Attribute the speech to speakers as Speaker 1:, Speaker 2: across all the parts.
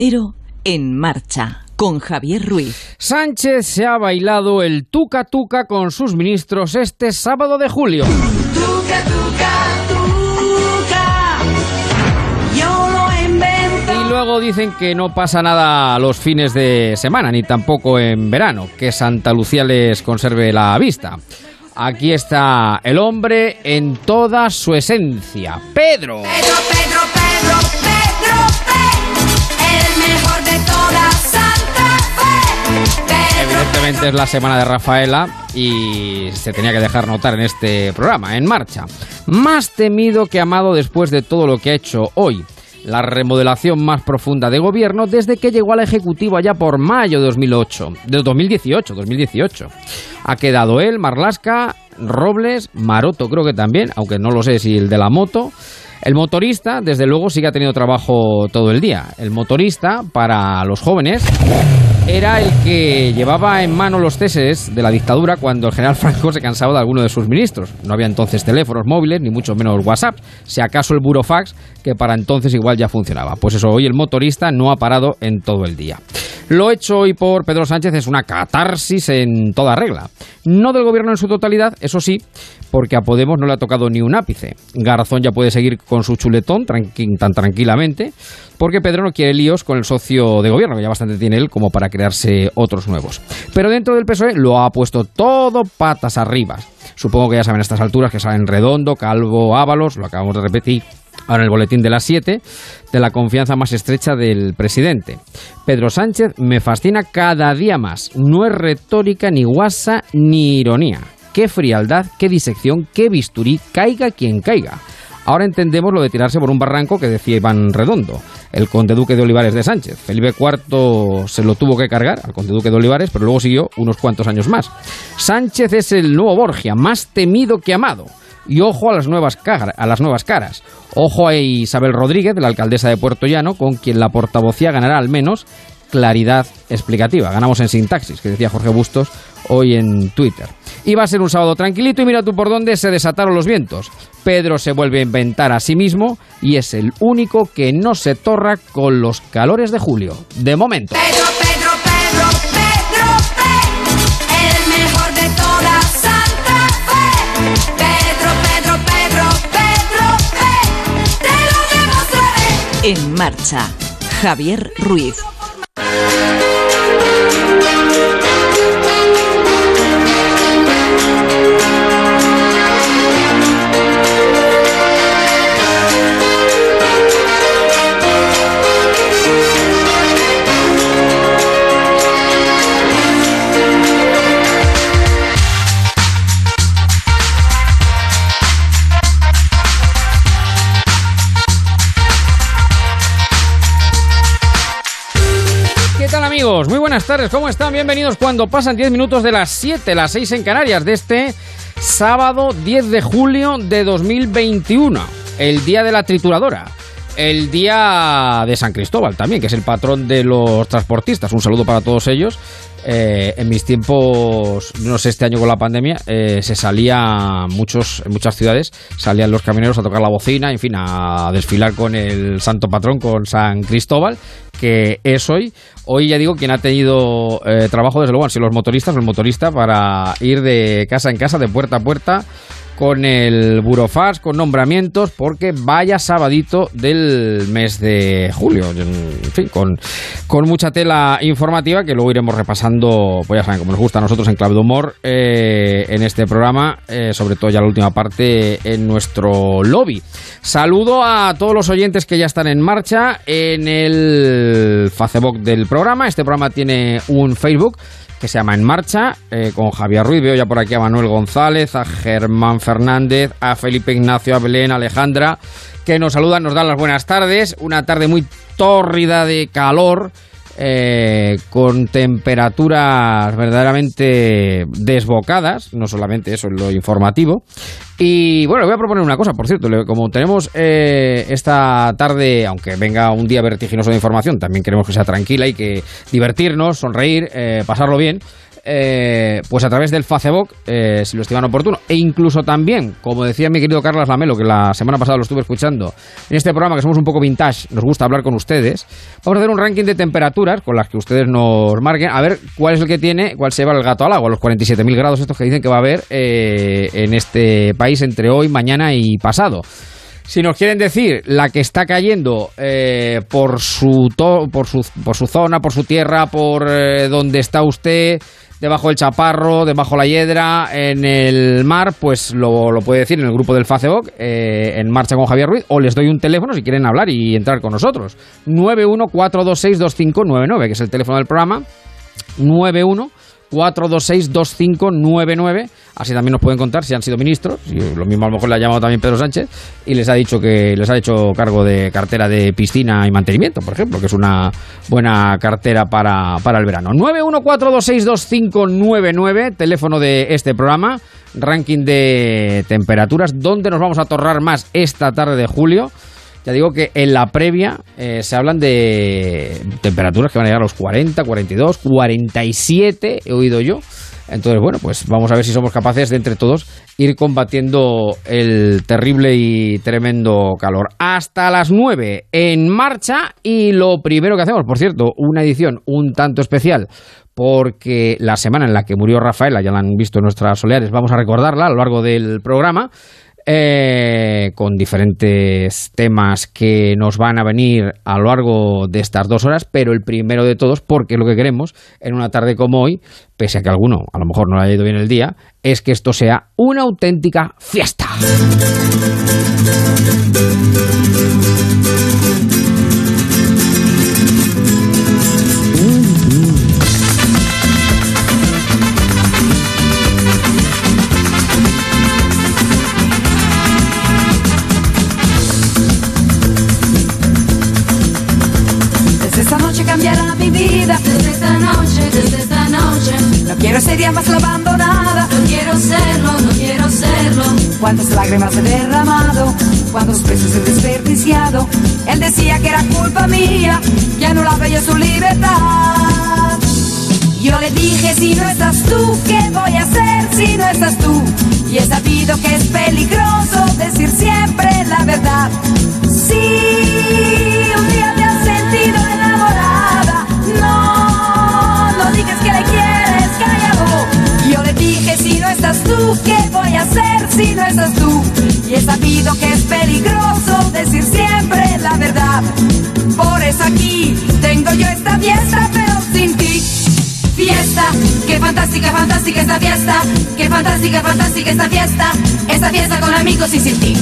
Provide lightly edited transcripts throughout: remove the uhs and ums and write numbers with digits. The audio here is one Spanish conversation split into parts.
Speaker 1: En marcha, con Javier Ruiz.
Speaker 2: Sánchez se ha bailado el tuca tuca con sus ministros este sábado de julio.
Speaker 3: Tuca, tuca, tuca, yo lo inventé.
Speaker 2: Y luego dicen que no pasa nada los fines de semana, ni tampoco en verano, que Santa Lucía les conserve la vista. Aquí está el hombre en toda su esencia, Pedro.
Speaker 3: Pedro, el mejor de toda Santa Fe.
Speaker 2: Evidentemente es la semana de Rafaela y se tenía que dejar notar en este programa, En Marcha. Más temido que amado después de todo lo que ha hecho hoy. La remodelación más profunda de gobierno desde que llegó al Ejecutivo allá por mayo de 2018. Ha quedado él, Marlaska, Robles, Maroto creo que también, aunque no lo sé si el de la moto. El motorista, desde luego, sí que ha tenido trabajo todo el día. El motorista, para los jóvenes, era el que llevaba en mano los ceses de la dictadura cuando el general Franco se cansaba de alguno de sus ministros. No había entonces teléfonos móviles, ni mucho menos WhatsApp, si acaso el burofax, que para entonces igual ya funcionaba. Pues eso, hoy el motorista no ha parado en todo el día. Lo hecho hoy por Pedro Sánchez es una catarsis en toda regla. No del gobierno en su totalidad, eso sí, porque a Podemos no le ha tocado ni un ápice. Garzón ya puede seguir con su chuletón tan tranquilamente, porque Pedro no quiere líos con el socio de gobierno, que ya bastante tiene él como para crearse otros nuevos. Pero dentro del PSOE lo ha puesto todo patas arriba. Supongo que ya saben a estas alturas que salen Redondo, Calvo, Ábalos, lo acabamos de repetir ahora en el boletín de las 7, de la confianza más estrecha del presidente. Pedro Sánchez me fascina cada día más. No es retórica, ni guasa, ni ironía. Qué frialdad, qué disección, qué bisturí, caiga quien caiga. Ahora entendemos lo de tirarse por un barranco que decía Iván Redondo, el conde duque de Olivares de Sánchez. Felipe IV se lo tuvo que cargar al conde duque de Olivares, pero luego siguió unos cuantos años más. Sánchez es el nuevo Borgia, más temido que amado. Y ojo a las nuevas caras. Ojo a Isabel Rodríguez, la alcaldesa de Puerto Llano, con quien la portavocía ganará al menos claridad explicativa. Ganamos en sintaxis, que decía Jorge Bustos hoy en Twitter. Y va a ser un sábado tranquilito y mira tú por dónde se desataron los vientos. Pedro se vuelve a inventar a sí mismo y es el único que no se torra con los calores de julio. De momento.
Speaker 3: Pedro, el mejor de toda Santa Fe. Pedro, te lo demostraré.
Speaker 1: En marcha, Javier Ruiz.
Speaker 2: Amigos, muy buenas tardes, ¿cómo están? Bienvenidos cuando pasan 10 minutos de las 7, las 6 en Canarias, de este sábado 10 de julio de 2021, el día de la trituradora, el día de San Cristóbal también, que es el patrón de los transportistas. Un saludo para todos ellos. En mis tiempos, no sé, este año con la pandemia, se salía en muchas ciudades, salían los camioneros a tocar la bocina, en fin, a desfilar con el santo patrón, con San Cristóbal, que es hoy. Hoy ya digo, quien ha tenido trabajo, desde luego, han sido los motoristas, el motorista, para ir de casa en casa, de puerta a puerta, con el burofax, con nombramientos, porque vaya sabadito del mes de julio. En fin, con mucha tela informativa que luego iremos repasando, pues ya saben, como nos gusta a nosotros en Clave de Humor, en este programa, sobre todo ya la última parte en nuestro lobby. Saludo a todos los oyentes que ya están en marcha en el Facebook del programa. Este programa tiene un Facebook que se llama En Marcha, con Javier Ruiz. Veo ya por aquí a Manuel González, a Germán Fernández, a Felipe Ignacio, a Belén, a Alejandra, que nos saludan, nos dan las buenas tardes. Una tarde muy tórrida de calor, con temperaturas verdaderamente desbocadas, no solamente eso en lo informativo. Y bueno, voy a proponer una cosa, por cierto, como tenemos esta tarde, aunque venga un día vertiginoso de información, también queremos que sea tranquila y que divertirnos, sonreír, pasarlo bien. pues a través del Facebook, si lo estiman oportuno, e incluso también, como decía mi querido Carlos Lamelo, que la semana pasada lo estuve escuchando, en este programa que somos un poco vintage, nos gusta hablar con ustedes, vamos a hacer un ranking de temperaturas con las que ustedes nos marquen, a ver cuál es el que tiene, cuál se va el gato al agua, los 47.000 grados estos que dicen que va a haber en este país entre hoy, mañana y pasado. Si nos quieren decir la que está cayendo por su zona, por su tierra, por donde está usted, debajo del chaparro, debajo la hiedra, en el mar, pues lo puede decir en el grupo del Facebook, en Marcha con Javier Ruiz, o les doy un teléfono si quieren hablar y entrar con nosotros. 914262599, que es el teléfono del programa. 914262599. Así también nos pueden contar si han sido ministros, y lo mismo a lo mejor le ha llamado también Pedro Sánchez y les ha dicho que les ha hecho cargo de cartera de piscina y mantenimiento, por ejemplo, que es una buena cartera para el verano. 914262599, teléfono de este programa, ranking de temperaturas, ¿dónde nos vamos a atorrar más esta tarde de julio? Ya digo que en la previa se hablan de temperaturas que van a llegar a los 40, 42, 47, he oído yo. Entonces, bueno, pues vamos a ver si somos capaces de entre todos ir combatiendo el terrible y tremendo calor. Hasta las 9 en marcha, y lo primero que hacemos, por cierto, una edición un tanto especial, porque la semana en la que murió Rafaela, ya la han visto en nuestras soleares, vamos a recordarla a lo largo del programa, con diferentes temas que nos van a venir a lo largo de estas 2 horas, pero el primero de todos, porque lo que queremos en una tarde como hoy, pese a que a alguno a lo mejor no le haya ido bien el día, es que esto sea una auténtica fiesta.
Speaker 3: Cambiará mi vida desde esta noche. No quiero ser ya más la abandonada. No quiero serlo, no quiero serlo. Cuántas lágrimas he derramado, cuántos besos he desperdiciado. Él decía que era culpa mía, que anulaba yo su libertad. Yo le dije, si no estás tú, ¿qué voy a hacer si no estás tú? Y he sabido que es peligroso decir siempre la verdad. Sí, un día te has sentido enamorada. No digas que le quieres, cállalo. Yo le dije, si no estás tú, ¿qué voy a hacer si no estás tú? Y he sabido que es peligroso decir siempre la verdad. Por eso aquí tengo yo esta fiesta, pero sin ti. Fiesta, qué fantástica, fantástica esta fiesta. Qué fantástica, fantástica esta fiesta. Esta fiesta con amigos y sin ti.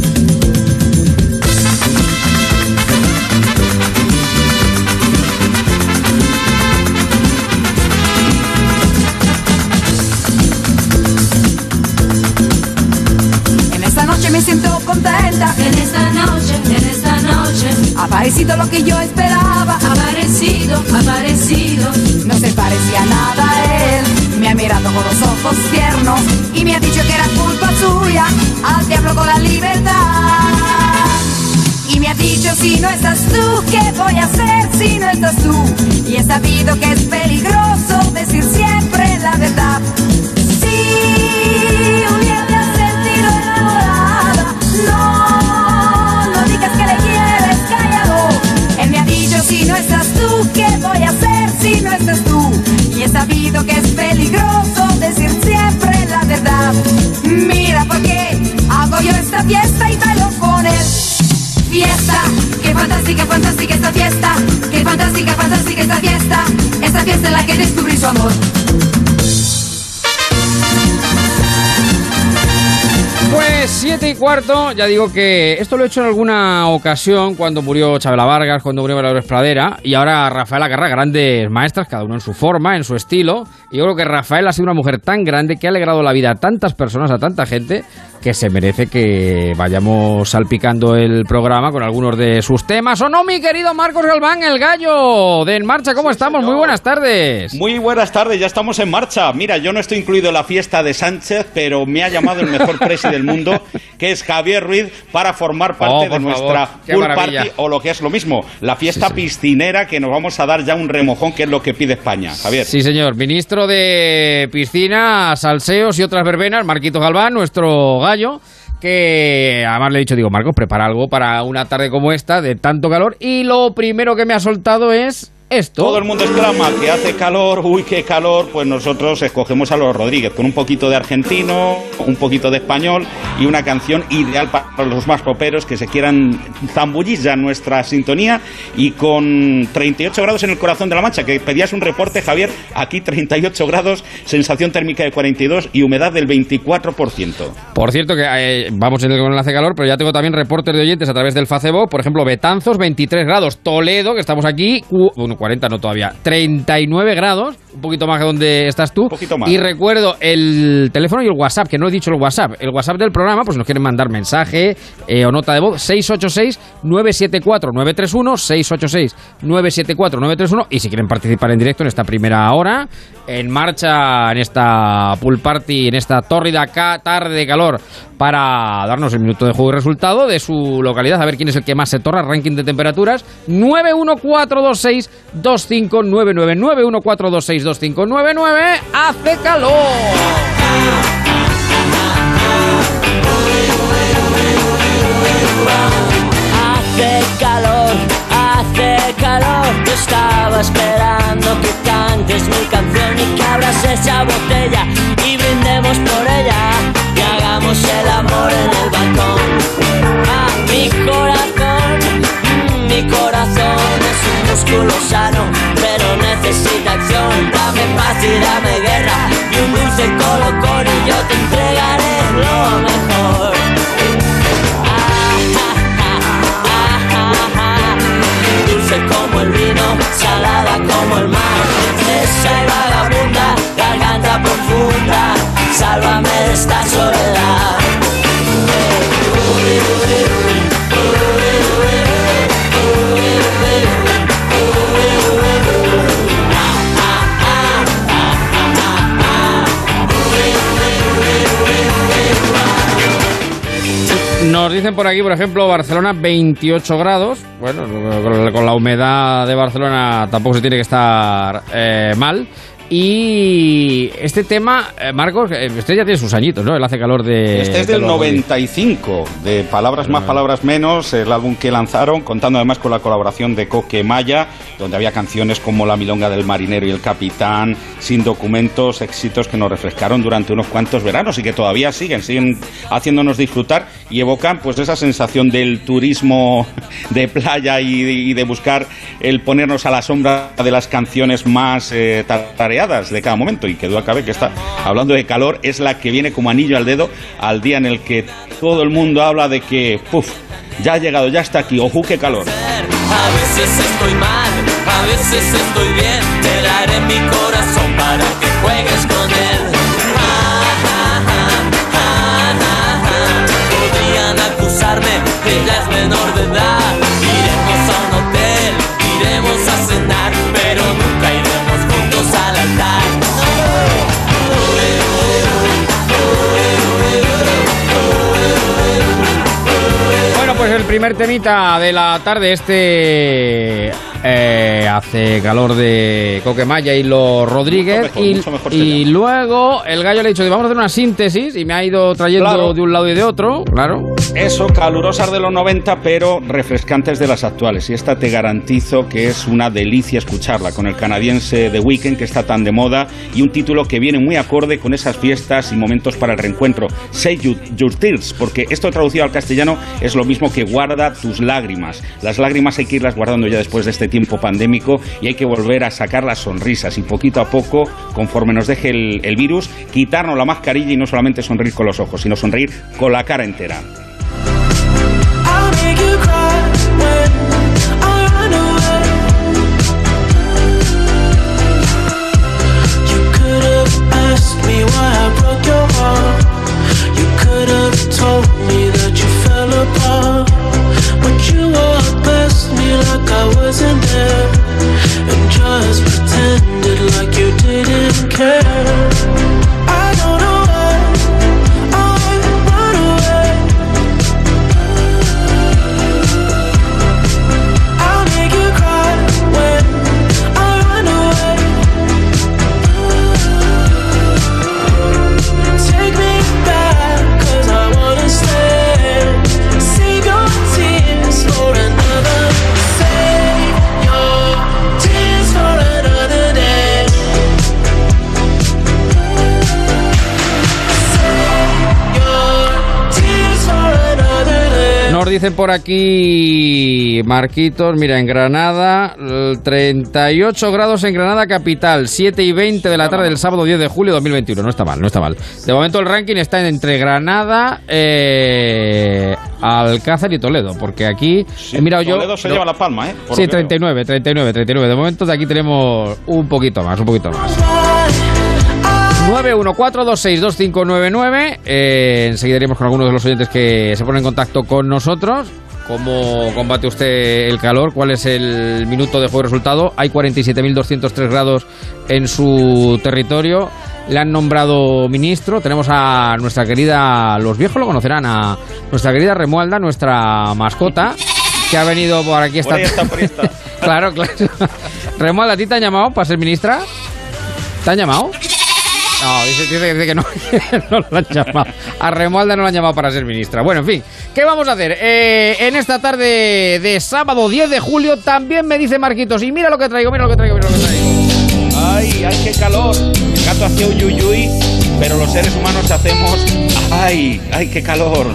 Speaker 3: Me siento contenta en esta noche, ha aparecido lo que yo esperaba, aparecido, no se parecía nada a él, me ha mirado con los ojos tiernos y me ha dicho que era culpa suya, al diablo con la libertad. Y me ha dicho, si no estás tú, ¿qué voy a hacer si no estás tú? Y he sabido que es peligroso decir siempre la verdad. Sí, un día te has sentido enamorada. No digas que le quieres, cállalo. Él me ha dicho, si no estás tú, ¿qué voy a hacer si no estás tú? Y he sabido que es peligroso decir siempre la verdad. Mira por qué hago yo esta fiesta y bailo con él. Fiesta, qué fantástica, fantástica esta fiesta. Qué fantástica, fantástica esta fiesta. Esta fiesta en la que descubrí su amor.
Speaker 2: Pues 7:15, ya digo que esto lo he hecho en alguna ocasión cuando murió Chabela Vargas, cuando murió Dolores Pradera, y ahora Rafaela Carrà, grandes maestras, cada uno en su forma, en su estilo, y yo creo que Rafaela ha sido una mujer tan grande que ha alegrado la vida a tantas personas, a tanta gente, que se merece que vayamos salpicando el programa con algunos de sus temas. ¿O no, mi querido Marcos Galván, el gallo de En Marcha? ¿Cómo estamos? Señor. Muy buenas tardes.
Speaker 4: Muy buenas tardes, ya estamos en marcha. Mira, yo no estoy incluido en la fiesta de Sánchez, pero me ha llamado el mejor presi del mundo, que es Javier Ruiz, para formar parte de nuestra pool party, o lo que es lo mismo, la fiesta piscinera, que nos vamos a dar ya un remojón, que es lo que pide España. Javier.
Speaker 2: Sí, señor. Ministro de Piscina, Salseos y otras verbenas, Marquito Galván, nuestro gallo, que además le he dicho, digo, Marcos, prepara algo para una tarde como esta, de tanto calor, y lo primero que me ha soltado es esto.
Speaker 4: Todo el mundo exclama que hace calor, uy, qué calor, pues nosotros escogemos a los Rodríguez, con un poquito de argentino, un poquito de español y una canción ideal para los más poperos que se quieran zambullir ya en nuestra sintonía, y con 38 grados en el corazón de la Mancha, que pedías un reporte, Javier, aquí 38 grados, sensación térmica de 42 y humedad del 24%.
Speaker 2: Por cierto, que vamos con el enlace calor, pero ya tengo también reportes de oyentes a través del Facebook, por ejemplo, Betanzos, 23 grados, Toledo, que estamos aquí, 40 no todavía, 39 grados, un poquito más que donde estás tú. Y recuerdo el teléfono y el WhatsApp, que no he dicho el WhatsApp del programa, pues nos quieren mandar mensaje o nota de voz, 686-974-931, 686-974-931, y si quieren participar en directo en esta primera hora, En Marcha, en esta pool party, en esta tórrida tarde de calor, para darnos el minuto de juego y resultado de su localidad, a ver quién es el que más se torra, ranking de temperaturas, 914262599, 914262599, hace calor.
Speaker 5: Hace calor, yo estaba esperando que cantes mi canción y que abras esa botella y brindemos por ella y hagamos el amor en el balcón. Ah, mi corazón es un músculo sano, pero necesita acción. Dame paz y dame guerra y un dulce colocón y yo te entregaré lo mejor. Como el vino, salada como el mar, princesa y vagabunda, garganta profunda, sálvame de esta soledad.
Speaker 2: Nos dicen por aquí, por ejemplo, Barcelona 28 grados. Bueno, con la humedad de Barcelona tampoco se tiene que estar mal. Y este tema, Marcos, este ya tiene sus añitos, ¿no? Él hace calor de...
Speaker 4: Este es del 95, de Palabras Más, Palabras Menos, el álbum que lanzaron, contando además con la colaboración de Coque Maya, donde había canciones como La Milonga del Marinero y el Capitán, Sin Documentos, éxitos que nos refrescaron durante unos cuantos veranos y que todavía siguen haciéndonos disfrutar y evocan pues esa sensación del turismo de playa y de buscar el ponernos a la sombra de las canciones más tarareadas de cada momento, y que duda cabe que está hablando de calor, es la que viene como anillo al dedo al día en el que todo el mundo habla de que ya ha llegado, ya está aquí, ojo, qué calor.
Speaker 5: A veces estoy mal, a veces estoy bien, te daré mi corazón para que juegues con él. Podrían acusarme que ya es menor de edad, iremos a un hotel, iremos a cenar, pero nunca iremos juntos al altar.
Speaker 2: Bueno, pues el primer temita de la tarde, hace calor, de Coquemaya y los Rodríguez, mucho mejor, y luego el gallo le ha dicho, vamos a hacer una síntesis, y me ha ido trayendo de un lado y de otro, claro.
Speaker 4: Eso, calurosas de los 90, pero refrescantes de las actuales, y esta te garantizo que es una delicia escucharla, con el canadiense The Weeknd, que está tan de moda, y un título que viene muy acorde con esas fiestas y momentos para el reencuentro, Save Your Tears, porque esto traducido al castellano es lo mismo que guarda tus lágrimas. Las lágrimas hay que irlas guardando ya después de este tiempo pandémico, y hay que volver a sacar las sonrisas, y poquito a poco, conforme nos deje el virus, quitarnos la mascarilla y no solamente sonreír con los ojos, sino sonreír con la cara entera.
Speaker 5: You could have
Speaker 2: dicen por aquí, Marquitos, mira, en Granada, 38 grados en Granada capital, 7 y 20 de la tarde del sábado 10 de julio de 2021. No está mal, no está mal. De momento el ranking está entre Granada, Alcázar y Toledo, porque aquí he mirado yo...
Speaker 4: Toledo se lleva la palma, ¿eh?
Speaker 2: Sí, 39. De momento de aquí tenemos un poquito más. 914262599. Enseguida iremos con algunos de los oyentes que se ponen en contacto con nosotros. ¿Cómo combate usted el calor? ¿Cuál es el minuto de juego resultado? Hay 47.203 grados en su territorio. Le han nombrado ministro. Tenemos a nuestra querida, los viejos lo conocerán, a nuestra querida Remualda, nuestra mascota, que ha venido por aquí esta tarde. Claro. Remualda, ¿a ti te han llamado para ser ministra? ¿Te han llamado? No, dice que no, no lo han llamado. A Remualda no lo han llamado para ser ministra. Bueno, en fin, ¿qué vamos a hacer? En esta tarde de sábado 10 de julio también me dice Marquitos, y mira lo que traigo.
Speaker 4: Ay, qué calor. El gato hacía uyuyuy, pero los seres humanos hacemos... Ay, qué calor.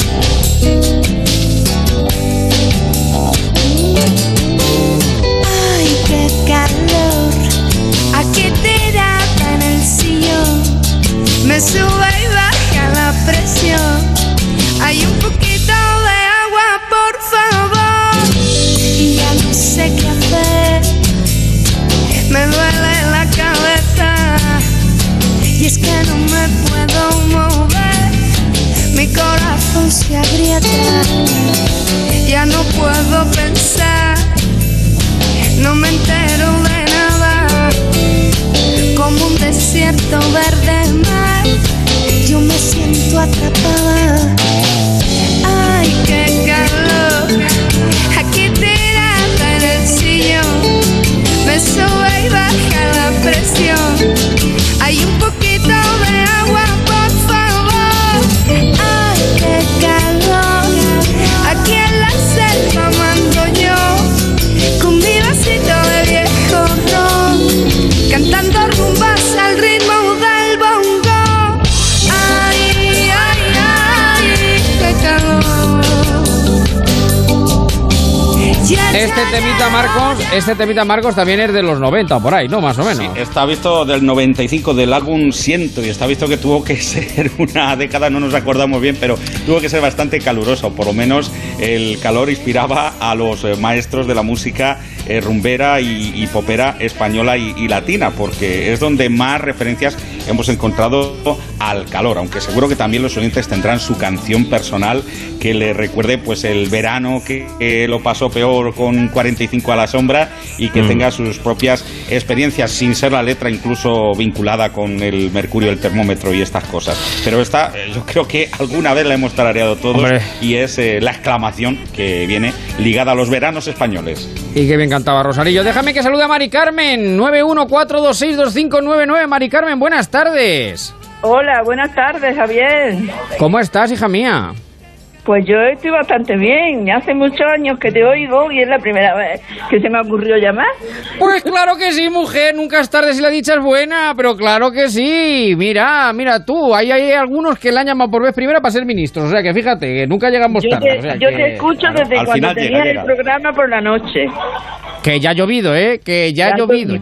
Speaker 6: Ay, qué calor. Aquí tirada en el sillón, me sube y baja la presión. Hay un poquito de agua, por favor. Y ya no sé qué hacer. Me duele la cabeza y es que no me puedo mover. Mi corazón se agrieta, ya no puedo pensar. No me entero de nada, como un desierto verde mar. Yo me siento atrapada. Ay, qué calor. Aquí tirada en el sillón, me sube y baja la presión. Hay un poquito de agua, por favor. Ay, qué calor. Aquí en la selva mando yo, con mi vasito de viejo ron, cantando rumbas al ritmo del bongo. Ay, qué calor.
Speaker 2: Este temita, Marcos, también es de los 90 por ahí, ¿no? Más o menos.
Speaker 4: Sí, está visto del 95, del álbum Siento, y está visto que tuvo que ser una década, no nos acordamos bien, pero tuvo que ser bastante caluroso. Por lo menos el calor inspiraba a los maestros de la música rumbera y popera española y latina, porque es donde más referencias hemos encontrado al calor, aunque seguro que también los oyentes tendrán su canción personal que le recuerde pues el verano que lo pasó peor con 45 a la sombra y que tenga sus propias experiencias, sin ser la letra incluso vinculada con el mercurio, el termómetro y estas cosas. Pero esta yo creo que alguna vez la hemos tarareado todos. Hombre. Y es la exclamación que viene ligada a los veranos españoles.
Speaker 2: Y que bien cantaba Rosarillo. Déjame que salude a Mari Carmen, 914262599. Mari Carmen, buenas tardes.
Speaker 7: Hola, buenas tardes, Javier.
Speaker 2: ¿Cómo estás, hija mía?
Speaker 7: Pues yo estoy bastante bien. Hace muchos años que te oigo y es la primera vez que se me ha ocurrido llamar.
Speaker 2: Pues claro que sí, mujer. Nunca es tarde si la dicha es buena, pero claro que sí. Mira tú, hay algunos que la han llamado por vez primera para ser ministros. O sea que fíjate, que nunca llegamos tarde.
Speaker 7: Yo te escucho desde cuando tenías el programa por la noche.
Speaker 2: Que ya ha llovido, que ya ha llovido.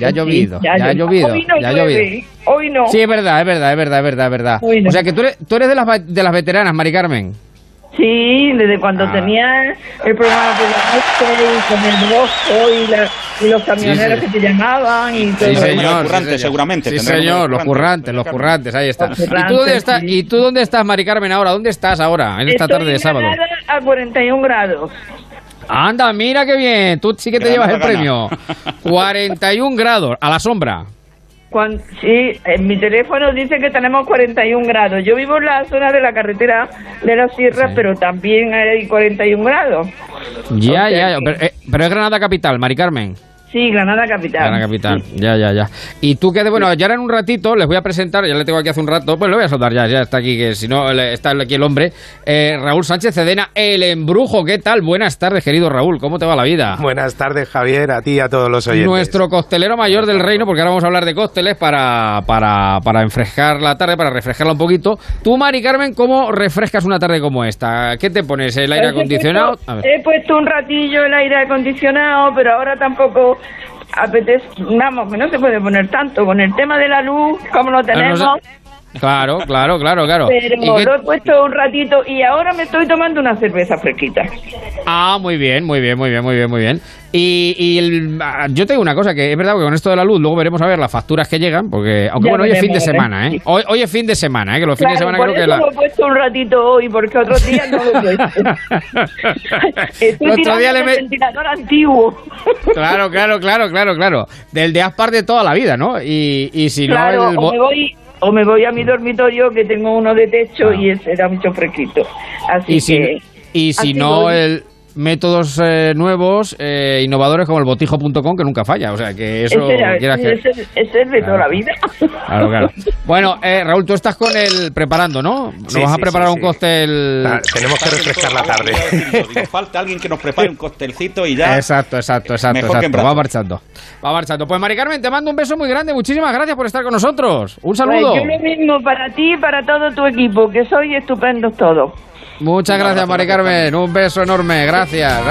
Speaker 7: Hoy no.
Speaker 2: Sí, es verdad. O sea que tú eres de las veteranas, Mari Carmen.
Speaker 7: Sí, desde cuando tenía el programa por la noche y con el Bosco y los camioneros que te llamaban y todo.
Speaker 2: Sí, señor,
Speaker 4: los currantes, seguramente.
Speaker 2: Sí, señor, los currantes, ahí está. ¿Y tú dónde estás, Mari Carmen, ahora? ¿Dónde estás ahora, en esta tarde de sábado?
Speaker 7: Estoy a 41 grados.
Speaker 2: Anda, mira qué bien, tú sí que te llevas el premio. 41 grados, a la sombra.
Speaker 7: Sí, en mi teléfono dice que tenemos 41 grados. Yo vivo en la zona de la carretera de la Sierra, sí, pero también hay 41 grados.
Speaker 2: Ya. Pero es Granada capital, Mari Carmen.
Speaker 7: Sí, Granada Capital.
Speaker 2: Granada Capital, ya. Y tú que, bueno, ya ahora en un ratito les voy a presentar, ya le tengo aquí hace un rato, pues lo voy a saludar ya está aquí, que si no está aquí el hombre, Raúl Sánchez Cedena, el embrujo. ¿Qué tal? Buenas tardes, querido Raúl, ¿cómo te va la vida?
Speaker 8: Buenas tardes, Javier, a ti y a todos los oyentes.
Speaker 2: Nuestro costelero mayor del reino, porque ahora vamos a hablar de cócteles para enfrescar la tarde, para refrescarla un poquito. Tú, Mari Carmen, ¿cómo refrescas una tarde como esta? ¿Qué te pones? ¿El aire acondicionado?
Speaker 7: He puesto un ratillo el aire acondicionado, pero ahora tampoco apetece, vamos, que no se puede poner tanto con el tema de la luz, como lo tenemos.
Speaker 2: Claro.
Speaker 7: Pero lo he puesto un ratito y ahora me estoy tomando una cerveza fresquita.
Speaker 2: Ah, muy bien. Yo te digo una cosa, que es verdad que con esto de la luz luego veremos a ver las facturas que llegan, porque aunque bueno, hoy es fin de semana, ¿eh? Hoy es fin de semana, ¿eh? Que los fines de semana creo que
Speaker 7: lo he puesto un ratito hoy, porque otros días no lo he puesto. Estoy tirando el ventilador antiguo.
Speaker 2: Claro. Del de Aspar de toda la vida, ¿no? Y si
Speaker 7: claro,
Speaker 2: no...
Speaker 7: O me voy a mi dormitorio, que tengo uno de techo, y ese era mucho fresquito.
Speaker 2: Y si no, el métodos nuevos, innovadores como el botijo.com, que nunca falla. O sea, que eso...
Speaker 7: Ese es de toda la vida.
Speaker 2: Claro. Bueno, Raúl, tú estás con el preparando, ¿no? Nos vas a preparar un cóctel...
Speaker 8: Tenemos que refrescar la tarde.
Speaker 4: Falta alguien que nos prepare un cóctelcito y ya...
Speaker 2: Exacto. Va marchando. Pues, Mari Carmen, te mando un beso muy grande. Muchísimas gracias por estar con nosotros. Un saludo.
Speaker 7: Pues yo lo mismo para ti y para todo tu equipo, que sois estupendos todos.
Speaker 2: Muchas gracias, Mari Carmen. Un beso enorme. Gracias.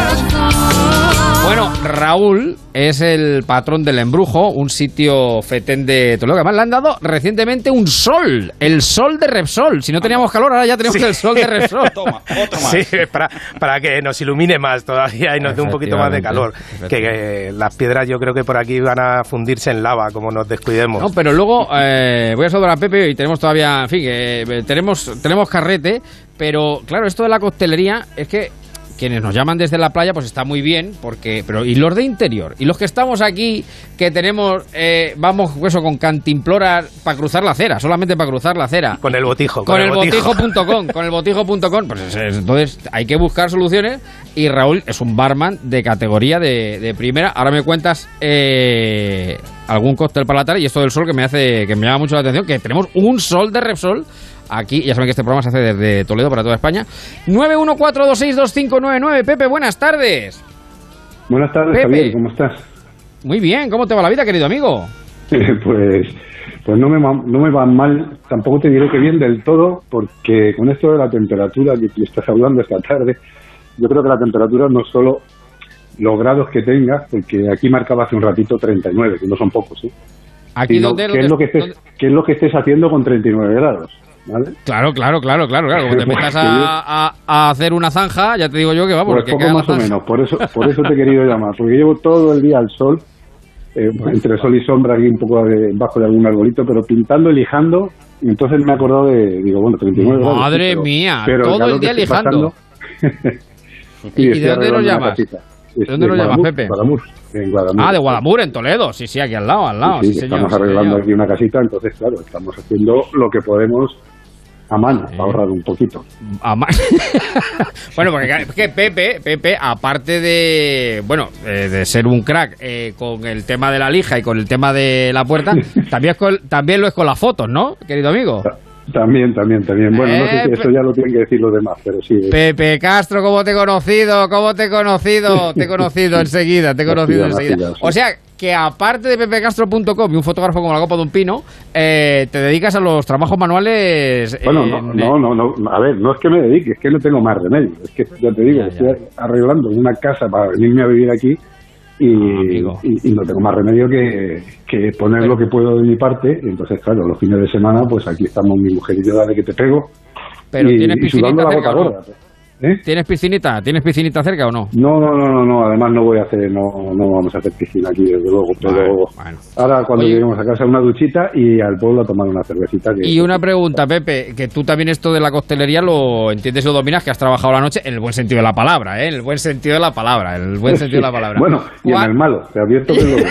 Speaker 2: Bueno, Raúl es el patrón del Embrujo, un sitio fetén de Toledo, que además le han dado recientemente un sol, el sol de Repsol. Si no teníamos calor, ahora ya tenemos el sol de Repsol.
Speaker 4: Toma, otro más.
Speaker 8: Sí, para que nos ilumine más todavía y nos dé un poquito más de calor. Que las piedras yo creo que por aquí van a fundirse en lava, como nos descuidemos.
Speaker 2: No, pero luego voy a saludar a Pepe y tenemos todavía, en fin, que tenemos carrete, pero claro, esto de la coctelería es que quienes nos llaman desde la playa, pues está muy bien, pero ¿y los de interior? ¿Y los que estamos aquí, que tenemos, vamos eso, con cantimploras para cruzar la acera, solamente para cruzar la acera?
Speaker 8: Con el botijo.
Speaker 2: Con el botijo.com, pues entonces hay que buscar soluciones, y Raúl es un barman de categoría de primera. Ahora me cuentas algún cóctel para la tarde, y esto del sol que me llama mucho la atención, que tenemos un sol de Repsol. Aquí, ya saben que este programa se hace desde Toledo para toda España. 914262599. Pepe, buenas tardes.
Speaker 9: Buenas tardes, Pepe. Javier, ¿cómo estás?
Speaker 2: Muy bien, ¿cómo te va la vida, querido amigo?
Speaker 9: Pues no me va mal, tampoco te diré que bien del todo, porque con esto de la temperatura que estás hablando esta tarde, yo creo que la temperatura no es solo los grados que tengas, porque aquí marcaba hace un ratito 39, que no son pocos, ¿eh?
Speaker 2: Aquí
Speaker 9: ¿Qué es lo que estés haciendo con 39 grados? ¿Vale?
Speaker 2: Claro. Como te empiezas a hacer una zanja, ya te digo yo que vamos.
Speaker 9: Pues poco más o menos, por eso te he querido llamar, porque llevo todo el día al sol, entre sol y sombra, aquí un poco bajo de algún arbolito, pero pintando y lijando, y entonces me he acordado digo, bueno, 39 grados.
Speaker 2: Madre mía, todo el día lijando. ¿Y de dónde nos llamas? ¿De dónde nos llamas, Pepe?
Speaker 9: Guadamur, en Guadamur.
Speaker 2: De Guadamur, en Toledo. Sí, aquí al lado.
Speaker 9: Sí, estamos arreglando aquí una casita, entonces, claro, estamos haciendo lo que podemos a mano, para ahorrar un poquito.
Speaker 2: Bueno, porque es que Pepe, aparte de ser un crack con el tema de la lija y con el tema de la puerta, también lo es con las fotos, ¿no, querido amigo?
Speaker 9: También. Bueno, no sé si eso ya lo tienen que decir los demás, pero sí.
Speaker 2: Pepe Castro, ¿cómo te he conocido? Te he conocido enseguida. O sea, que aparte de pepecastro.com y un fotógrafo como la copa de un pino, te dedicas a los trabajos manuales.
Speaker 9: Bueno, no. A ver, no es que me dedique, es que no tengo más remedio. Es que, ya te digo, estoy arreglando una casa para venirme a vivir aquí. Y no tengo más remedio que poner lo que puedo de mi parte. Y entonces, claro, los fines de semana, pues aquí estamos mi mujer y yo, dale que te pego.
Speaker 2: Pero ¿tienes piscinita
Speaker 9: cerca o no?
Speaker 2: ¿Tienes piscinita cerca o no?
Speaker 9: No, además no vamos a hacer piscina aquí, desde luego. Pero ahora cuando lleguemos a casa una duchita y al pueblo a tomar una cervecita.
Speaker 2: Y una pregunta, Pepe, que tú también esto de la costelería lo entiendes y lo dominas, que has trabajado la noche en el buen sentido de la palabra, ¿eh? En el buen sentido de la palabra.
Speaker 9: Bueno, y en el malo, te advierto que lo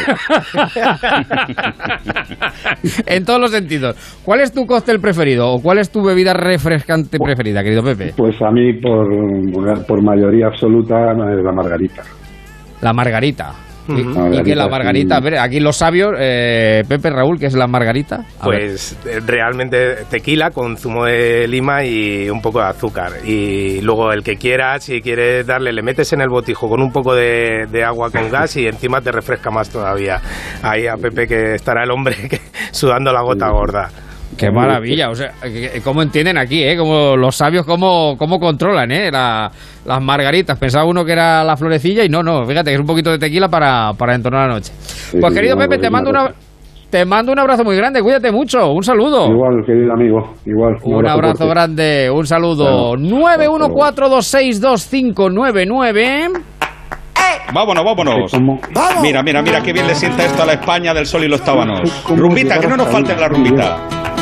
Speaker 2: En todos los sentidos. ¿Cuál es tu cóctel preferido o cuál es tu bebida refrescante preferida, querido Pepe?
Speaker 9: Pues a mí, por mayoría absoluta, la margarita.
Speaker 2: La margarita. ¿Y qué es la margarita? A ver, aquí los sabios, Pepe, Raúl, ¿qué es la margarita?
Speaker 8: Pues realmente tequila con zumo de lima y un poco de azúcar. Y luego el que quiera, si quieres darle, le metes en el botijo con un poco de agua con gas y encima te refresca más todavía. Ahí a Pepe que estará el hombre sudando la gota gorda.
Speaker 2: Qué maravilla, o sea, cómo entienden aquí, como los sabios cómo controlan, las margaritas. Pensaba uno que era la florecilla y no, fíjate que es un poquito de tequila para entonar la noche. Pues querido Pepe, te mando un abrazo muy grande, cuídate mucho, un saludo.
Speaker 9: Igual, querido amigo, igual.
Speaker 2: Un abrazo grande, un saludo. 914262599.
Speaker 4: Vámonos. Mira, qué bien le sienta esto a la España del sol y los tábanos. Rumbita, que no nos falte la rumbita.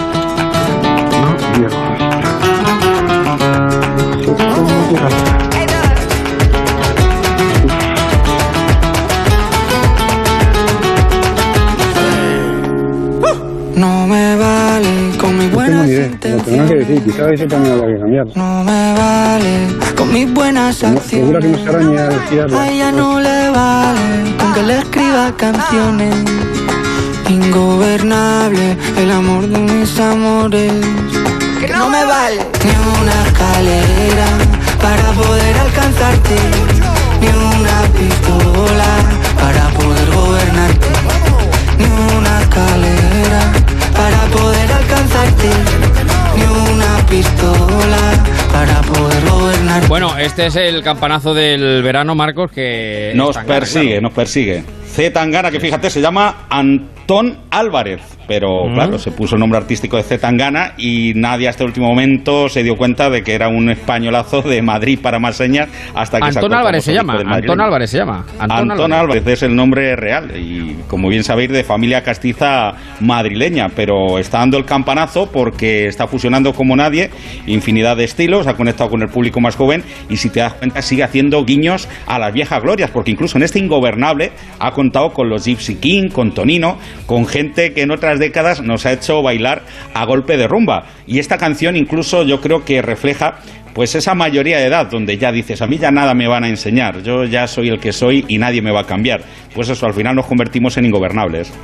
Speaker 6: No me vale con mis buenas intenciones. No me vale con mis buenas acciones. A ella no le vale con que le escriba canciones. Ingobernable el amor de mis amores. Que no me vale ni una escalera para poder alcanzarte, ni una pistola para poder gobernarte, ni una escalera para poder alcanzarte, ni una pistola para poder gobernar.
Speaker 2: Bueno, este es el campanazo del verano, Marcos, que
Speaker 4: nos persigue. C. Tangana, que fíjate, se llama Antón Álvarez, pero claro, se puso el nombre artístico de C. Tangana y nadie hasta el último momento se dio cuenta de que era un españolazo de Madrid para más señas hasta que
Speaker 2: Antón Álvarez se llama. Antón
Speaker 4: Álvarez es el nombre real y, como bien sabéis, de familia castiza madrileña, pero está dando el campanazo porque está fusionando como nadie infinidad de estilos, ha conectado con el público más joven y, si te das cuenta, sigue haciendo guiños a las viejas glorias, porque incluso en este Ingobernable ha contado con los Gypsy King, con Tonino, con gente que en otras décadas nos ha hecho bailar a golpe de rumba. Y esta canción incluso yo creo que refleja pues esa mayoría de edad donde ya dices, a mí ya nada me van a enseñar, yo ya soy el que soy y nadie me va a cambiar. Pues eso, al final nos convertimos en ingobernables.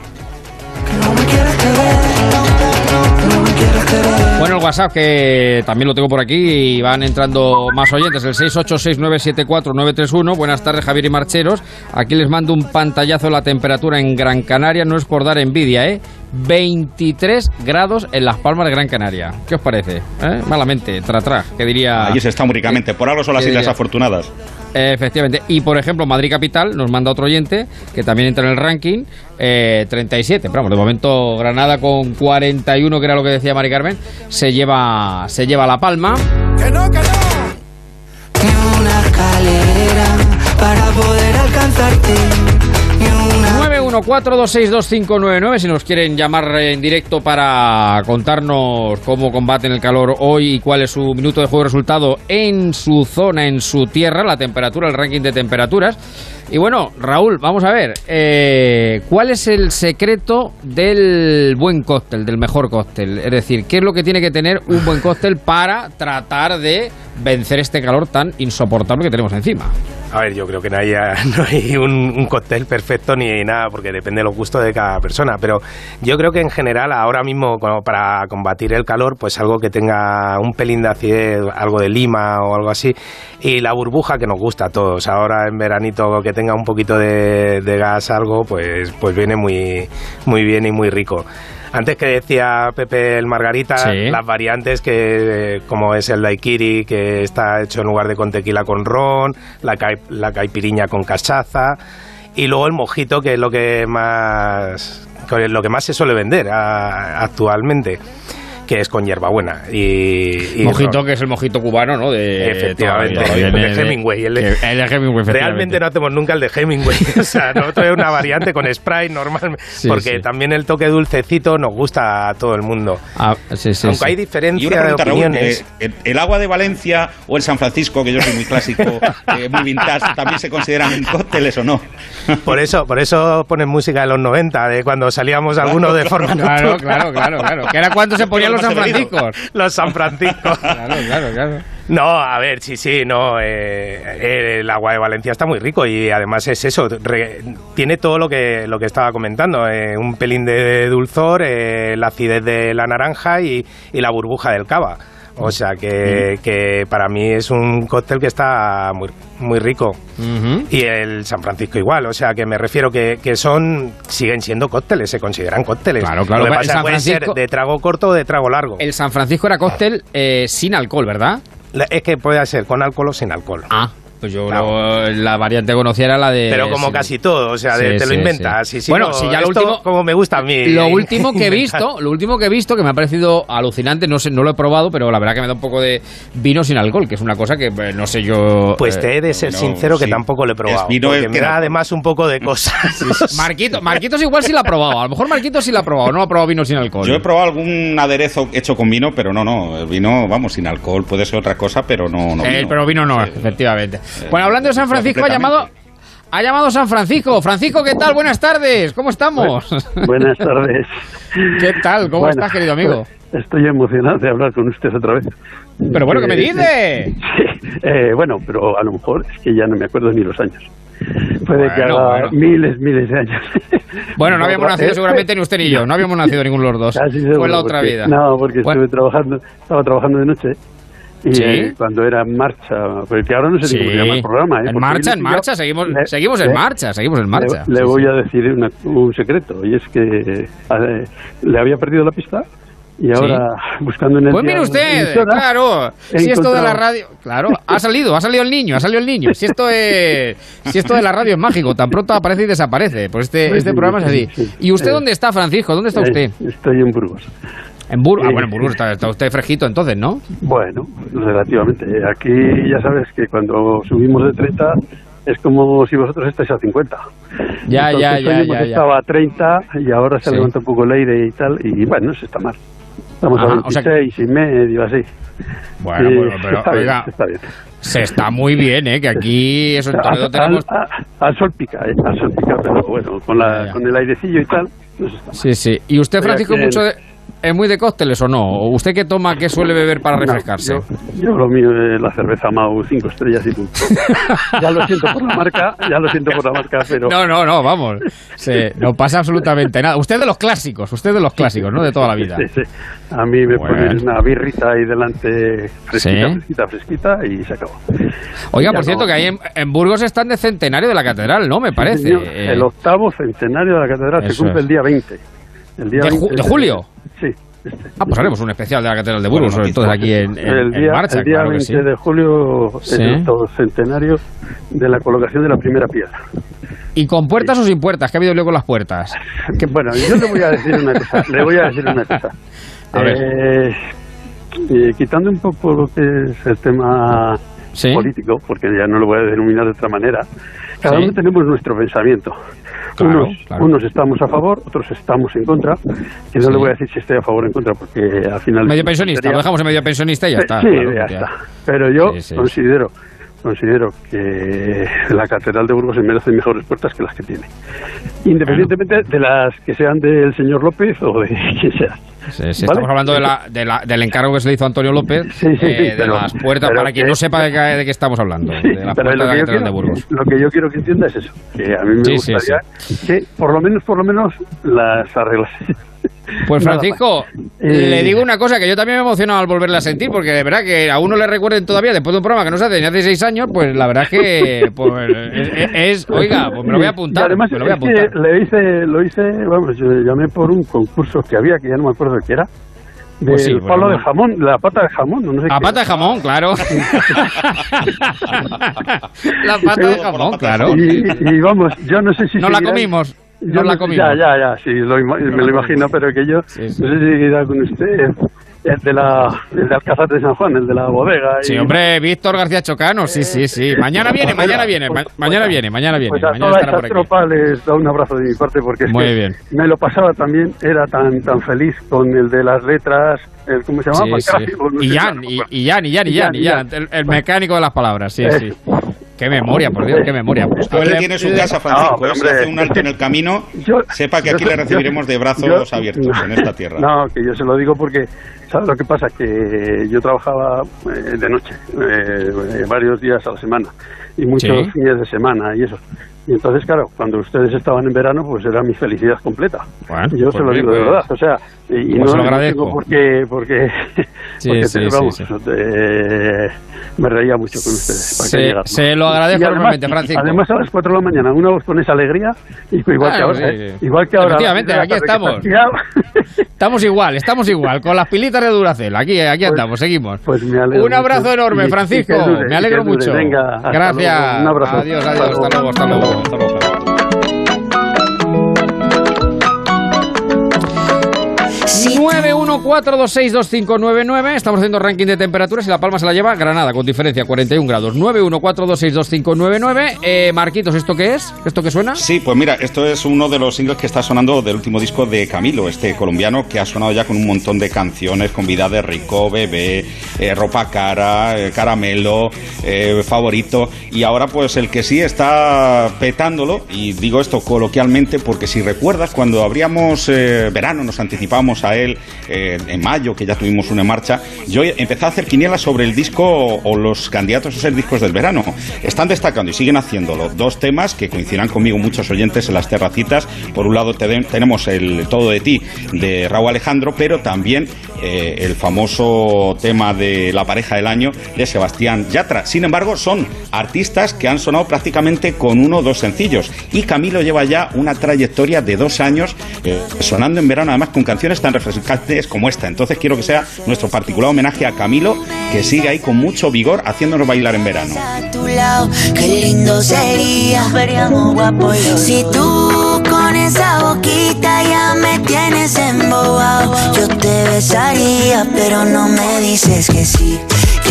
Speaker 2: Bueno, el WhatsApp, que también lo tengo por aquí y van entrando más oyentes, el 686974931. Buenas tardes, Javier y Marcheros. Aquí les mando un pantallazo de la temperatura en Gran Canaria, no es por dar envidia, 23 grados en Las Palmas de Gran Canaria. ¿Qué os parece? Malamente, que diría...
Speaker 4: Allí se está muy ricamente, por algo son las Islas Afortunadas.
Speaker 2: Efectivamente. Y, por ejemplo, Madrid Capital nos manda otro oyente que también entra en el ranking, 37. Pero vamos, de momento Granada con 41, que era lo que decía Mari Carmen, se lleva la palma.
Speaker 6: Que no. Ni una escalera para poder alcanzarte.
Speaker 2: 914262599, si nos quieren llamar en directo para contarnos cómo combaten el calor hoy y cuál es su minuto de juego resultado en su zona, en su tierra, la temperatura, el ranking de temperaturas. Y bueno, Raúl, vamos a ver, ¿cuál es el secreto del buen cóctel, del mejor cóctel? Es decir, ¿qué es lo que tiene que tener un buen cóctel para tratar de vencer este calor tan insoportable que tenemos encima?
Speaker 8: A ver, yo creo que no hay un cóctel perfecto ni nada, porque depende de los gustos de cada persona, pero yo creo que en general ahora mismo, como para combatir el calor, pues algo que tenga un pelín de acidez, algo de lima o algo así, y la burbuja que nos gusta a todos. Ahora en veranito que tenga un poquito de gas, algo, pues viene muy, muy bien y muy rico. Antes que decía Pepe el margarita, sí, las variantes que como es el daiquiri, que está hecho en lugar de con tequila con ron, la caipiriña con cachaza, y luego el mojito, que es lo que más se suele vender actualmente, que es con hierbabuena y
Speaker 2: mojito, que es el mojito cubano, ¿no?
Speaker 8: Efectivamente, el de Hemingway. El de Hemingway, realmente no hacemos nunca el de Hemingway. O sea, nosotros es una variante con Sprite normal, sí, porque sí, también el toque dulcecito nos gusta a todo el mundo. Sí, aunque hay diferencia de opiniones.
Speaker 4: Raúl, ¿el agua de Valencia o el San Francisco, que yo soy muy clásico, muy vintage, también se consideran cócteles o no?
Speaker 8: Por eso ponen música de los 90, de cuando salíamos algunos de forma
Speaker 2: claro. Que era cuando se ponían los San Franciscos.
Speaker 8: Los San Franciscos.
Speaker 2: Claro.
Speaker 8: No, a ver, sí, no. El agua de Valencia está muy rico y además es eso. Tiene todo lo que estaba comentando. Un pelín de dulzor, la acidez de la naranja y la burbuja del cava. O sea que para mí es un cóctel que está muy, muy rico. Y el San Francisco igual. O sea que me refiero que siguen siendo cócteles, se consideran cócteles.
Speaker 2: Claro.
Speaker 8: Lo que pasa puede ser de trago corto o de trago largo.
Speaker 2: El San Francisco era cóctel sin alcohol, ¿verdad?
Speaker 8: Es que puede ser con alcohol o sin alcohol.
Speaker 2: Pues yo la variante que conocía era la de...
Speaker 8: Pero como casi todo, o sea, te lo inventas. Sí.
Speaker 2: Bueno, si ya lo último...
Speaker 8: Como me gusta a mí.
Speaker 2: Lo último que he visto, que me ha parecido alucinante, no sé, no lo he probado, pero la verdad que me da un poco de vino sin alcohol, que es una cosa que no sé yo...
Speaker 8: Pues te he de ser sincero que tampoco lo he probado. Porque me da además un poco de cosas.
Speaker 2: Marquitos igual sí la ha probado. A lo mejor Marquitos sí la ha probado, no ha probado vino sin alcohol.
Speaker 4: Yo he probado algún aderezo hecho con vino, pero no. El vino, vamos, sin alcohol puede ser otra cosa, pero no vino.
Speaker 2: Pero vino no, efectivamente. Bueno, hablando de San Francisco, ha llamado San Francisco. Francisco, ¿qué tal? Buenas tardes. ¿Cómo estamos?
Speaker 10: Buenas tardes.
Speaker 2: ¿Qué tal? ¿Cómo estás, querido amigo?
Speaker 10: Estoy emocionado de hablar con usted otra vez.
Speaker 2: Pero bueno, ¿qué me dice?
Speaker 10: Sí, bueno, pero a lo mejor es que ya no me acuerdo ni los años. Puede que haga miles de años.
Speaker 2: Bueno, no habíamos nacido seguramente ni usted ni yo. No habíamos nacido ninguno de los dos. Fue en la otra vida.
Speaker 10: No, porque estaba trabajando de noche. Y cuando era en marcha, porque ahora no sé ni cómo se llama el programa.
Speaker 2: En marcha, seguimos en marcha.
Speaker 10: Le voy a decir un secreto, y es que le había perdido la pista. Y ahora, buscando en el...
Speaker 2: Pues mire usted, claro, si esto de la radio... Claro, ha salido el niño. Si esto de la radio es mágico, tan pronto aparece y desaparece. Pues este programa es así. ¿Y usted dónde está, Francisco? ¿Dónde está usted?
Speaker 10: Estoy en Burgos.
Speaker 2: En Burgos, en Burgos está usted fresquito entonces, ¿no?
Speaker 10: Bueno, relativamente. Aquí ya sabes que cuando subimos de 30... es como si vosotros estáis a 50.
Speaker 2: Ya.
Speaker 10: Estaba a 30 y ahora se levanta un poco el aire y tal, y bueno, no se está mal. Estamos a 26 y medio, así.
Speaker 2: Bueno, pero oiga, está bien. Se está muy bien, que aquí eso en Toledo tenemos...
Speaker 10: Al sol pica, pero bueno, con el airecillo y tal, no se está mal.
Speaker 2: Sí. ¿Y usted, Francisco, es muy de cócteles o no? ¿O usted qué toma, qué suele beber para refrescarse?
Speaker 10: Yo lo mío es la cerveza Mau 5 estrellas y punto. Ya lo siento por la marca, pero...
Speaker 2: No, vamos. No pasa absolutamente nada. Usted de los clásicos, ¿no? De toda la vida.
Speaker 10: Sí. A mí me ponen una birrita ahí delante fresquita y se acabó.
Speaker 2: Oiga, por cierto, que ahí en Burgos están de centenario de la catedral, ¿no? Me parece.
Speaker 10: Señor, el 8º centenario de la catedral se cumple el día 20. El día
Speaker 2: ¿De julio?
Speaker 10: Sí.
Speaker 2: Pues haremos un especial de la Catedral de Burgos, sobre todo aquí en marcha.
Speaker 10: El día 20 de julio es el centenario de la colocación de la primera piedra.
Speaker 2: ¿Y con puertas o sin puertas? ¿Qué ha habido luego con las puertas?
Speaker 10: Bueno, yo le voy a decir una cosa.
Speaker 2: A ver.
Speaker 10: Quitando un poco lo que es el tema político, porque ya no lo voy a denominar de otra manera, cada uno tenemos nuestro pensamiento. Unos estamos a favor, otros estamos en contra, y no le voy a decir si estoy a favor o en contra, porque al final...
Speaker 2: Medio pensionista, lo dejamos en medio pensionista y ya está.
Speaker 10: Sí, ya está. Pero yo considero que la Catedral de Burgos se merece mejores puertas que las que tiene, independientemente de las que sean del señor López o de quien sea.
Speaker 2: Estamos hablando del encargo que se le hizo a Antonio López, de las puertas, para quien no sepa de qué estamos hablando, de las puertas de la Catedral de Burgos.
Speaker 10: Lo que yo quiero que entienda es eso, que a mí me gustaría que por lo menos las arreglase.
Speaker 2: Pues Francisco, le digo una cosa, que yo también me he emocionado al volverla a sentir, porque de verdad que a uno le recuerden todavía, después de un programa que no se hace ni hace 6 años, pues la verdad es que oiga, pues me lo voy a apuntar.
Speaker 10: Y además lo hice, vamos, yo llamé por un concurso que había, que ya no me acuerdo de qué era, del palo de jamón, la pata de jamón, no sé qué.
Speaker 2: La pata de jamón, clalo. La pata de jamón, claro.
Speaker 10: Y vamos, yo no sé si...
Speaker 2: No la comimos.
Speaker 10: Ya, sí, me lo imagino, pero que yo no sé si irá con usted el de Alcázar de San Juan, el de la bodega.
Speaker 2: Sí, hombre, Víctor García Chocano, sí. Mañana viene.
Speaker 10: Pues a toda esa tropa les da un abrazo de mi parte, porque es que me lo pasaba también, era tan feliz con el de las letras, ¿cómo se llamaba?
Speaker 2: Y Jan, el mecánico de las palabras, sí. Qué memoria, por Dios, qué memoria.
Speaker 4: Usted tiene su casa, Francisco, si hace un alto en el camino, sepa que aquí le recibiremos de brazos abiertos en esta tierra.
Speaker 10: No, que yo se lo digo porque, ¿sabes lo que pasa? Que yo trabajaba de noche, varios días a la semana, y muchos fines de semana y eso. Y entonces, claro, cuando ustedes estaban en verano, pues era mi felicidad completa. Bueno, yo se lo digo de verdad, o sea, y
Speaker 2: pues no lo agradezco.
Speaker 10: Porque me reía mucho con ustedes.
Speaker 2: Se lo agradezco enormemente, Francisco.
Speaker 10: Además, a las 4 de la mañana uno os pones alegría, y igual que ahora. Igual que ahora.
Speaker 2: Efectivamente, aquí estamos. Estamos igual, con las pilitas de Duracell. Aquí andamos, seguimos.
Speaker 10: Pues me alegro
Speaker 2: un abrazo mucho. Enorme, Francisco. Me alegro mucho.
Speaker 10: Venga,
Speaker 2: gracias.
Speaker 10: Un abrazo.
Speaker 2: Adiós, hasta luego. 914262599. Estamos haciendo ranking de temperaturas y La Palma se la lleva Granada con diferencia, 41 grados. 914262599. Marquitos, ¿esto qué es? ¿Esto qué suena?
Speaker 4: Sí, pues mira, esto es uno de los singles que está sonando del último disco de Camilo, este colombiano que ha sonado ya con un montón de canciones con vida de Rico, Bebé, Ropa Cara, Caramelo, Favorito, y ahora pues el que sí está petándolo, y digo esto coloquialmente porque si recuerdas cuando abríamos verano, nos anticipábamos a él en mayo, que ya tuvimos una en marcha, yo empecé a hacer quinielas sobre el disco o los candidatos a ser discos del verano. Están destacando y siguen haciéndolo dos temas que coincidirán conmigo muchos oyentes en las terracitas. Por un lado tenemos el Todo de ti de Raúl Alejandro, pero también el famoso tema de La pareja del año de Sebastián Yatra. Sin embargo, son artistas que han sonado prácticamente con 1 o 2 sencillos, y Camilo lleva ya una trayectoria de 2 años sonando en verano, además con canciones tan refrescantes como esta. Entonces quiero que sea nuestro particular homenaje a Camilo, que sigue ahí con mucho vigor haciéndonos bailar en verano.
Speaker 11: Qué lindo sería, si tú con esa boquita ya me tienes embobado. Yo te besaría, pero no me dices que sí.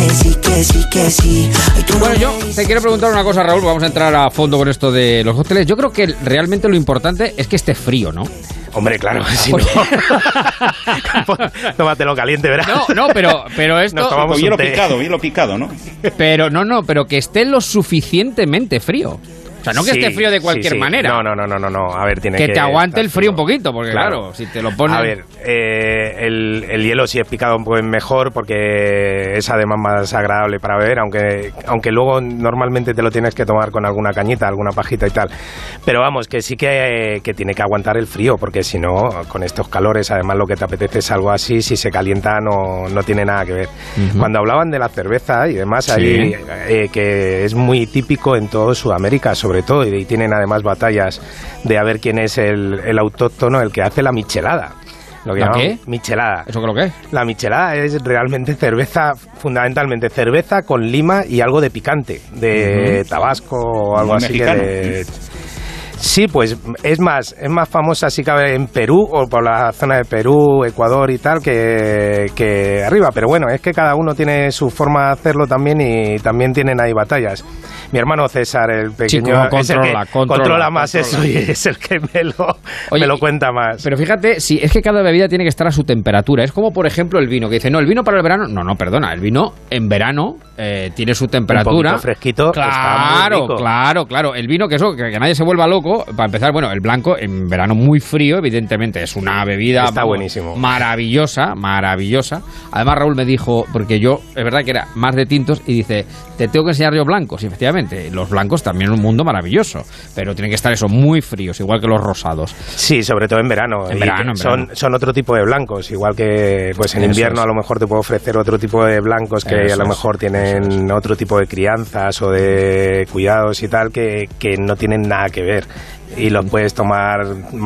Speaker 11: Que sí.
Speaker 2: Bueno, yo te quiero preguntar una cosa, Raúl. Vamos a entrar a fondo con esto de los cócteles. Yo creo que realmente lo importante es que esté frío, ¿no?
Speaker 8: Hombre, claro, si no, tómatelo caliente, ¿verdad?
Speaker 2: No, pero esto...
Speaker 4: Bien lo picado, ¿no?
Speaker 2: Pero que esté lo suficientemente frío. O sea, no que esté frío de cualquier manera.
Speaker 8: No. A ver, tiene
Speaker 2: que te aguante el frío un poquito, porque claro, si te lo pones...
Speaker 8: A ver, el hielo sí es picado un poco mejor porque es además más agradable para beber, aunque luego normalmente te lo tienes que tomar con alguna cañita, alguna pajita y tal. Pero vamos, que sí que tiene que aguantar el frío, porque si no, con estos calores, además lo que te apetece es algo así, si se calienta no tiene nada que ver. Uh-huh. Cuando hablaban de la cerveza y demás, ahí, que es muy típico en todo Sudamérica, sobre todo, y tienen además batallas de a ver quién es el autóctono, el que hace la michelada. Lo que llaman
Speaker 2: ¿qué?
Speaker 8: Michelada.
Speaker 2: ¿Eso qué lo que es?
Speaker 8: La michelada es realmente cerveza, fundamentalmente cerveza con lima y algo de picante, de Tabasco o algo así. Sí, pues es más famosa si cabe en Perú o por la zona de Perú, Ecuador y tal que arriba, pero bueno, es que cada uno tiene su forma de hacerlo también y también tienen ahí batallas. Mi hermano César, el pequeño, controla más eso y es el que me lo cuenta más.
Speaker 2: Pero fíjate, si es que cada bebida tiene que estar a su temperatura. Es como, por ejemplo, el vino, que dice, no, el vino para el verano, no, perdona, el vino en verano tiene su temperatura.
Speaker 8: Un poquito fresquito, está muy rico.
Speaker 2: Claro, el vino, que nadie se vuelva loco. Para empezar, bueno, el blanco en verano muy frío, evidentemente es una bebida
Speaker 8: buenísimo,
Speaker 2: maravillosa. Además, Raúl me dijo, porque yo, es verdad que era más de tintos, y dice, te tengo que enseñar yo blancos. Y efectivamente, los blancos también es un mundo maravilloso, pero tienen que estar eso, muy fríos, igual que los rosados.
Speaker 8: Sí, sobre todo en verano.
Speaker 2: En verano.
Speaker 8: Son otro tipo de blancos, igual que pues en invierno a lo mejor te puedo ofrecer otro tipo de blancos que a lo mejor tienen otro tipo de crianzas o de cuidados y tal, que no tienen nada que ver. Y los puedes tomar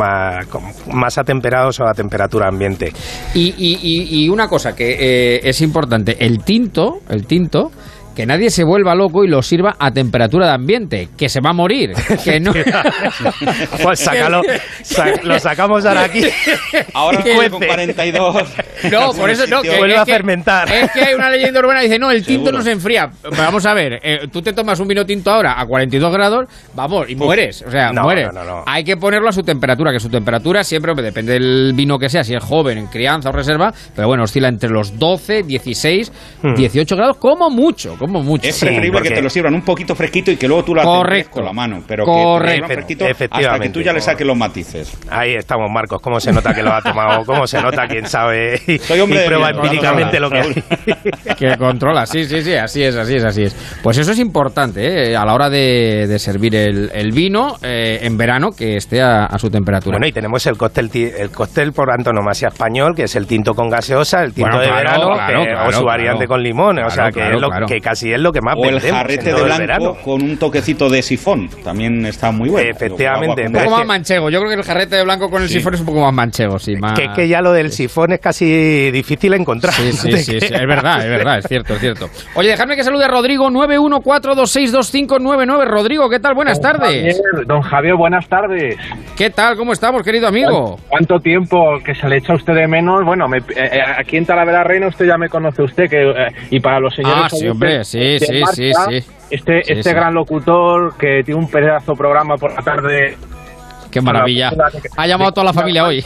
Speaker 8: más atemperados o a temperatura ambiente.
Speaker 2: Y una cosa que es importante, el tinto, que nadie se vuelva loco y lo sirva a temperatura de ambiente, que se va a morir. Que no...
Speaker 8: Pues sácalo, lo sacamos ahora aquí.
Speaker 4: Ahora con 42.
Speaker 2: No, por eso no, que
Speaker 8: vuelve a fermentar.
Speaker 2: Es que hay una leyenda urbana que dice, no, el tinto no se enfría. Vamos a ver, tú te tomas un vino tinto ahora a 42 grados, vamos, y mueres. O sea, mueres. No. Hay que ponerlo a su temperatura, que su temperatura siempre, depende del vino que sea, si es joven, en crianza o reserva, pero bueno, oscila entre los 12, 16, 18 grados, como mucho.
Speaker 4: Es preferible que te lo sirvan un poquito fresquito y que luego tú lo haces con la mano, pero que te lo sirvan fresquito hasta que tú ya le saques los matices.
Speaker 8: Ahí estamos, Marcos, cómo se nota que lo ha tomado, cómo se nota quién sabe
Speaker 4: Soy hombre
Speaker 8: y prueba empíricamente lo que
Speaker 2: que controla, sí, así es. Pues eso es importante, a la hora de servir el vino en verano, que esté a su temperatura.
Speaker 8: Bueno, y tenemos el cóctel por antonomasia español, que es el tinto con gaseosa, el tinto de verano, o su variante con limón, o sea, que casi es lo que más vendemos.
Speaker 4: O el jarrete de blanco con un toquecito de sifón, también está muy bueno.
Speaker 8: Efectivamente.
Speaker 2: Un poco más manchego, yo creo que el jarrete de blanco con el sifón es un poco más manchego, sí.
Speaker 8: Que es que ya lo del sifón es casi difícil encontrar.
Speaker 2: Sí, es verdad, es cierto. Oye, dejadme que salude a Rodrigo, 914262599. Rodrigo, ¿qué tal? Buenas tardes.
Speaker 12: Don Javier, buenas tardes.
Speaker 2: ¿Qué tal? ¿Cómo estamos, querido amigo?
Speaker 12: ¿Cuánto tiempo que se le echa a usted de menos? Bueno, aquí en Talavera Reina usted ya me conoce usted, y para los señores...
Speaker 2: sí, hombre, sí.
Speaker 12: Este gran locutor que tiene un pedazo programa por la tarde...
Speaker 2: ¡Qué maravilla! Ha llamado a toda la familia hoy.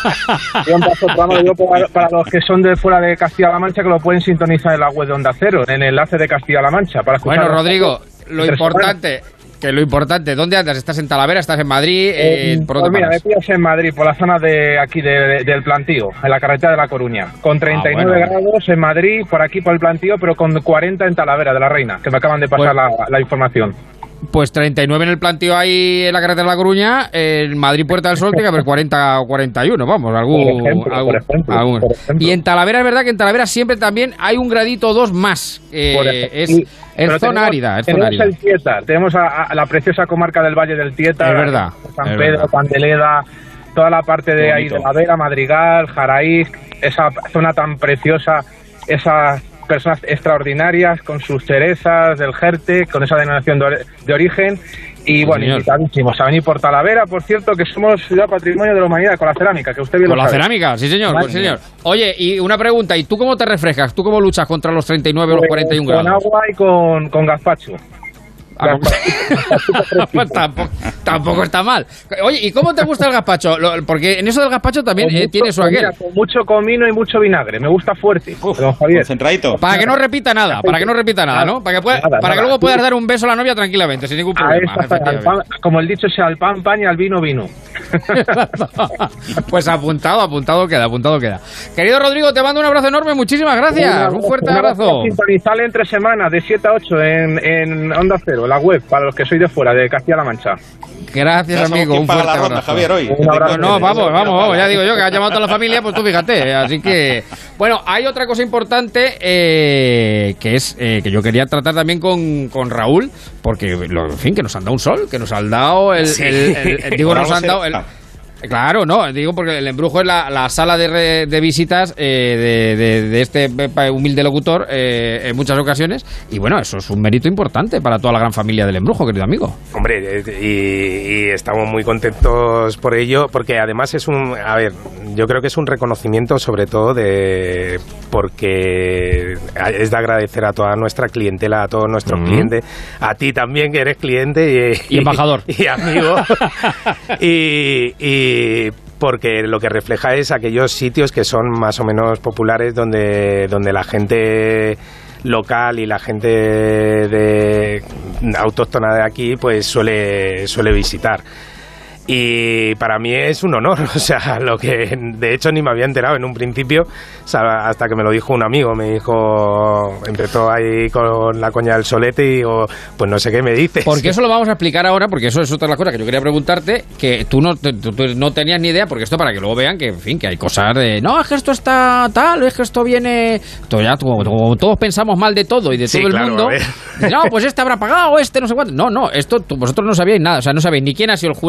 Speaker 12: Para los que son de fuera de Castilla-La Mancha, que lo pueden sintonizar en la web de Onda Cero, en el enlace de Castilla-La Mancha.
Speaker 2: Bueno, Rodrigo, lo importante, ¿dónde andas? ¿Estás en Talavera? ¿Estás en Madrid?
Speaker 12: ¿Por dónde me pillas en Madrid, por la zona de aquí del Plantío, en la carretera de La Coruña. Con 39 grados en Madrid, por aquí por el Plantío, pero con 40 en Talavera de la Reina, que me acaban de pasar la información.
Speaker 2: Pues 39 en el Plantío ahí en la carretera de La Coruña, en Madrid Puerta del Sol tiene que haber 40 o 41, vamos,
Speaker 12: por ejemplo.
Speaker 2: Y en Talavera es verdad que en Talavera siempre también hay un gradito o dos más, es zona árida.
Speaker 12: Tenemos el Tieta, tenemos a la preciosa comarca del Valle del Tieta,
Speaker 2: es verdad,
Speaker 12: San Pedro, Candeleda, toda la parte de ahí de La Vera, Madrigal, Jaraíz, esa zona tan preciosa, esas personas extraordinarias con sus cerezas del Jerte, con esa denominación de origen, y bueno, invitadísimos a venir por Talavera, por cierto, que somos ciudad patrimonio de la humanidad con la cerámica, que usted bien lo sabe.
Speaker 2: Con la cerámica, sí señor, Oye, y una pregunta, ¿y tú cómo te refrescas? ¿Tú cómo luchas contra los 39 o los 41 grados?
Speaker 12: Con agua y con gazpacho.
Speaker 2: Pues tampoco está mal. Oye, ¿y cómo te gusta el gazpacho? Porque en eso del gazpacho también tiene su aquel.
Speaker 12: Con mucho comino y mucho vinagre. Me gusta fuerte.
Speaker 4: Don Javier. Concentradito.
Speaker 2: Para que no repita nada, ¿no? Para que luego puedas dar un beso a la novia tranquilamente, sin ningún problema.
Speaker 12: Como el dicho sea, al pan, pan y al vino, vino.
Speaker 2: Pues apuntado queda. Querido Rodrigo, te mando un abrazo enorme, muchísimas gracias. Un fuerte abrazo.
Speaker 12: Sintonizarle entre semanas de 7 a 8 en Onda Cero, la web, para los que sois de fuera, de Castilla-La Mancha.
Speaker 2: Gracias, amigo. Un fuerte abrazo.
Speaker 4: Javier, hoy.
Speaker 2: No, vamos. Ya digo yo que ha llamado a toda la familia, pues tú fíjate. Así que, bueno, hay otra cosa importante que es que yo quería tratar también con Raúl, porque, en fin, que nos han dado un sol, que nos han dado Claro, no, digo porque el Embrujo es la sala de visitas de este humilde locutor en muchas ocasiones, y bueno, eso es un mérito importante para toda la gran familia del Embrujo, querido amigo.
Speaker 8: Hombre, y estamos muy contentos por ello, porque además yo creo que es un reconocimiento sobre todo porque es de agradecer a toda nuestra clientela, a todos nuestros clientes, a ti también que eres cliente
Speaker 2: y embajador
Speaker 8: y amigo y porque lo que refleja es aquellos sitios que son más o menos populares donde la gente local y la gente autóctona de aquí pues suele visitar. Y para mí es un honor, o sea, lo que de hecho ni me había enterado en un principio, hasta que me lo dijo un amigo, empezó ahí con la coña del solete y digo, pues no sé qué me dices.
Speaker 2: Porque eso lo vamos a explicar ahora, porque eso es otra de las cosas que yo quería preguntarte, que tú no tenías ni idea, porque esto para que luego vean que, en fin, que hay cosas de, no, es que esto está tal, es que esto viene, como todos pensamos mal de todo y de todo el mundo, no, pues este habrá pagado, no sé cuánto, no, esto vosotros no sabíais nada, o sea, no sabéis ni quién ha sido el jurado, ni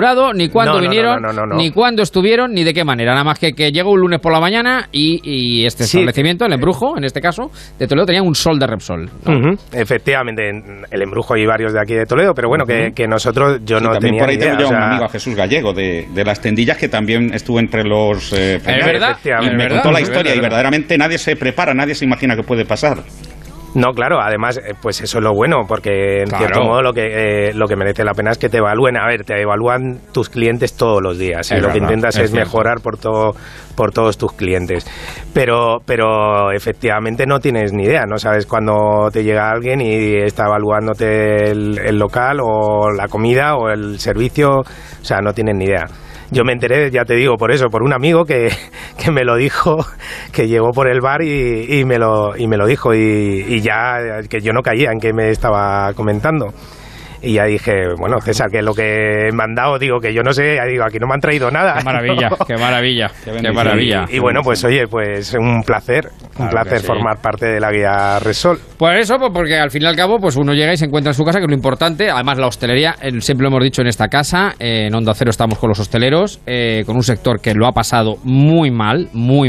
Speaker 2: ni cuándo vinieron, ni cuándo estuvieron, ni de qué manera. Nada más que llegó un lunes por la mañana y este establecimiento, el Embrujo, en este caso, de Toledo, tenía un sol de Repsol, ¿no?
Speaker 8: Efectivamente, el Embrujo y varios de aquí de Toledo, pero bueno, que nosotros, yo no
Speaker 4: también
Speaker 8: tenía
Speaker 4: por ahí
Speaker 8: ni idea.
Speaker 4: Tengo yo un amigo, a Jesús Gallego, de las tendillas, que también estuvo entre los
Speaker 2: es verdad,
Speaker 4: y me contó la historia, y verdaderamente nadie se prepara, nadie se imagina que puede pasar.
Speaker 8: No, claro, además, pues eso es lo bueno, porque en cierto modo lo que merece la pena es que te evalúen. A ver, te evalúan tus clientes todos los días, y lo que intentas es mejorar por todos tus clientes. Pero efectivamente no tienes ni idea, no sabes cuándo te llega alguien y está evaluándote el local o la comida o el servicio, o sea, no tienes ni idea. Yo me enteré, ya te digo, por un amigo que me lo dijo, que llegó por el bar y me lo dijo, y ya que yo no caía en que me estaba comentando. Y ya dije, bueno, César, que es lo que me han dado, digo, que yo no sé, ya digo, aquí no me han traído nada.
Speaker 2: Qué maravilla, qué maravilla, qué maravilla.
Speaker 8: Y bueno, pues oye, pues un placer formar parte de la guía Repsol.
Speaker 2: Pues eso, porque al fin y al cabo, pues uno llega y se encuentra en su casa, que es lo importante. Además, la hostelería, siempre lo hemos dicho en esta casa, en Onda Cero estamos con los hosteleros, con un sector que lo ha pasado muy mal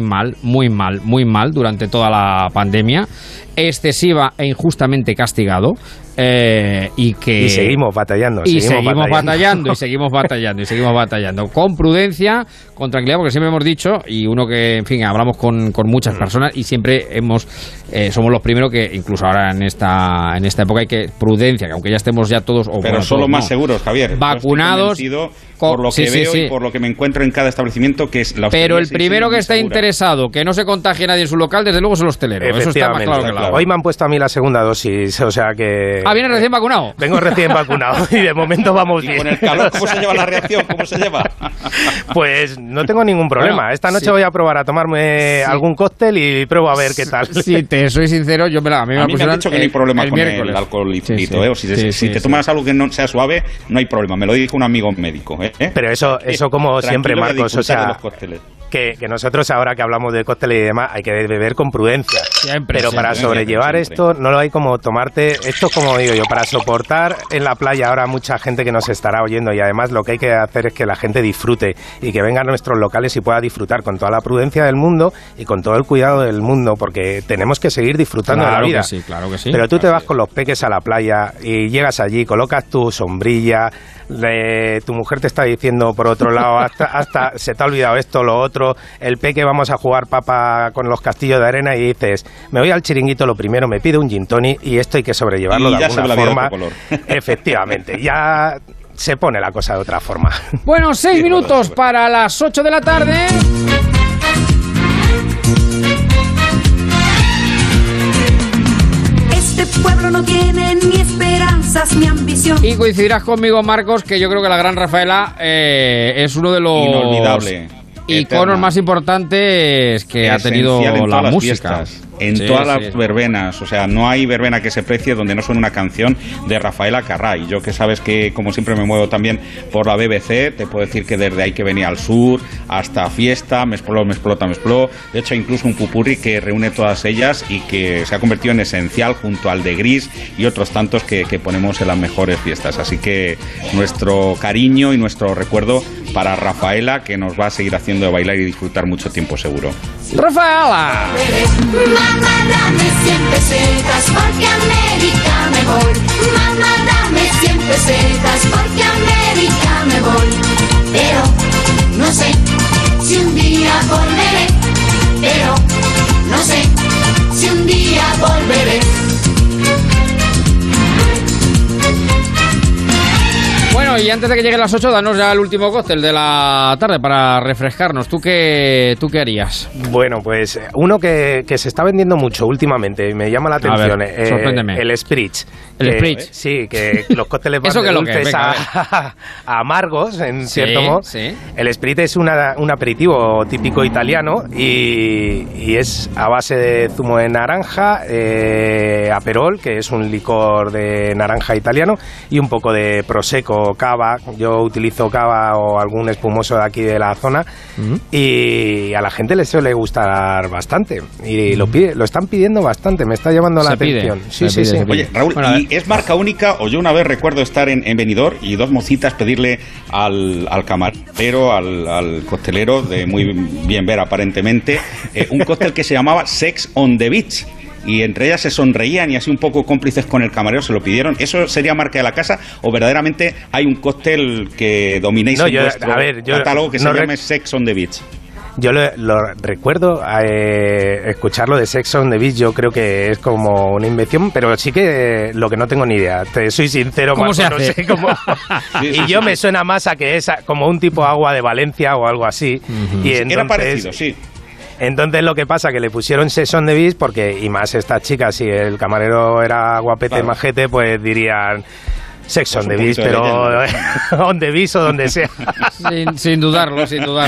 Speaker 2: durante toda la pandemia, excesiva e injustamente castigado. Y
Speaker 8: seguimos batallando.
Speaker 2: Seguimos batallando. Con prudencia, con tranquilidad, porque siempre hemos dicho, y uno que, en fin, hablamos con muchas personas y siempre somos los primeros que, incluso ahora en esta época, hay que prudencia, que aunque ya estemos ya todos...
Speaker 4: Pero solo más seguros, Javier.
Speaker 2: Vacunados.
Speaker 4: Por lo que veo y por lo que me encuentro en cada establecimiento, que es la hostelería.
Speaker 2: Pero el primero que está interesado, que no se contagie nadie en su local, desde luego es el hostelero. Eso está más claro que claro.
Speaker 8: Hoy me han puesto a mí la segunda dosis, o sea que...
Speaker 2: ¿vienes recién vacunado?
Speaker 8: Vengo recién vacunado y de momento vamos bien.
Speaker 4: ¿Y con el calor cómo se lleva la reacción? ¿Cómo se lleva?
Speaker 8: Pues no tengo ningún problema. Bueno, esta noche voy a probar a tomarme algún cóctel y pruebo a ver qué tal.
Speaker 2: Si te soy sincero, a mí me han
Speaker 4: dicho que no hay problema con el alcohol ilícito. O si te tomas algo que no sea suave, no hay problema. Me lo dijo un amigo médico.
Speaker 8: Pero eso como siempre, Marcos, o sea... Que nosotros ahora que hablamos de cócteles y demás hay que beber con prudencia, pero para sobrellevar esto no lo hay como tomarte esto, como digo yo, para soportar en la playa ahora mucha gente que nos estará oyendo, y además lo que hay que hacer es que la gente disfrute y que venga a nuestros locales y pueda disfrutar con toda la prudencia del mundo y con todo el cuidado del mundo, porque tenemos que seguir disfrutando de la vida.
Speaker 2: Claro que sí.
Speaker 8: Pero tú te vas con los peques a la playa y llegas allí, colocas tu sombrilla, tu mujer te está diciendo por otro lado hasta se te ha olvidado esto, lo otro, el peque vamos a jugar papa con los castillos de arena y dices, me voy al chiringuito, lo primero me pido un gin tonic y esto hay que sobrellevarlo de alguna forma. Efectivamente, ya se pone la cosa de otra forma.
Speaker 2: Bueno, 6 minutos para las 8 de la tarde.
Speaker 3: Este pueblo no tiene ni esperanzas ni ambición.
Speaker 2: Y coincidirás conmigo, Marcos, que yo creo que la gran Rafaela es uno de los...
Speaker 4: inolvidable.
Speaker 2: Iconos más importantes que ha tenido la música.
Speaker 4: En todas las verbenas, o sea, no hay verbena que se precie donde no suene una canción de Rafaela Carrà. Yo que sabes que, como siempre, me muevo también por la BBC, te puedo decir que desde Hay que venir al sur hasta Fiesta, Me explota. De hecho, incluso un pupurri que reúne todas ellas y que se ha convertido en esencial junto al de Gris y otros tantos que ponemos en las mejores fiestas. Así que nuestro cariño y nuestro recuerdo para Rafaela, que nos va a seguir haciendo bailar y disfrutar mucho tiempo seguro.
Speaker 2: ¡Rafaela!
Speaker 3: Mamá, dame 100 pesetas porque a América me voy. Mamá, dame 100 pesetas porque a América me voy. Pero no sé si un día volveré. Pero no sé si un día volveré.
Speaker 2: Bueno, y antes de que lleguen las 8, danos ya el último cóctel de la tarde para refrescarnos. ¿Tú qué harías?
Speaker 8: Bueno, pues uno que se está vendiendo mucho últimamente y me llama la atención.
Speaker 2: A ver, sorpréndeme.
Speaker 8: El Spritz.
Speaker 2: ¿El Spritz?
Speaker 8: Sí, que los cócteles van de dulces a amargos, en cierto modo.
Speaker 2: Sí.
Speaker 8: El Spritz es un aperitivo típico italiano y es a base de zumo de naranja, Aperol, que es un licor de naranja italiano, y un poco de Prosecco, cava cava. Yo utilizo cava o algún espumoso de aquí de la zona y a la gente le suele gustar bastante y lo están pidiendo bastante, me está llamando la atención. Sí.
Speaker 4: Oye, Raúl, ¿y es marca única? O yo una vez recuerdo estar en Benidorm y dos mocitas pedirle al camarero, al costelero, de muy bien ver aparentemente, un cóctel que se llamaba Sex on the Beach. Y entre ellas se sonreían y así un poco cómplices con el camarero se lo pidieron. ¿Eso sería marca de la casa o verdaderamente hay un cóctel que dominéis en vuestro catálogo que se llame Sex on the Beach?
Speaker 8: Yo lo recuerdo escucharlo de Sex on the Beach, yo creo que es como una invención, pero sí que lo que no tengo ni idea, te soy sincero,
Speaker 2: ¿cómo se hace?
Speaker 8: No sé cómo. Y yo me suena más a que es como un tipo agua de Valencia o algo así. Y entonces,
Speaker 4: era parecido, sí.
Speaker 8: Entonces lo que pasa que le pusieron Sex on the Beach porque, y más estas chicas, si el camarero era guapete, majete, pues dirían Sex on the Beach, pero on the Beach o donde sea.
Speaker 2: Sin dudarlo.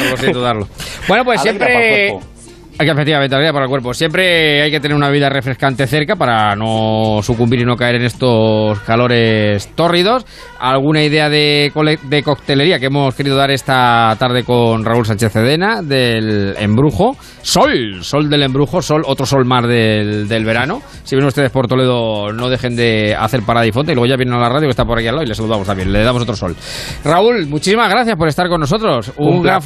Speaker 2: Bueno, pues siempre... Efectivamente, alegría para el cuerpo. Siempre hay que tener una bebida refrescante cerca para no sucumbir y no caer en estos calores tórridos. ¿Alguna idea de coctelería que hemos querido dar esta tarde con Raúl Sánchez Cedena del Embrujo? Sol del Embrujo, otro sol más del verano. Si ven ustedes por Toledo, no dejen de hacer parada y fonte y luego ya vienen a la radio que está por aquí al lado y le saludamos también, le damos otro sol. Raúl, muchísimas gracias por estar con nosotros. Un gran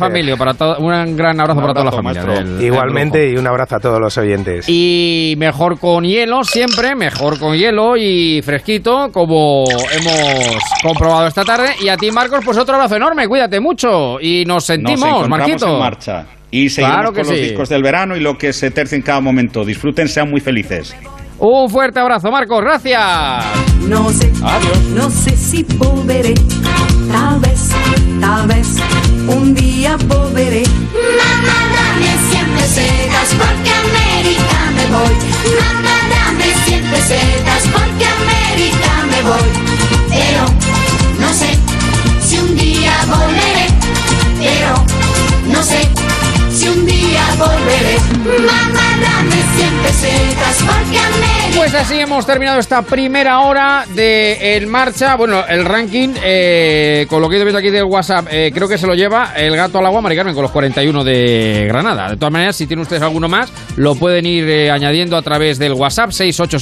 Speaker 2: abrazo para toda la familia.
Speaker 8: Igualmente. Y un abrazo a todos los oyentes.
Speaker 2: Y mejor con hielo, siempre, mejor con hielo y fresquito, como hemos comprobado esta tarde. Y a ti, Marcos, pues otro abrazo enorme, cuídate mucho. Y nos sentimos, Marquito.
Speaker 4: En marcha. Y seguimos con los discos del verano y lo que se tercia en cada momento. Disfruten, sean muy felices.
Speaker 2: Un fuerte abrazo, Marcos, gracias.
Speaker 3: No sé, adiós. No sé si volveré, tal vez, un día volveré.
Speaker 11: Mamá, dame 100 pesetas porque a América me voy. Mamá, dame 100 pesetas porque a América me voy. Pero no sé si un día volveré. Pero no sé si un día volveré. Mamá, dame 100 pesetas porque a América.
Speaker 2: Pues así hemos terminado esta primera hora de En Marcha. Bueno, el ranking, con lo que he ido viendo aquí del WhatsApp, creo que se lo lleva el gato al agua, Mari Carmen, con los 41 de Granada. De todas maneras, si tienen ustedes alguno más, lo pueden ir añadiendo a través del WhatsApp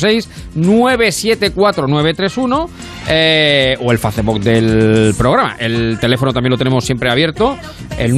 Speaker 2: 686-974-931 o el Facebook del programa. El teléfono también lo tenemos siempre abierto, el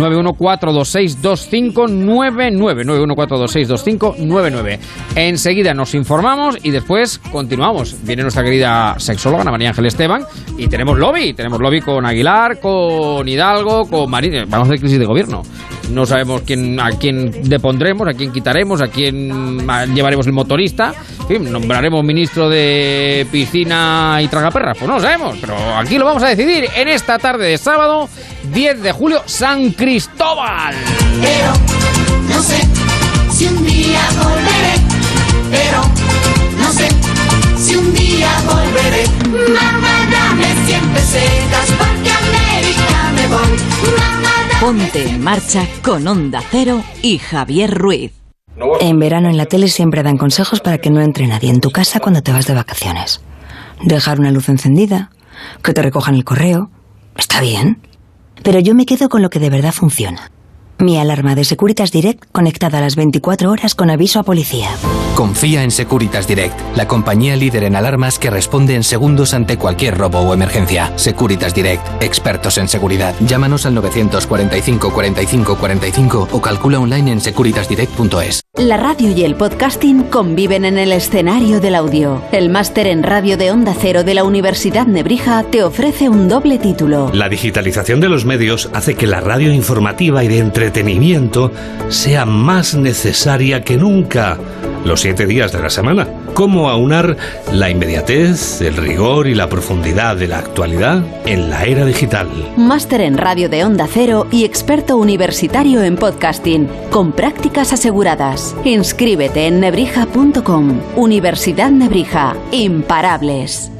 Speaker 2: 914262599, 914262599. Enseguida nos informamos y después continuamos. Viene nuestra querida sexóloga Ana María Ángel Esteban y tenemos lobby con Aguilar, con Hidalgo, con Marín. Vamos a hacer crisis de gobierno. No sabemos a quién depondremos, a quién quitaremos, a quién llevaremos el motorista. En fin, nombraremos ministro de piscina y tragaperras. Pues no lo sabemos, pero aquí lo vamos a decidir en esta tarde de sábado 10 de julio, San Cristóbal.
Speaker 11: Pero no sé si un día volveré. Pero no sé si un día volveré. Mamá, dame 100 pesetas porque a América me voy. Mamá,
Speaker 1: Ponte en Marcha con Onda Cero y Javier Ruiz.
Speaker 13: En verano en la tele siempre dan consejos para que no entre nadie en tu casa cuando te vas de vacaciones. Dejar una luz encendida, que te recojan el correo. Está bien. Pero yo me quedo con lo que de verdad funciona. Mi alarma de Securitas Direct conectada a las 24 horas con aviso a policía.
Speaker 14: Confía en Securitas Direct, la compañía líder en alarmas que responde en segundos ante cualquier robo o emergencia. Securitas Direct, expertos en seguridad. Llámanos al 945 45 45 o calcula online en securitasdirect.es.
Speaker 15: La radio y el podcasting conviven en el escenario del audio. El máster en radio de Onda Cero de la Universidad Nebrija te ofrece un doble título.
Speaker 16: La digitalización de los medios hace que la radio informativa y de entretenimiento sea más necesaria que nunca. Los 7 días de la semana. ¿Cómo aunar la inmediatez, el rigor y la profundidad de la actualidad en la era digital?
Speaker 15: Máster en radio de Onda Cero y experto universitario en podcasting, con prácticas aseguradas. Inscríbete en nebrija.com. Universidad Nebrija. Imparables.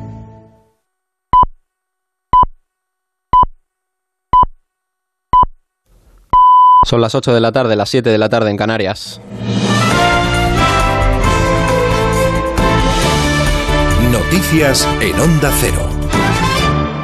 Speaker 17: Son las 8 de la tarde, las 7 de la tarde en Canarias.
Speaker 18: Noticias en Onda Cero.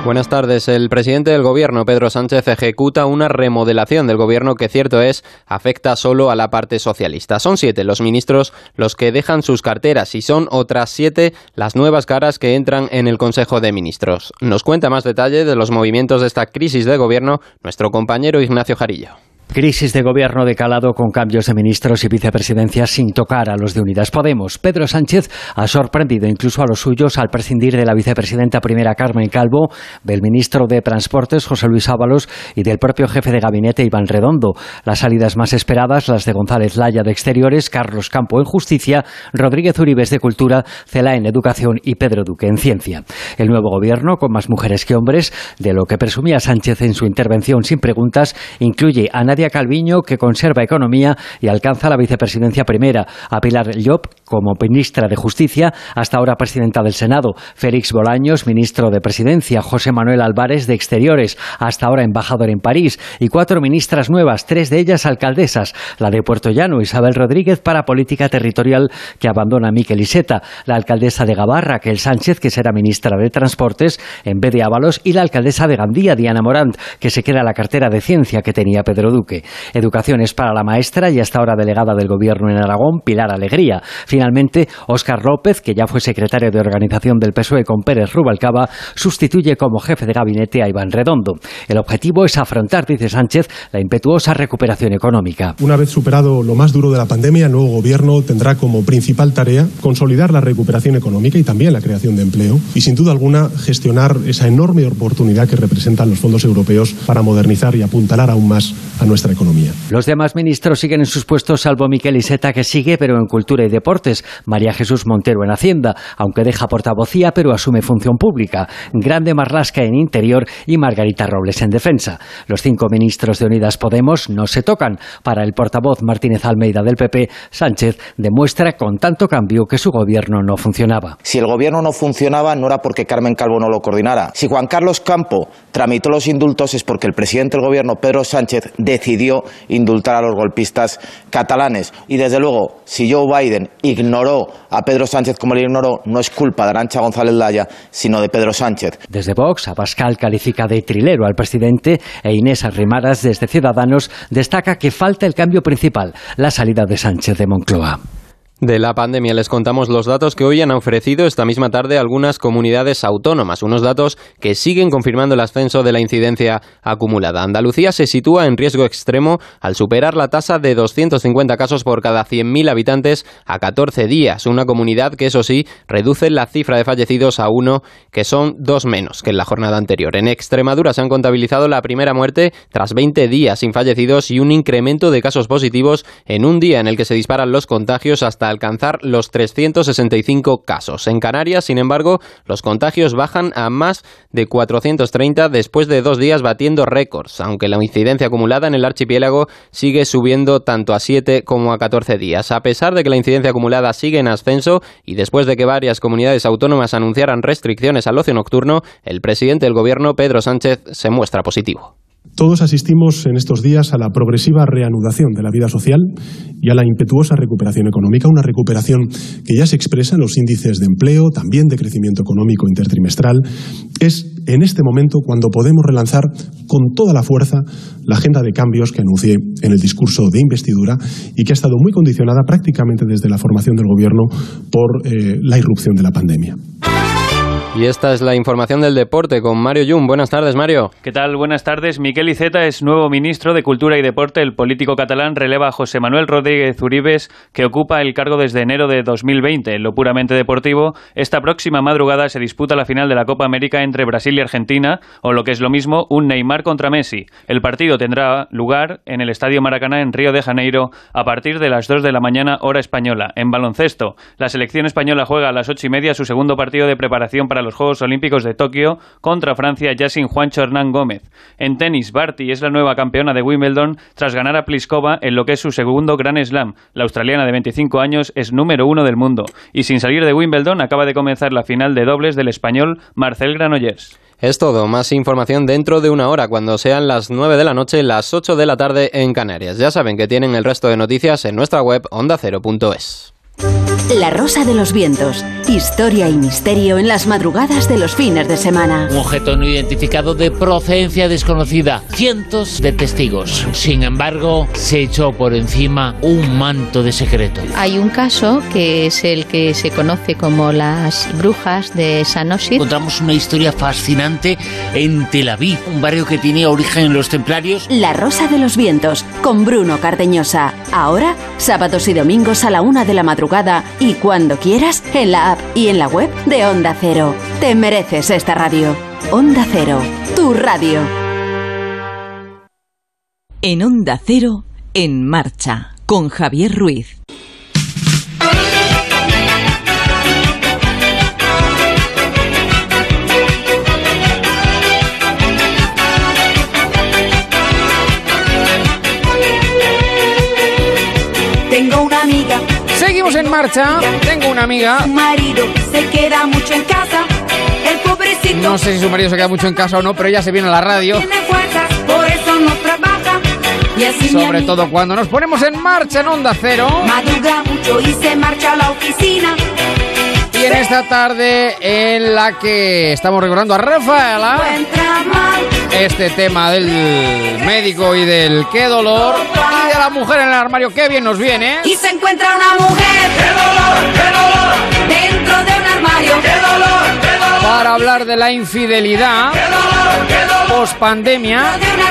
Speaker 17: Buenas tardes. El presidente del Gobierno, Pedro Sánchez, ejecuta una remodelación del Gobierno que, cierto es, afecta solo a la parte socialista. Son 7 los ministros los que dejan sus carteras y son otras 7 las nuevas caras que entran en el Consejo de Ministros. Nos cuenta más detalle de los movimientos de esta crisis de Gobierno nuestro compañero Ignacio Jarillo.
Speaker 18: Crisis de gobierno de calado con cambios de ministros y vicepresidencias sin tocar a los de Unidas Podemos. Pedro Sánchez ha sorprendido incluso a los suyos al prescindir de la vicepresidenta primera Carmen Calvo, del ministro de Transportes José Luis Ábalos y del propio jefe de gabinete Iván Redondo. Las salidas más esperadas, las de González Laya de Exteriores, Carlos Campo en Justicia, Rodríguez Uribes de Cultura, Celaá en Educación y Pedro Duque en Ciencia. El nuevo gobierno, con más mujeres que hombres, de lo que presumía Sánchez en su intervención sin preguntas, incluye a Nadia Calviño, que conserva Economía y alcanza la vicepresidencia primera, a Pilar Llop como ministra de Justicia, hasta ahora presidenta del Senado, Félix Bolaños, ministro de Presidencia, José Manuel Álvarez de Exteriores, hasta ahora embajador en París, y 4 ministras nuevas, 3 de ellas alcaldesas, la de Puerto Llano, Isabel Rodríguez, para Política Territorial, que abandona Miquel Iceta, la alcaldesa de Gavá, Raquel Sánchez, que será ministra de Transportes en vez de Ábalos, y la alcaldesa de Gandía, Diana Morant, que se queda la cartera de Ciencia que tenía Pedro Duque. Educación es para la maestra y hasta ahora delegada del Gobierno en Aragón, Pilar Alegría. Finalmente, Óscar López, que ya fue secretario de Organización del PSOE con Pérez Rubalcaba, sustituye como jefe de gabinete a Iván Redondo. El objetivo es afrontar, dice Sánchez, la impetuosa recuperación económica.
Speaker 19: Una vez superado lo más duro de la pandemia, el nuevo Gobierno tendrá como principal tarea consolidar la recuperación económica y también la creación de empleo y, sin duda alguna, gestionar esa enorme oportunidad que representan los fondos europeos para modernizar y apuntalar aún más a nuestra economía.
Speaker 18: Los demás ministros siguen en sus puestos, salvo Miquel Iceta, que sigue pero en Cultura y Deportes, María Jesús Montero en Hacienda, aunque deja portavocía pero asume función pública, Grande Marlaska en Interior y Margarita Robles en Defensa. Los 5 ministros de Unidas Podemos no se tocan. Para el portavoz Martínez Almeida del PP, Sánchez demuestra con tanto cambio que su gobierno no funcionaba.
Speaker 20: Si el gobierno no funcionaba no era porque Carmen Calvo no lo coordinara. Si Juan Carlos Campo tramitó los indultos es porque el presidente del gobierno, Pedro Sánchez, decidió indultar a los golpistas catalanes. Y desde luego, si Joe Biden ignoró a Pedro Sánchez como le ignoró, no es culpa de Arantxa González Laya, sino de Pedro Sánchez.
Speaker 18: Desde Vox, Abascal califica de trilero al presidente e Inés Arrimadas, desde Ciudadanos, destaca que falta el cambio principal, la salida de Sánchez de Moncloa.
Speaker 17: De la pandemia les contamos los datos que hoy han ofrecido esta misma tarde algunas comunidades autónomas, unos datos que siguen confirmando el ascenso de la incidencia acumulada. Andalucía se sitúa en riesgo extremo al superar la tasa de 250 casos por cada 100.000 habitantes a 14 días, una comunidad que, eso sí, reduce la cifra de fallecidos a 1, que son 2 menos que en la jornada anterior. En Extremadura se han contabilizado la primera muerte tras 20 días sin fallecidos y un incremento de casos positivos en un día en el que se disparan los contagios hasta alcanzar los 365 casos. En Canarias, sin embargo, los contagios bajan a más de 430 después de 2 días batiendo récords, aunque la incidencia acumulada en el archipiélago sigue subiendo tanto a 7 como a 14 días. A pesar de que la incidencia acumulada sigue en ascenso y después de que varias comunidades autónomas anunciaran restricciones al ocio nocturno, el presidente del gobierno, Pedro Sánchez, se muestra positivo.
Speaker 19: Todos asistimos en estos días a la progresiva reanudación de la vida social y a la impetuosa recuperación económica, una recuperación que ya se expresa en los índices de empleo, también de crecimiento económico intertrimestral. Es en este momento cuando podemos relanzar con toda la fuerza la agenda de cambios que anuncié en el discurso de investidura y que ha estado muy condicionada prácticamente desde la formación del gobierno por la irrupción de la pandemia.
Speaker 17: Y esta es la información del deporte con Mario Llum. Buenas tardes, Mario.
Speaker 21: ¿Qué tal? Buenas tardes. Miquel Iceta es nuevo ministro de Cultura y Deporte. El político catalán releva a José Manuel Rodríguez Uribes, que ocupa el cargo desde enero de 2020. En lo puramente deportivo, esta próxima madrugada se disputa la final de la Copa América entre Brasil y Argentina, o lo que es lo mismo, un Neymar contra Messi. El partido tendrá lugar en el Estadio Maracaná en Río de Janeiro a partir de las 2 de la mañana, hora española. En baloncesto, la selección española juega a las 8:30 su segundo partido de preparación para los Juegos Olímpicos de Tokio contra Francia, ya sin Juancho Hernán Gómez. En tenis, Barty es la nueva campeona de Wimbledon tras ganar a Pliskova en lo que es su segundo Grand Slam. La australiana de 25 años es número 1 del mundo y sin salir de Wimbledon acaba de comenzar la final de dobles del español Marcel Granollers.
Speaker 17: Es todo. Más información dentro de una hora, cuando sean las 9 de la noche, las 8 de la tarde en Canarias. Ya saben que tienen el resto de noticias en nuestra web ondacero.es.
Speaker 15: La Rosa de los Vientos. Historia y misterio en las madrugadas de los fines de semana.
Speaker 5: Un objeto no identificado de procedencia desconocida. Cientos de testigos. Sin embargo, se echó por encima un manto de secreto.
Speaker 22: Hay un caso que es el que se conoce como las brujas de Sanosit.
Speaker 5: Encontramos una historia fascinante en Tel Aviv, un barrio que tiene origen en los templarios.
Speaker 15: La Rosa de los Vientos, con Bruno Cardeñosa. Ahora, sábados y domingos a la 1 de la madrugada y cuando quieras en la app y en la web de Onda Cero. Te mereces esta radio. Onda Cero, tu radio.
Speaker 1: En Onda Cero, En Marcha, con Javier Ruiz.
Speaker 3: Tengo una amiga.
Speaker 2: Seguimos en marcha. Tengo una amiga.
Speaker 3: Su marido se queda mucho en casa. El pobrecito.
Speaker 2: No sé si su marido se queda mucho en casa o no, pero ella se viene a la radio.
Speaker 3: Tiene fuerzas, por eso no trabaja. Y así
Speaker 2: sobre todo cuando nos ponemos en marcha en Onda Cero.
Speaker 3: Madruga mucho y se marcha a la oficina.
Speaker 2: Y en esta tarde en la que estamos recordando a Rafaela, este tema del médico y del qué dolor, y de la mujer en el armario, qué bien nos viene.
Speaker 3: Y se encuentra una mujer, qué dolor, dentro de un armario, qué dolor,
Speaker 2: para hablar de la infidelidad post-pandemia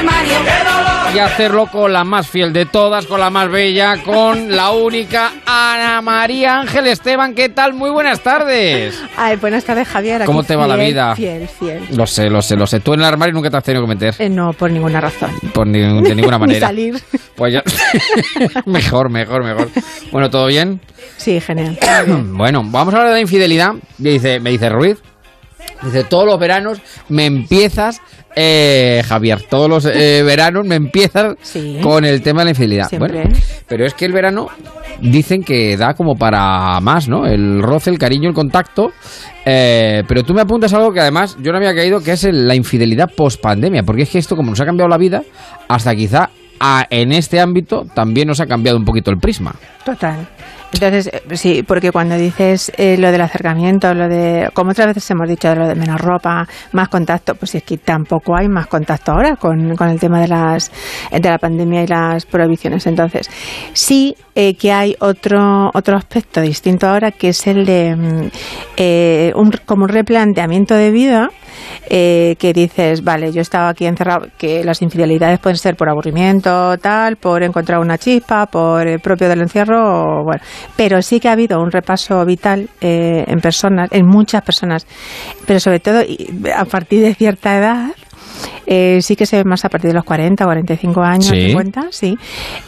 Speaker 2: y hacerlo con la más fiel de todas, con la más bella, con la única Ana María Ángel Esteban. ¿Qué tal? Muy buenas tardes.
Speaker 23: Ay, buenas tardes, Javier.
Speaker 2: ¿Cómo te va la vida?
Speaker 23: Fiel.
Speaker 2: Lo sé. ¿Tú en el armario nunca te has tenido que meter?
Speaker 23: No, por ninguna razón.
Speaker 2: De ninguna manera.
Speaker 23: Ni salir.
Speaker 2: Pues ya. Mejor. Bueno, ¿todo bien?
Speaker 23: Sí, genial.
Speaker 2: Bueno, vamos a hablar de la infidelidad. Me dice Ruiz. Dice, todos los veranos me empiezas, Javier, todos los veranos me empiezas con el tema de la infidelidad.
Speaker 23: Siempre.
Speaker 2: Bueno, pero es que el verano dicen que da como para más, ¿no? El roce, el cariño, el contacto. Pero tú me apuntas algo que además yo no había caído, que es la infidelidad post-pandemia. Porque es que esto, como nos ha cambiado la vida, hasta quizá en este ámbito también nos ha cambiado un poquito el prisma.
Speaker 23: Total. Entonces, sí, porque cuando dices lo del acercamiento, lo de, como otras veces hemos dicho, lo de menos ropa, más contacto, pues es que tampoco hay más contacto ahora con el tema de la pandemia y las prohibiciones. Entonces, sí que hay otro aspecto distinto ahora, que es el de como un replanteamiento de vida, que dices, vale, yo estaba aquí encerrado, que las infidelidades pueden ser por aburrimiento, tal, por encontrar una chispa, por el propio del encierro, bueno, pero sí que ha habido un repaso vital en muchas personas, pero sobre todo a partir de cierta edad. Sí que se ve más a partir de los 40, 45 años, 50, sí.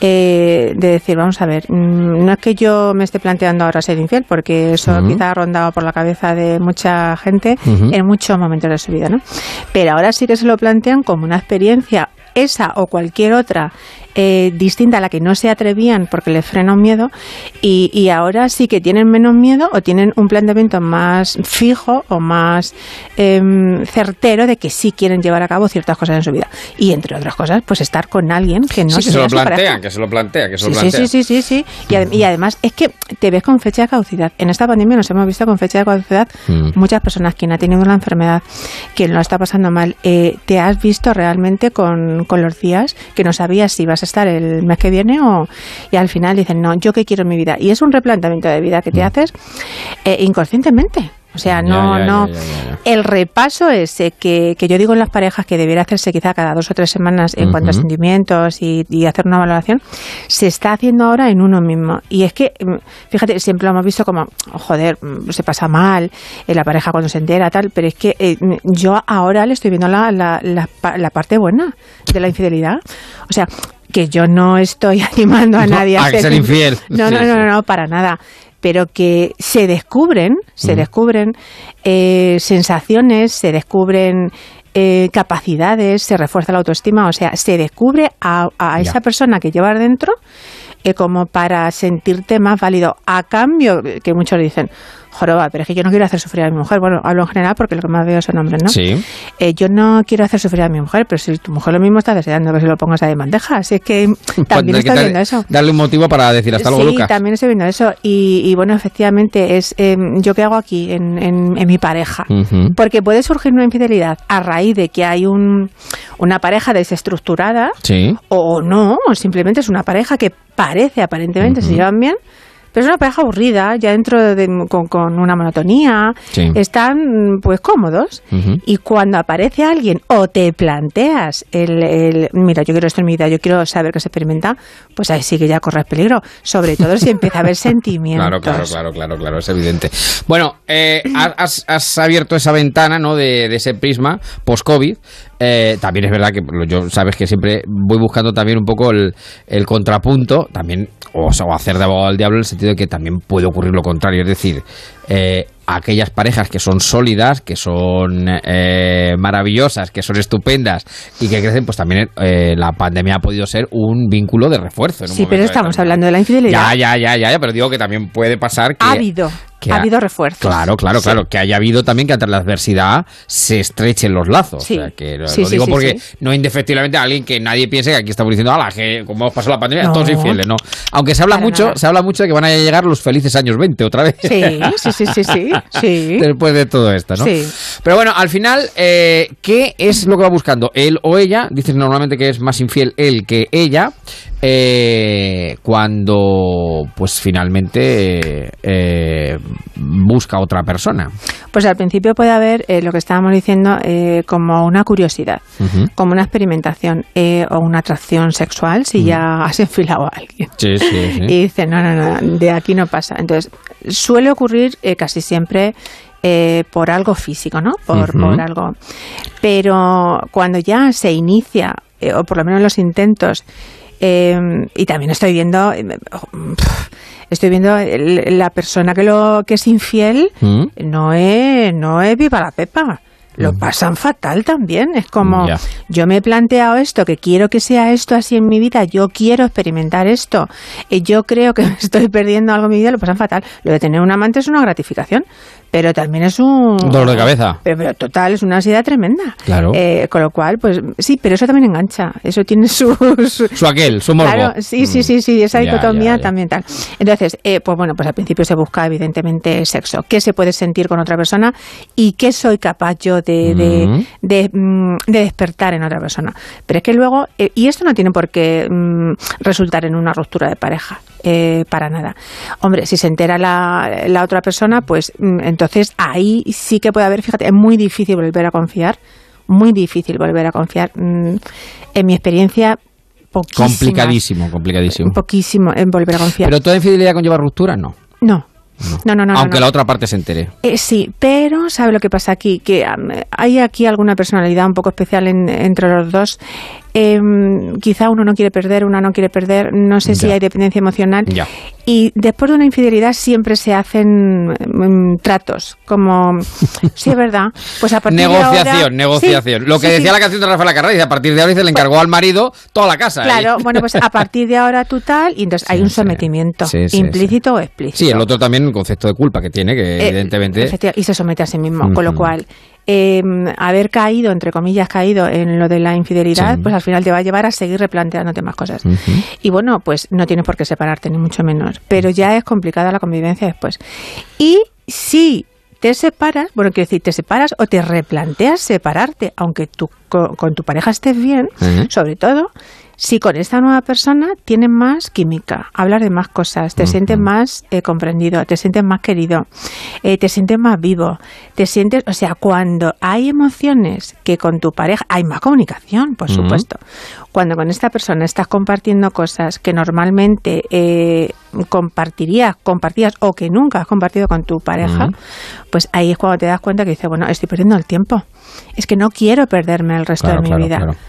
Speaker 23: De decir, vamos a ver, no es que yo me esté planteando ahora ser infiel, porque eso quizá ha rondado por la cabeza de mucha gente en muchos momentos de su vida, ¿no? Pero ahora sí que se lo plantean como una experiencia, esa o cualquier otra, distinta a la que no se atrevían porque les frena un miedo, y ahora sí que tienen menos miedo o tienen un planteamiento más fijo o más certero de que sí quieren llevar a cabo ciertas cosas en su vida, y entre otras cosas pues estar con alguien que no
Speaker 2: se lo plantea, que se lo plantea.
Speaker 23: Sí. Y además es que te ves con fecha de caducidad. En esta pandemia nos hemos visto con fecha de caducidad muchas personas. Quien ha tenido una enfermedad, quien lo está pasando mal, te has visto realmente con los días que no sabías si vas a estar el mes que viene y al final dicen, no, yo qué quiero en mi vida. Y es un replanteamiento de vida que te haces inconscientemente. O sea, no. El repaso ese que yo digo en las parejas que debiera hacerse quizá cada 2 o 3 semanas en cuanto a sentimientos y hacer una valoración, se está haciendo ahora en uno mismo. Y es que, fíjate, siempre lo hemos visto como, joder, se pasa mal la pareja cuando se entera, tal, pero es que yo ahora le estoy viendo la parte buena de la infidelidad. O sea, que yo no estoy animando a nadie a
Speaker 2: ser infiel.
Speaker 23: No, para nada. Pero que se descubren sensaciones, se descubren capacidades, se refuerza la autoestima, o sea, se descubre a esa persona que llevas dentro como para sentirte más válido. A cambio, que muchos dicen, joroba, pero es que yo no quiero hacer sufrir a mi mujer. Bueno, hablo en general porque lo que más veo son hombres, ¿no?
Speaker 2: Sí.
Speaker 23: Yo no quiero hacer sufrir a mi mujer, pero si tu mujer lo mismo está deseando que se lo pongas ahí en bandeja. Así es que también estoy viendo eso.
Speaker 2: Darle un motivo para decir hasta luego, Lucas.
Speaker 23: Sí, también estoy viendo eso. Y bueno, efectivamente, es yo qué hago aquí en mi pareja.
Speaker 2: Uh-huh.
Speaker 23: Porque puede surgir una infidelidad a raíz de que hay una pareja desestructurada,
Speaker 2: sí,
Speaker 23: o no, o simplemente es una pareja que parece, aparentemente, se llevan bien, pero es una pareja aburrida, ya dentro con una monotonía,
Speaker 2: sí,
Speaker 23: están pues cómodos, y cuando aparece alguien o te planteas mira, yo quiero esto en mi vida, yo quiero saber qué se experimenta, pues ahí sí que ya corres peligro, sobre todo si empieza a haber sentimientos.
Speaker 2: Claro, es evidente. Bueno, has abierto esa ventana, ¿no?, de ese prisma post-COVID. También es verdad que yo sabes que siempre voy buscando también un poco el contrapunto, también, o hacer de abogado del diablo, en el sentido de que también puede ocurrir lo contrario, es decir, aquellas parejas que son sólidas, que son maravillosas, que son estupendas y que crecen, pues también la pandemia ha podido ser un vínculo de refuerzo.
Speaker 23: Sí, pero estamos hablando de la infidelidad.
Speaker 2: Ya, pero digo que también puede pasar que...
Speaker 23: Ha habido refuerzos.
Speaker 2: Claro, que haya habido también que ante la adversidad se estrechen los lazos.
Speaker 23: Sí.
Speaker 2: O sea, que lo digo porque no indefectiblemente a alguien que nadie piense que aquí estamos diciendo, que como hemos pasado la pandemia, todos infieles, no. Aunque se habla mucho de que van a llegar los felices años 20 otra vez.
Speaker 23: Sí.
Speaker 2: Después de todo esto, ¿no?
Speaker 23: Sí.
Speaker 2: Pero bueno, al final, ¿qué es lo que va buscando? Él o ella, dices normalmente que es más infiel él que ella, cuando pues finalmente busca a otra persona.
Speaker 23: Pues al principio puede haber lo que estábamos diciendo, como una curiosidad, como una experimentación, o una atracción sexual si ya has enfilado a alguien.
Speaker 2: Sí.
Speaker 23: Y dice, no, de aquí no pasa. Entonces, suele ocurrir casi siempre por algo físico, ¿no? Por algo. Pero cuando ya se inicia, o por lo menos los intentos, y también estoy viendo la persona que es infiel, no es viva la pepa. Lo pasan fatal también. Es como, yo me he planteado esto, que quiero que sea esto así en mi vida, yo quiero experimentar esto, yo creo que me estoy perdiendo algo en mi vida, lo pasan fatal. Lo de tener un amante es una gratificación, pero también es un
Speaker 2: dolor de cabeza.
Speaker 23: Pero total, es una ansiedad tremenda.
Speaker 2: Claro.
Speaker 23: Con lo cual, pues sí, pero eso también engancha. Eso tiene su
Speaker 2: morbo.
Speaker 23: Claro, sí, esa dicotomía también tal. Entonces, pues bueno, pues al principio se busca evidentemente sexo. ¿Qué se puede sentir con otra persona y qué soy capaz yo de despertar en otra persona? Pero es que luego, y esto no tiene por qué resultar en una ruptura de pareja, para nada. Hombre, si se entera la otra persona, pues entonces ahí sí que puede haber, fíjate, es muy difícil volver a confiar. En mi experiencia,
Speaker 2: complicadísimo.
Speaker 23: Poquísimo en volver a confiar.
Speaker 2: ¿Pero toda infidelidad conlleva ruptura? No. Aunque la otra parte se entere.
Speaker 23: Sí, pero ¿sabe lo que pasa aquí? Que hay aquí alguna personalidad un poco especial entre los dos. Quizá uno no quiere perder, una no quiere perder, no sé si hay dependencia emocional. Y después de una infidelidad siempre se hacen tratos, como, sí, es verdad, pues a partir
Speaker 2: negociación,
Speaker 23: de ahora...
Speaker 2: negociación. Lo que decía la canción de Rafael Acarrá, dice, a partir de ahora se le encargó al marido toda la casa.
Speaker 23: Claro, bueno, pues a partir de ahora tú tal, y entonces hay un sometimiento, implícito o explícito.
Speaker 2: Sí, el otro también un concepto de culpa que tiene, que evidentemente...
Speaker 23: Y se somete a sí mismo, con lo cual... haber caído, entre comillas, en lo de la infidelidad, pues al final te va a llevar a seguir replanteándote más cosas. Y bueno, pues no tienes por qué separarte, ni mucho menos. Pero ya es complicada la convivencia después. Y si te separas, bueno, quiero decir, te separas o te replanteas separarte, aunque tú con tu pareja estés bien, sobre todo... Si con esta nueva persona tienes más química, hablas de más cosas, te sientes más comprendido, te sientes más querido, te sientes más vivo, te sientes, o sea, cuando hay emociones que con tu pareja, hay más comunicación, por supuesto. Cuando con esta persona estás compartiendo cosas que normalmente compartías o que nunca has compartido con tu pareja, pues ahí es cuando te das cuenta que dices, bueno, estoy perdiendo el tiempo. Es que no quiero perderme el resto de mi vida.
Speaker 2: Claro.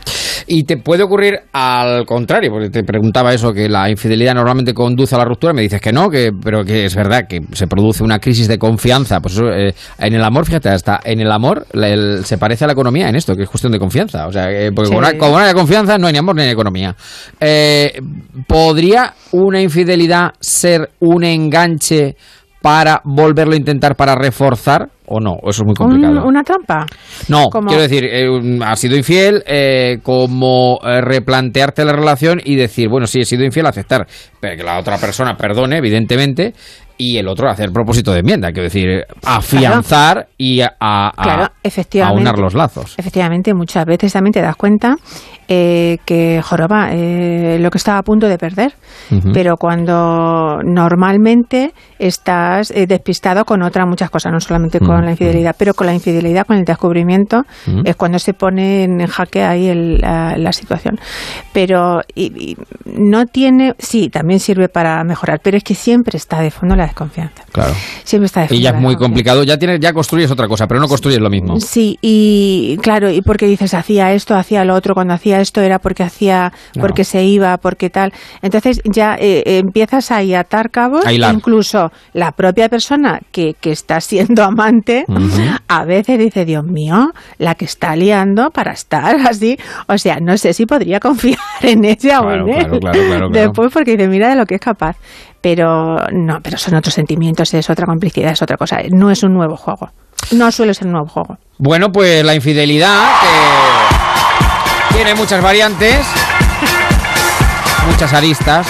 Speaker 2: Y te puede ocurrir al contrario, porque te preguntaba eso, que la infidelidad normalmente conduce a la ruptura, me dices que no, pero que es verdad que se produce una crisis de confianza. Pues eso, en el amor, fíjate, hasta en el amor se parece a la economía en esto, que es cuestión de confianza. O sea, porque como no hay confianza, no hay ni amor ni economía. ¿Podría una infidelidad ser un enganche para volverlo a intentar, para reforzar, o no? Eso es muy complicado.
Speaker 23: ¿Una trampa?
Speaker 2: No, quiero decir, has sido infiel, como replantearte la relación y decir, bueno, sí, he sido infiel, aceptar, pero que la otra persona perdone, evidentemente, y el otro hacer propósito de enmienda, quiero decir, afianzar y aunar los lazos.
Speaker 23: Efectivamente, muchas veces también te das cuenta que joroba lo que estaba a punto de perder, pero cuando normalmente estás despistado con muchas cosas, no solamente con la infidelidad, pero con la infidelidad, con el descubrimiento, es cuando se pone en jaque ahí la situación. Pero y no tiene, sí, también sirve para mejorar, pero es que siempre está de fondo la desconfianza.
Speaker 2: Claro.
Speaker 23: Siempre está de fondo.
Speaker 2: Y ya es muy complicado, ya construyes otra cosa, pero no construyes lo mismo.
Speaker 23: Sí, y claro, y porque dices, hacía esto, hacía lo otro, cuando hacía esto era porque porque se iba, porque tal. Entonces ya empiezas ahí a atar cabos, incluso la propia persona que está siendo amante, a veces dice, Dios mío, la que está liando para estar así. O sea, no sé si podría confiar en ella o en él. Claro. Después, porque dice, mira de lo que es capaz. Pero no, pero son otros sentimientos, es otra complicidad, es otra cosa. No es un nuevo juego. No suele ser un nuevo juego.
Speaker 2: Bueno, pues la infidelidad, que tiene muchas variantes, muchas aristas.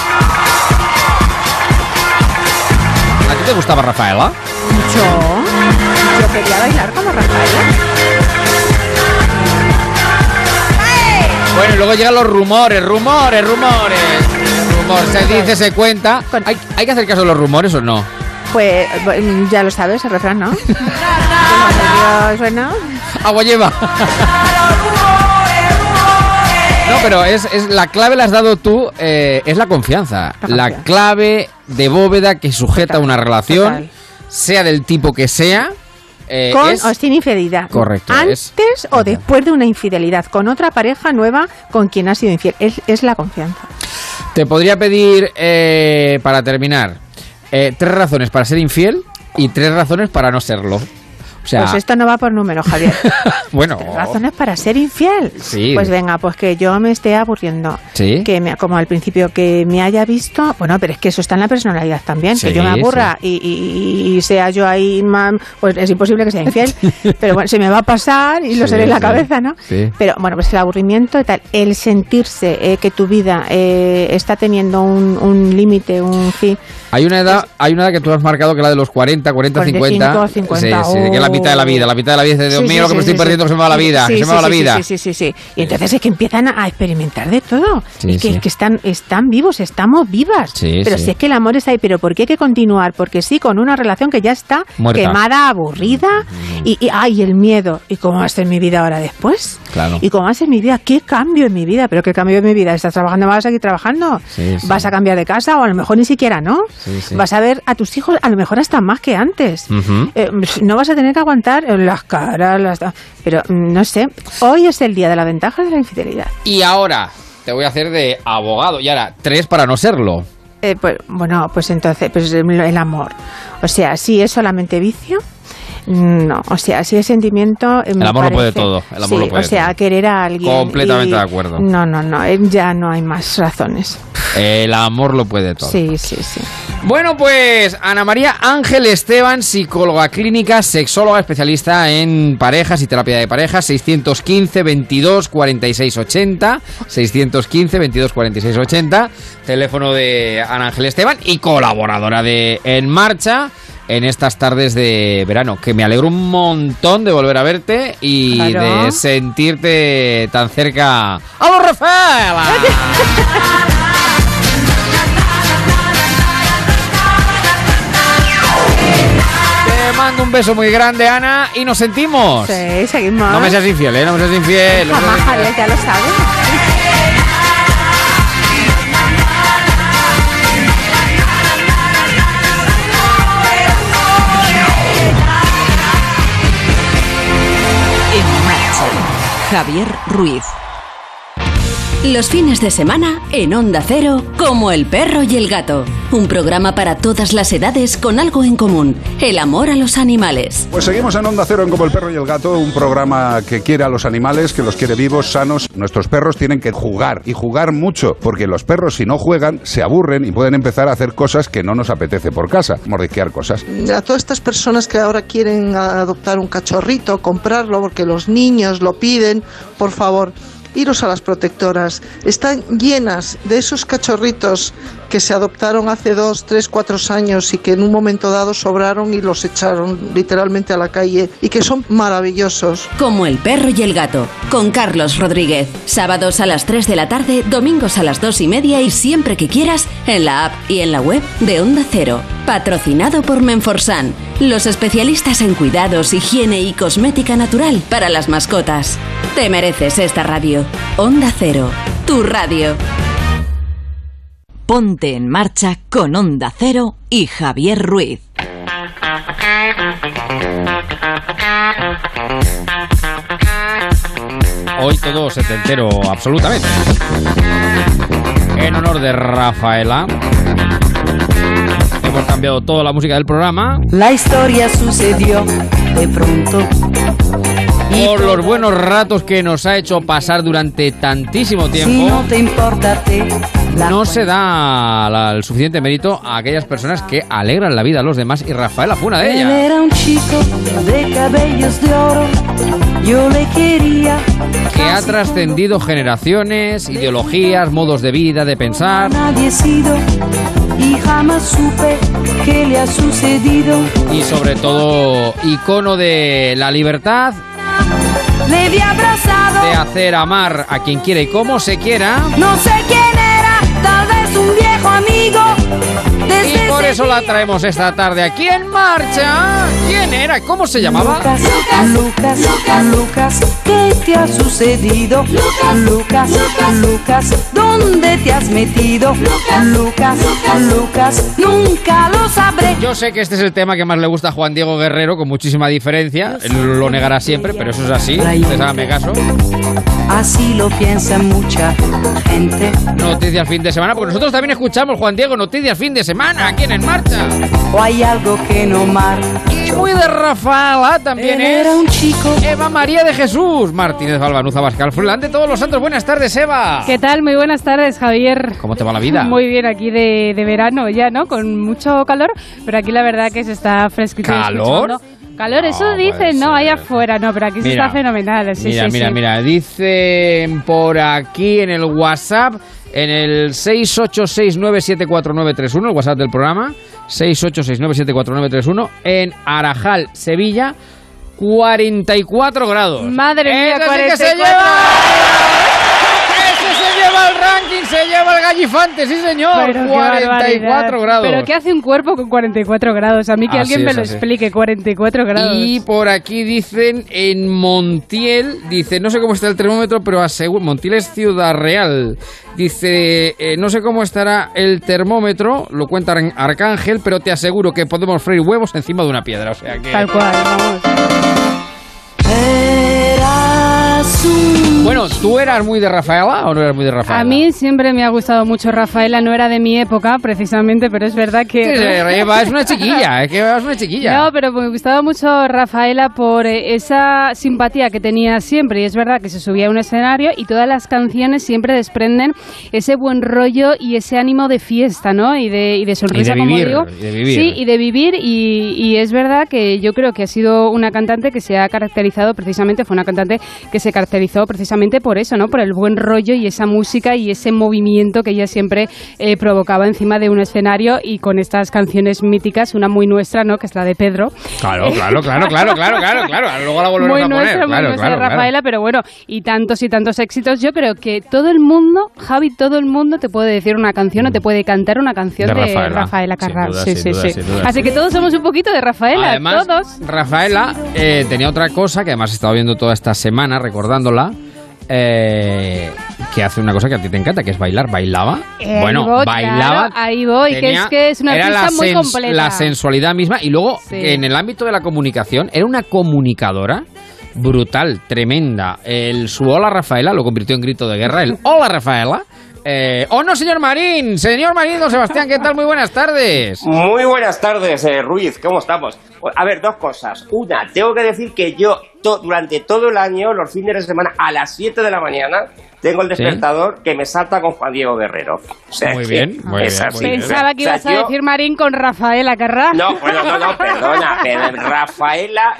Speaker 2: ¿A ti te gustaba Rafaela?
Speaker 23: Yo quería bailar como Rafaela.
Speaker 2: Bueno, y luego llegan los rumores. Se dice, se cuenta. ¿Hay que hacer caso de los rumores o no?
Speaker 23: Pues ya lo sabes, el refrán, ¿no? Suena.
Speaker 2: Agua lleva. No, pero es la clave la has dado tú, es la confianza. La clave de bóveda que sujeta una relación, sea del tipo que sea.
Speaker 23: Con o sin infidelidad.
Speaker 2: Correcto.
Speaker 23: Antes o después de una infidelidad, con otra pareja nueva con quien ha sido infiel. Es la confianza.
Speaker 2: Te podría pedir, para terminar, 3 razones para ser infiel y 3 razones para no serlo. O sea,
Speaker 23: pues esto no va por número, Javier.
Speaker 2: Bueno.
Speaker 23: 3 razones para ser infiel.
Speaker 2: Sí.
Speaker 23: Pues venga, pues que yo me esté aburriendo.
Speaker 2: Sí.
Speaker 23: Como al principio, que me haya visto. Bueno, pero es que eso está en la personalidad también. Sí, que yo me aburra y sea yo ahí, pues es imposible que sea infiel. Pero bueno, se me va a pasar y lo seré en la cabeza, ¿no?
Speaker 2: Sí.
Speaker 23: Pero bueno, pues el aburrimiento y tal. El sentirse que tu vida está teniendo un límite, un fin.
Speaker 2: Hay una edad que tú has marcado, que es la de los 40, 50.
Speaker 23: Sí,
Speaker 2: que es la mitad de la vida. La mitad de la vida es de Dios mío, lo que me estoy perdiendo, que se me va la vida.
Speaker 23: Sí. Y entonces es que empiezan a experimentar de todo. Es que están vivos, estamos vivas. Pero si es que el amor está ahí, pero ¿por qué hay que continuar? Porque sí, con una relación que ya está muerta, quemada, aburrida, y el miedo. ¿Y cómo va a ser mi vida ahora después?
Speaker 2: Claro.
Speaker 23: ¿Y cómo va a ser mi vida? ¿Qué cambio en mi vida? ¿Pero qué cambio en mi vida? ¿Estás trabajando? ¿Vas a seguir trabajando? ¿Vas a cambiar de casa? O a lo mejor ni siquiera, ¿no? Vas a ver a tus hijos a lo mejor hasta más que antes. No vas a tener que aguantar las caras, pero no sé, hoy es el día de la ventaja de la infidelidad.
Speaker 2: Y ahora te voy a hacer de abogado, y ahora 3 para no serlo.
Speaker 23: Pues entonces, pues el amor. O sea, si es solamente vicio, no, o sea, si es sentimiento,
Speaker 2: el amor lo puede todo. El amor lo puede todo.
Speaker 23: Querer a alguien.
Speaker 2: Completamente de acuerdo.
Speaker 23: No, ya no hay más razones.
Speaker 2: El amor lo puede todo.
Speaker 23: Sí.
Speaker 2: Bueno, pues Ana María Ángel Esteban, psicóloga clínica, sexóloga, especialista en parejas y terapia de parejas. 615 22 46 80, 615 22 46 80, teléfono de Ana Ángel Esteban y colaboradora de En Marcha en estas tardes de verano, que me alegro un montón de volver a verte y de sentirte tan cerca. ¡A los Rafaela! Te mando un beso muy grande, Ana, y nos sentimos.
Speaker 23: Sí, seguimos.
Speaker 2: No me seas infiel, ¿eh? No me seas infiel.
Speaker 23: Jamás, Javier, ya lo sabes.
Speaker 1: En Marcha, Javier Ruiz.
Speaker 15: Los fines de semana en Onda Cero, Como el perro y el gato. Un programa para todas las edades con algo en común: el amor a los animales.
Speaker 6: Pues seguimos en Onda Cero en Como el perro y el gato, un programa que quiere a los animales, que los quiere vivos, sanos. Nuestros perros tienen que jugar, y jugar mucho, porque los perros, si no juegan, se aburren y pueden empezar a hacer cosas que no nos apetece por casa, mordisquear cosas.
Speaker 7: A todas estas personas que ahora quieren adoptar un cachorrito, comprarlo porque los niños lo piden, por favor, iros a las protectoras. Están llenas de esos cachorritos que se adoptaron hace 2, 3, 4 años y que en un momento dado sobraron y los echaron literalmente a la calle, y que son maravillosos.
Speaker 15: Como el perro y el gato, con Carlos Rodríguez. Sábados a las 3 de la tarde, domingos a las 2:30 y siempre que quieras en la app y en la web de Onda Cero. Patrocinado por Menforsan, los especialistas en cuidados, higiene y cosmética natural para las mascotas. Te mereces esta radio. Onda Cero, tu radio.
Speaker 1: Ponte en marcha con Onda Cero y Javier Ruiz.
Speaker 2: Hoy todo setentero, absolutamente. En honor de Rafaela, hemos cambiado toda la música del programa.
Speaker 9: La historia sucedió de pronto.
Speaker 2: Por los buenos ratos que nos ha hecho pasar durante tantísimo tiempo.
Speaker 9: Si no te importa a ti,
Speaker 2: no se da el suficiente mérito a aquellas personas que alegran la vida a los demás, y Rafaela fue una de ellas.
Speaker 9: Él era un chico de cabellos de oro, yo le quería.
Speaker 2: Que ha trascendido generaciones, ideologías, modos de vida, de pensar.
Speaker 9: Nadie ha sido y jamás supe qué le ha sucedido.
Speaker 2: Y sobre todo, icono de la libertad.
Speaker 9: Le vi abrazado.
Speaker 2: De hacer amar a quien quiera y como se quiera.
Speaker 9: No sé quién era, tal vez un viejo amigo.
Speaker 2: Y por eso la traemos esta tarde aquí en marcha. ¿Quién era? ¿Cómo se llamaba?
Speaker 9: Lucas, ¿qué te ha sucedido? Lucas, ¿dónde te has metido? Lucas, nunca lo sabré.
Speaker 2: Yo sé que este es el tema que más le gusta a Juan Diego Guerrero, con muchísima diferencia. Él lo negará siempre, pero eso es así. Ustedes háganme caso.
Speaker 9: Así lo piensa mucha gente.
Speaker 2: Noticias fin de semana, porque nosotros también escuchamos, Juan Diego, noticias fin de semana, aquí en Marcha.
Speaker 9: O hay algo que no marcha.
Speaker 2: Y muy de Rafaela también
Speaker 9: era un chico.
Speaker 2: Eva María de Jesús Martínez Balbanuza Bascal Froilán de Todos los Santos. Buenas tardes, Eva.
Speaker 24: ¿Qué tal? Muy buenas tardes, Javier.
Speaker 2: ¿Cómo te va la vida?
Speaker 24: Muy bien, aquí de verano ya, ¿no? Con mucho calor, pero aquí la verdad que se está fresquito.
Speaker 2: ¿Calor?
Speaker 24: Calor, eso dicen, ¿no? Ahí afuera, no, pero aquí se está fenomenal. Sí,
Speaker 2: mira, dicen por aquí en el WhatsApp, en el 686974931, el WhatsApp del programa, 686974931, en Arajal, Sevilla, 44 grados.
Speaker 24: Madre mía, 44.
Speaker 2: Sí que se lleva el ranking, se lleva el gallifante, sí señor.
Speaker 24: Pero
Speaker 2: 44 grados.
Speaker 24: Pero ¿qué hace un cuerpo con 44 grados? A mí que alguien me lo explique, 44 grados.
Speaker 2: Y por aquí dicen en Montiel, dice, no sé cómo está el termómetro, pero aseguro, Montiel es Ciudad Real. Dice, no sé cómo estará el termómetro, lo cuenta en Arcángel, pero te aseguro que podemos freír huevos encima de una piedra, o sea que...
Speaker 24: Tal cual, vamos.
Speaker 2: Bueno, ¿tú eras muy de Rafaela o no eras muy de Rafaela?
Speaker 24: A mí siempre me ha gustado mucho Rafaela, no era de mi época precisamente, pero es verdad que...
Speaker 2: Eva es una chiquilla, es que Eva es una chiquilla.
Speaker 24: No, pero me gustaba mucho Rafaela por esa simpatía que tenía siempre, y es verdad que se subía a un escenario y todas las canciones siempre desprenden ese buen rollo y ese ánimo de fiesta, ¿no? Y de sonrisa,
Speaker 2: como
Speaker 24: digo.
Speaker 2: Y de vivir.
Speaker 24: Sí, y de vivir, y es verdad que yo creo que ha sido una cantante que se ha caracterizado precisamente, fue una cantante que se caracterizó precisamente por eso, ¿no? Por el buen rollo y esa música y ese movimiento que ella siempre provocaba encima de un escenario, y con estas canciones míticas, una muy nuestra, ¿no? Que es la de Pedro.
Speaker 2: Claro. Luego la volveremos a poner.
Speaker 24: Muy nuestra de Rafaela, pero bueno, y tantos éxitos. Yo creo que todo el mundo, Javi, todo el mundo te puede decir una canción o te puede cantar una canción de Rafaela Carrà. Sí. Así que todos somos un poquito de Rafaela,
Speaker 2: además,
Speaker 24: todos.
Speaker 2: Rafaela tenía otra cosa que además he estado viendo toda esta semana, recordándola. Que hace una cosa que a ti te encanta, que es bailar. ¿Bailaba? Bailaba.
Speaker 24: Claro, ahí voy, que es una artista muy completa.
Speaker 2: La sensualidad misma, y luego en el ámbito de la comunicación era una comunicadora brutal, tremenda. Su hola Rafaela lo convirtió en grito de guerra, el hola Rafaela. ¡Oh no, señor Marín! Señor Marín, don Sebastián, ¿qué tal? Muy buenas tardes.
Speaker 4: Muy buenas tardes, Ruiz, ¿cómo estamos? A ver, dos cosas. Una, tengo que decir que yo durante todo el año, los fines de semana, a las 7 de la mañana, tengo el despertador que me salta con Juan Diego Guerrero. O sea,
Speaker 2: muy bien, muy bien.
Speaker 24: Pensaba que ibas a decir Marín con Rafaela Carrá.
Speaker 4: No, perdona. Rafaela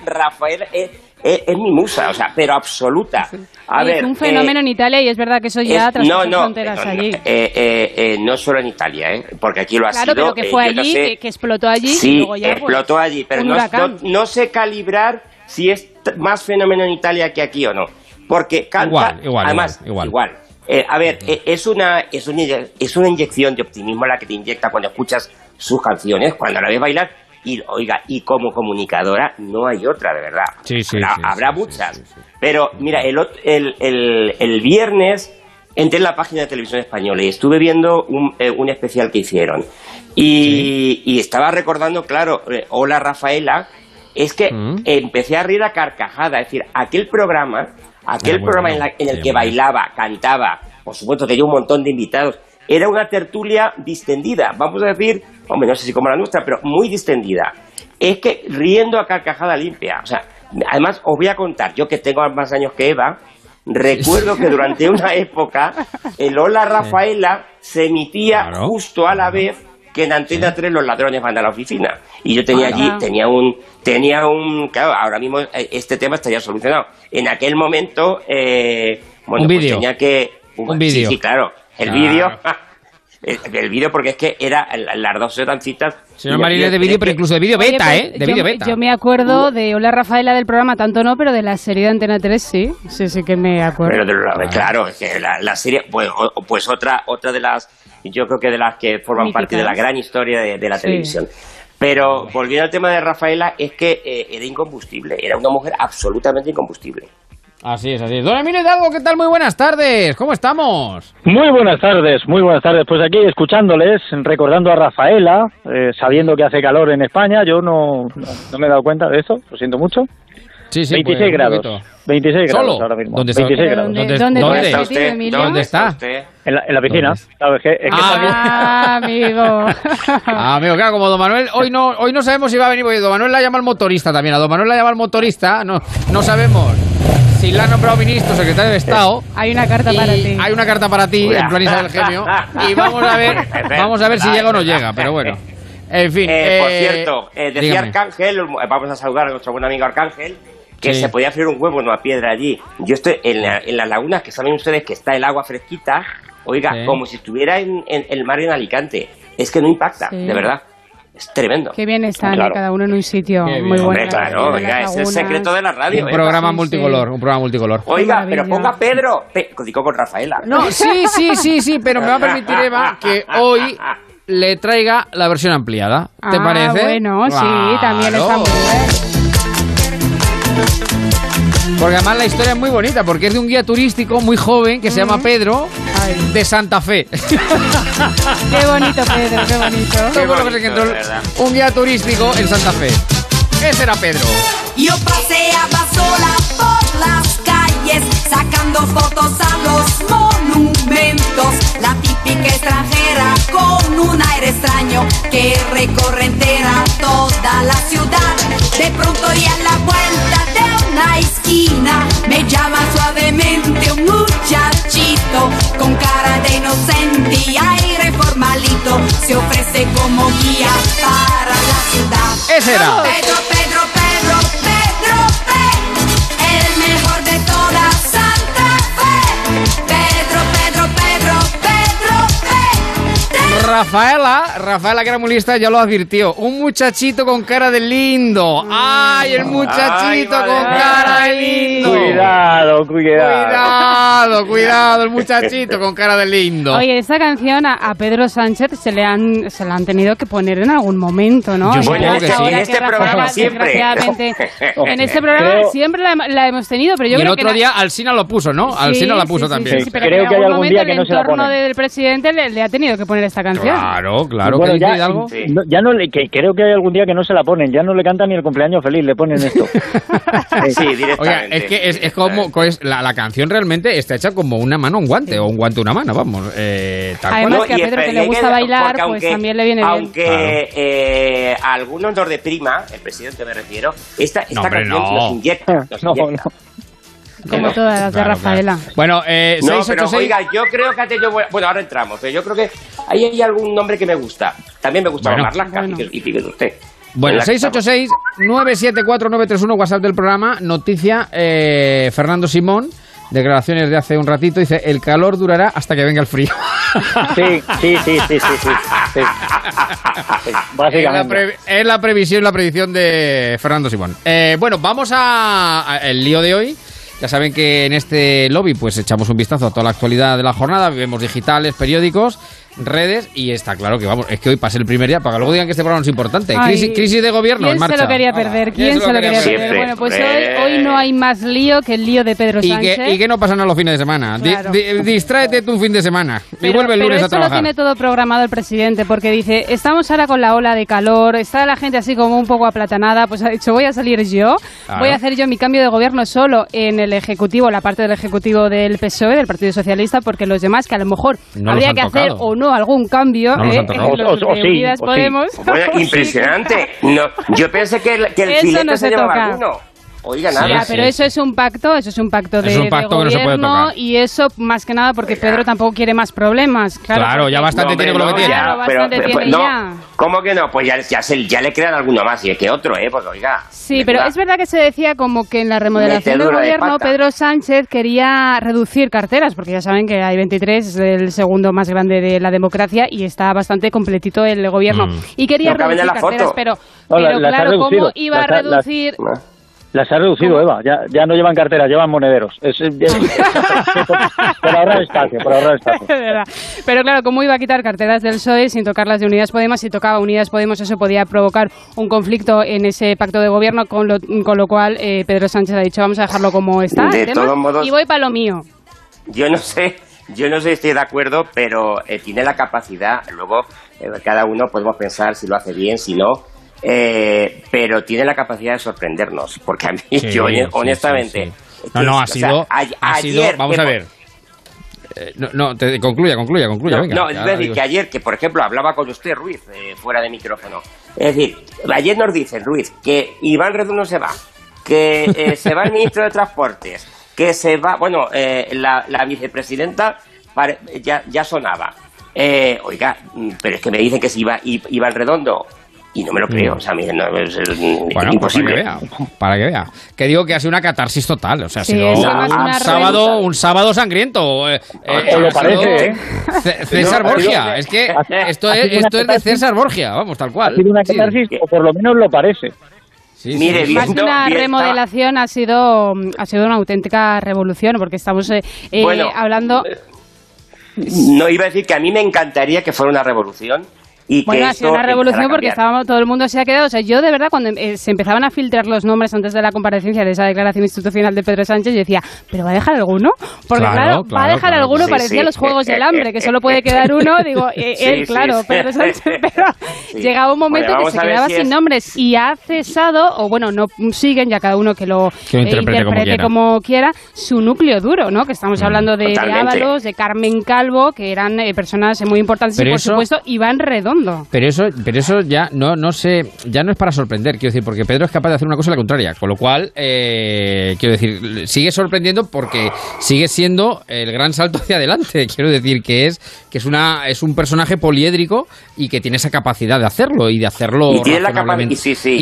Speaker 4: es mi musa, o sea, pero absoluta.
Speaker 24: Es un fenómeno en Italia y es verdad que eso ya traspasa fronteras allí.
Speaker 4: No solo en Italia, porque aquí lo ha sido.
Speaker 24: Claro, pero que fue allí, que explotó allí.
Speaker 4: Sí,
Speaker 24: y luego ya,
Speaker 4: explotó allí, pero no sé calibrar si es más fenómeno en Italia que aquí o no. Porque canta, igual. A ver, es una inyección de optimismo la que te inyecta cuando escuchas sus canciones, cuando la ves bailar. Y oiga, y como comunicadora no hay otra, de verdad. Habrá muchas. Sí. Pero mira, el viernes entré en la página de Televisión Española y estuve viendo un especial que hicieron. Y estaba recordando, claro, hola Rafaela, es que empecé a reír a carcajada. Es decir, aquel programa en el que bailaba, cantaba, por supuesto tenía un montón de invitados. Era una tertulia distendida, vamos a decir, hombre, no sé si como la nuestra, pero muy distendida. Es que riendo a carcajada limpia. O sea, además os voy a contar, yo que tengo más años que Eva, recuerdo que durante una época el Hola Rafaela se emitía justo a la vez que en Antena 3 los ladrones van a la oficina. Y yo tenía allí, tenía un, claro, ahora mismo este tema estaría solucionado. En aquel momento,
Speaker 2: un vídeo.
Speaker 4: Tenía que...
Speaker 2: Un vídeo.
Speaker 4: Sí, claro. El vídeo, porque es que las dos eran citas.
Speaker 2: Señor Marín es de vídeo, pero incluso de vídeo beta, de vídeo beta.
Speaker 24: Yo me acuerdo de Hola Rafaela del programa, tanto no, pero de la serie de Antena 3 sí que me acuerdo.
Speaker 4: Pero claro, es que la serie, pues otra de las, yo creo que de las que forman parte de la gran historia de la televisión. Pero volviendo al tema de Rafaela, es que era incombustible, era una mujer absolutamente incombustible.
Speaker 2: Así es. Don Emilio Hidalgo, ¿qué tal? Muy buenas tardes, ¿cómo estamos?
Speaker 8: Muy buenas tardes. Pues aquí escuchándoles, recordando a Rafaela, sabiendo que hace calor en España, yo no me he dado cuenta de eso, lo siento mucho.
Speaker 2: Sí,
Speaker 8: 26 grados. 26
Speaker 2: ¿Solo?
Speaker 8: grados ahora mismo.
Speaker 2: ¿Dónde está?
Speaker 8: 26 grados.
Speaker 4: ¿Dónde está usted?
Speaker 2: ¿Dónde está?
Speaker 8: En la piscina. ¿Sabes qué?
Speaker 24: Amigo.
Speaker 2: Amigo, claro, como Don Manuel, hoy no sabemos si va a venir, porque Don Manuel la llama al motorista también. A Don Manuel la llama al motorista, no sabemos si la ha nombrado ministro, secretario de Estado.
Speaker 24: Hay una carta para ti.
Speaker 2: Hay una carta para ti, en plan Isabel Gemio. Y vamos a ver si llega o no llega, pero bueno. En fin.
Speaker 4: Por cierto, decía dígame. Arcángel, vamos a saludar a nuestro buen amigo Arcángel, que se podía freír un huevo en una piedra allí. Yo estoy en las lagunas, que saben ustedes que está el agua fresquita, oiga, como si estuviera en el mar en Alicante. Es que no impacta, de verdad. Es tremendo.
Speaker 24: Qué bien están, cada uno en un sitio muy bueno.
Speaker 4: Hombre, claro, oiga, es el secreto de la radio.
Speaker 2: Un programa multicolor.
Speaker 4: Oiga, pero ponga Pedro, digo con Rafaela.
Speaker 2: No, sí, pero me va a permitir, Eva, que hoy le traiga la versión ampliada. ¿Te parece?
Speaker 24: Bueno, claro. Sí, también está muy bien.
Speaker 2: Porque además la historia es muy bonita, porque es de un guía turístico muy joven que se llama Pedro, de Santa Fe.
Speaker 24: Qué bonito, Pedro, qué bonito.
Speaker 2: Qué bueno que se encontró un guía turístico en Santa Fe. Ese era Pedro.
Speaker 3: Yo paseaba sola por las calles, sacando fotos a los monumentos. La típica extranjera con un aire extraño que recorre entera toda la ciudad. De pronto y a la vuelta de una esquina me llama suavemente un muchachito con cara de inocente y aire formalito. Se ofrece como guía para la ciudad.
Speaker 2: Ese era
Speaker 3: Pedro, el mejor de toda Santa Fe. Pedro,
Speaker 2: Rafaela, que era muy lista, ya lo advirtió. Un muchachito con cara de lindo. ¡Ay, el muchachito con cara de lindo! Cuidado, el muchachito con cara de lindo.
Speaker 24: Oye, esta canción a Pedro Sánchez se la han tenido que poner en algún momento, ¿no?
Speaker 2: Yo supongo que sí.
Speaker 4: En este programa siempre.
Speaker 24: En este programa siempre la hemos tenido, pero yo creo que...
Speaker 2: Y el otro día Alsina lo puso, ¿no? Alsina la puso también.
Speaker 24: Sí, pero creo que hay algún día que no se la pone. El entorno del presidente le ha tenido que poner esta canción. canción.
Speaker 2: Claro.
Speaker 8: Bueno,
Speaker 2: ¿qué
Speaker 8: ya,
Speaker 2: dice Hidalgo?
Speaker 8: Sí. Ya no le, que creo que hay algún día que no se la ponen, ya no le cantan ni el cumpleaños feliz, le ponen esto.
Speaker 4: Sí, directamente.
Speaker 2: Oiga, es que es como la canción realmente está hecha como una mano a un guante, o un guante a una mano, vamos.
Speaker 24: Además que a Pedro que le gusta bailar, pues también le viene bien.
Speaker 4: Aunque a algunos nos deprima, el presidente me refiero, esta canción nos inyecta.
Speaker 24: Como todas las de Rafaela.
Speaker 2: Bueno,
Speaker 4: pero oiga, yo creo que bueno, ahora entramos, pero yo creo que ahí hay algún nombre que me gusta. También me gusta Marlaska, y fíjese usted.
Speaker 2: Bueno, 686-974-931, WhatsApp del programa. Noticia, Fernando Simón, declaraciones de hace un ratito, dice, el calor durará hasta que venga el frío.
Speaker 8: Sí. Básicamente.
Speaker 2: Es la predicción de Fernando Simón. Bueno, vamos a el lío de hoy. Ya saben que en este lobby pues echamos un vistazo a toda la actualidad de la jornada, vemos digitales, periódicos, redes, y está claro que vamos, es que hoy pasé el primer día para que luego digan que este programa no es importante. Crisis de gobierno en marcha.
Speaker 24: ¿Quién se lo quería perder? ¿Quién se lo quería perder? Bueno, pues hoy no hay más lío que el lío de Pedro Sánchez.
Speaker 2: Y que no pasa nada los fines de semana. Claro. Distráete tú un fin de semana y vuelve el lunes a trabajar.
Speaker 24: Pero esto lo tiene todo programado el presidente, porque dice, estamos ahora con la ola de calor, está la gente así como un poco aplatanada, pues ha dicho, voy a salir yo, voy a hacer yo mi cambio de gobierno solo en el Ejecutivo, la parte del Ejecutivo del PSOE, del Partido Socialista, porque los demás, que a lo mejor habría que hacer o no algún cambio, Unidas Podemos.
Speaker 4: Bueno, impresionante. No, yo pensé que el filete se llevaba alguno. Oiga, nada.
Speaker 24: Pero eso es un pacto, de gobierno, no y eso más que nada porque Pedro tampoco quiere más problemas. Claro,
Speaker 2: ya bastante tiene con lo que tiene.
Speaker 4: ¿Cómo que no? Pues ya le crean alguno más y es que otro, pues oiga.
Speaker 24: Sí, pero es verdad que se decía como que en la remodelación del gobierno Pedro Sánchez quería reducir carteras, porque ya saben que hay 23, es el segundo más grande de la democracia y está bastante completito el gobierno. Y quería reducir carteras, pero claro, ¿cómo iba a reducir?
Speaker 8: Las ha reducido, Eva. Ya no llevan carteras, llevan monederos. Por ahorrar espacio.
Speaker 24: Pero claro, ¿cómo iba a quitar carteras del PSOE sin tocar las de Unidas Podemos? Si tocaba Unidas Podemos, eso podía provocar un conflicto en ese pacto de gobierno, con lo cual Pedro Sánchez ha dicho, vamos a dejarlo como está.
Speaker 4: De todos modos,
Speaker 24: y voy para lo mío.
Speaker 4: Yo no sé si estoy de acuerdo, pero tiene la capacidad, luego cada uno podemos pensar si lo hace bien, si no. Pero tiene la capacidad de sorprendernos, porque a mí, honestamente...
Speaker 2: ha sido, vamos a ver. Concluya, venga.
Speaker 4: No, es decir, que ayer, que por ejemplo hablaba con usted, Ruiz, fuera de micrófono, es decir, ayer nos dicen, Ruiz, que Iván Redondo se va, que se va el ministro de Transportes, que se va, la vicepresidenta ya sonaba. Oiga, pero es que me dicen que se iba Iván Redondo. Y no me lo creo, o sea, es imposible.
Speaker 2: Para que vea. Que digo que ha sido una catarsis total, o sea, ha sido un sábado sangriento.
Speaker 8: Lo parece,
Speaker 2: César Borgia, es que esto es de César Borgia, vamos, tal cual.
Speaker 8: Ha sido una catarsis, o por lo menos lo parece.
Speaker 24: Mire, más que una remodelación ha sido una auténtica revolución, porque estamos hablando...
Speaker 4: No, iba a decir que a mí me encantaría que fuera una revolución.
Speaker 24: Ha sido una revolución porque todo el mundo se ha quedado. O sea, yo de verdad, cuando se empezaban a filtrar los nombres antes de la comparecencia de esa declaración institucional de Pedro Sánchez, yo decía, ¿pero va a dejar alguno? Porque claro, va a dejar alguno, parecía los Juegos del Hambre, que solo puede quedar uno. Digo, Pedro Sánchez, pero llegaba un momento que se quedaba sin nombres y ha cesado, no siguen, ya cada uno que lo interprete como quiera, su núcleo duro, ¿no? Que estamos hablando de Ábalos, de Carmen Calvo, que eran personas muy importantes, y por supuesto, Iván Redondo.
Speaker 2: Pero eso ya no es para sorprender, quiero decir, porque Pedro es capaz de hacer una cosa a la contraria, con lo cual, quiero decir, sigue sorprendiendo porque sigue siendo el gran salto hacia adelante. Quiero decir que es un personaje poliédrico y que tiene esa capacidad de hacerlo y de hacerlo razonablemente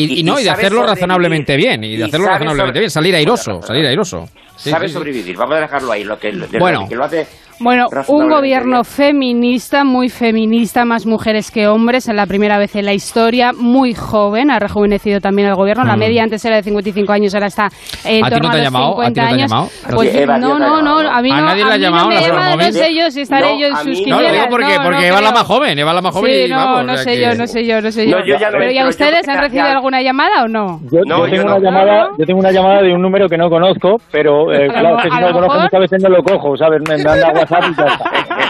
Speaker 2: bien, salir airoso.
Speaker 4: Sabe sobrevivir, vamos a dejarlo ahí, lo que lo hace.
Speaker 24: Bueno, un gobierno feminista, muy feminista, más mujeres que hombres, en la primera vez en la historia, muy joven, ha rejuvenecido también el gobierno, la media antes era de 55 años, ahora está en torno a los 50 años. Pues no, a mí
Speaker 2: nadie le ha llamado,
Speaker 24: no sé yo si estaré yo en sus quinielas.
Speaker 2: No, lo digo porque Eva es la más joven,
Speaker 24: sí, no sé yo. Pero ¿y a ustedes han recibido alguna llamada o no?
Speaker 8: Yo tengo una llamada de un número que no conozco, pero claro, que si no lo conozco muchas veces no lo cojo, ¿sabes? Me han dado WhatsApp y ya está.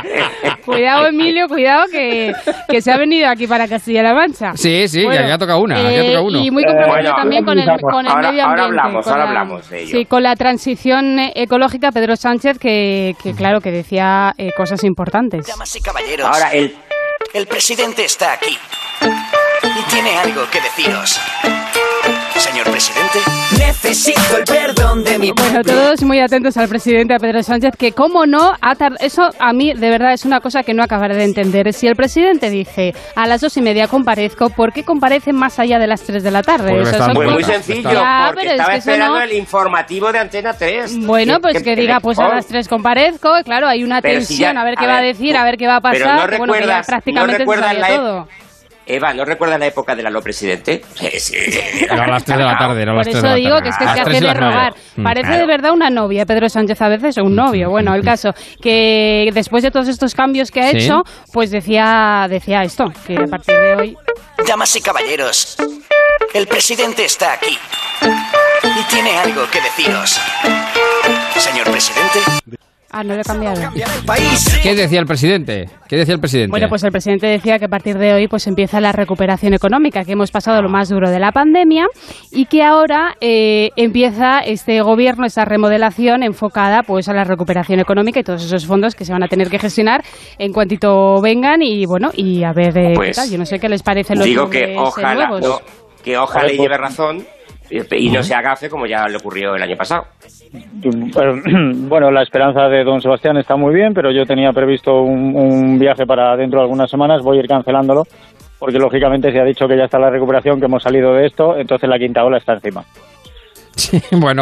Speaker 24: Cuidado, Emilio, cuidado, que se ha venido aquí para Castilla-La Mancha.
Speaker 2: Sí, bueno, que ya toca una.
Speaker 24: Y muy comprometido también con el medio ambiente.
Speaker 4: Ahora hablamos de ello.
Speaker 24: Sí, con la transición ecológica, Pedro Sánchez, que claro, que decía cosas importantes.
Speaker 10: Damas y caballeros,
Speaker 4: ahora
Speaker 10: el presidente está aquí y tiene algo que deciros. Señor presidente, necesito el perdón de mi pueblo.
Speaker 24: Bueno, todos muy atentos al presidente, a Pedro Sánchez, que cómo no, eso a mí de verdad es una cosa que no acabaré de entender. Si el presidente dice a las 2:30 comparezco, ¿por qué comparece más allá de las 3 de la tarde?
Speaker 4: Muy sencillo, porque estaba esperando el informativo de Antena 3.
Speaker 24: Bueno, pues que diga, pues a las 3 comparezco, claro, hay una tensión, a ver qué va a decir, a ver qué va a pasar,
Speaker 4: pero
Speaker 24: bueno, que ya prácticamente se sabe todo.
Speaker 4: Eva, ¿no recuerdas la época del aló presidente?
Speaker 2: Era a las 3 de la tarde.
Speaker 24: Por eso digo que es que se hace de rogar. Parece de verdad una novia, Pedro Sánchez a veces, o un novio. Bueno, el caso, que después de todos estos cambios que ha hecho, pues decía esto, que a partir de hoy...
Speaker 10: Damas y caballeros, el presidente está aquí y tiene algo que deciros. Señor presidente...
Speaker 24: no lo he cambiado.
Speaker 2: ¿Qué decía el presidente?
Speaker 24: Bueno, pues el presidente decía que a partir de hoy pues empieza la recuperación económica, que hemos pasado lo más duro de la pandemia y que ahora empieza este gobierno, esta remodelación enfocada pues a la recuperación económica y todos esos fondos que se van a tener que gestionar en cuantito vengan y bueno, y a ver qué tal. Yo no sé qué les parecen los nombres nuevos.
Speaker 4: Que ojalá le lleve razón y no se agafe como ya le ocurrió el año pasado.
Speaker 8: Bueno, la esperanza de don Sebastián está muy bien, pero yo tenía previsto un viaje para dentro de algunas semanas, voy a ir cancelándolo, porque lógicamente se ha dicho que ya está la recuperación, que hemos salido de esto, entonces la quinta ola está encima.
Speaker 2: Sí, bueno.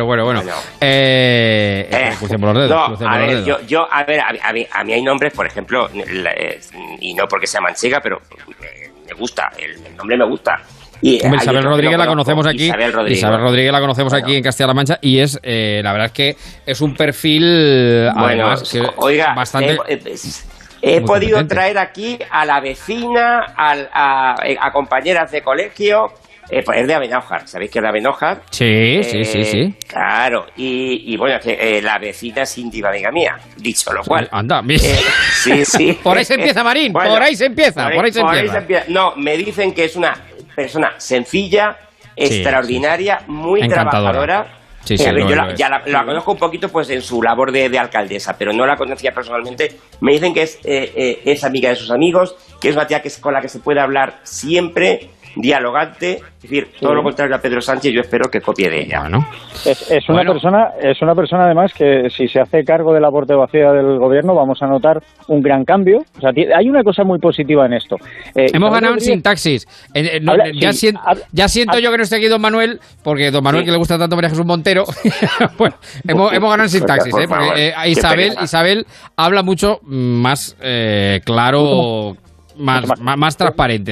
Speaker 2: Crucemos los dedos.
Speaker 4: A mí hay nombres, por ejemplo, y no porque sea manchega, pero me gusta, el nombre me gusta.
Speaker 2: Isabel Rodríguez la conocemos aquí. Isabel Rodríguez la conocemos aquí en Castilla-La Mancha y es, la verdad es que es un perfil bastante.
Speaker 4: He podido traer aquí a la vecina, a compañeras de colegio. Pues es de Abenójar, ¿sabéis que es de Abenójar?
Speaker 2: Sí.
Speaker 4: Claro, y bueno, la vecina es íntima amiga mía, dicho lo cual.
Speaker 2: Anda,
Speaker 4: sí.
Speaker 2: Por ahí se empieza, Marín, por ahí se empieza.
Speaker 4: No, me dicen que es una persona sencilla, extraordinaria, muy trabajadora.
Speaker 2: Sí,
Speaker 4: yo la conozco un poquito pues en su labor de alcaldesa, pero no la conocía personalmente. Me dicen que es amiga de sus amigos, que es una tía con la que se puede hablar siempre, dialogante, es decir, todo lo contrario a Pedro Sánchez. Yo espero que copie de ella.
Speaker 8: Es una persona además que si se hace cargo de la portavocía del gobierno vamos a notar un gran cambio. O sea, hay una cosa muy positiva en esto.
Speaker 2: Hemos ganado en sintaxis. Ya siento yo que no esté aquí don Manuel, porque don Manuel que le gusta tanto María Jesús Montero. Bueno, hemos ganado en sintaxis, porque Isabel habla mucho más claro, más transparente,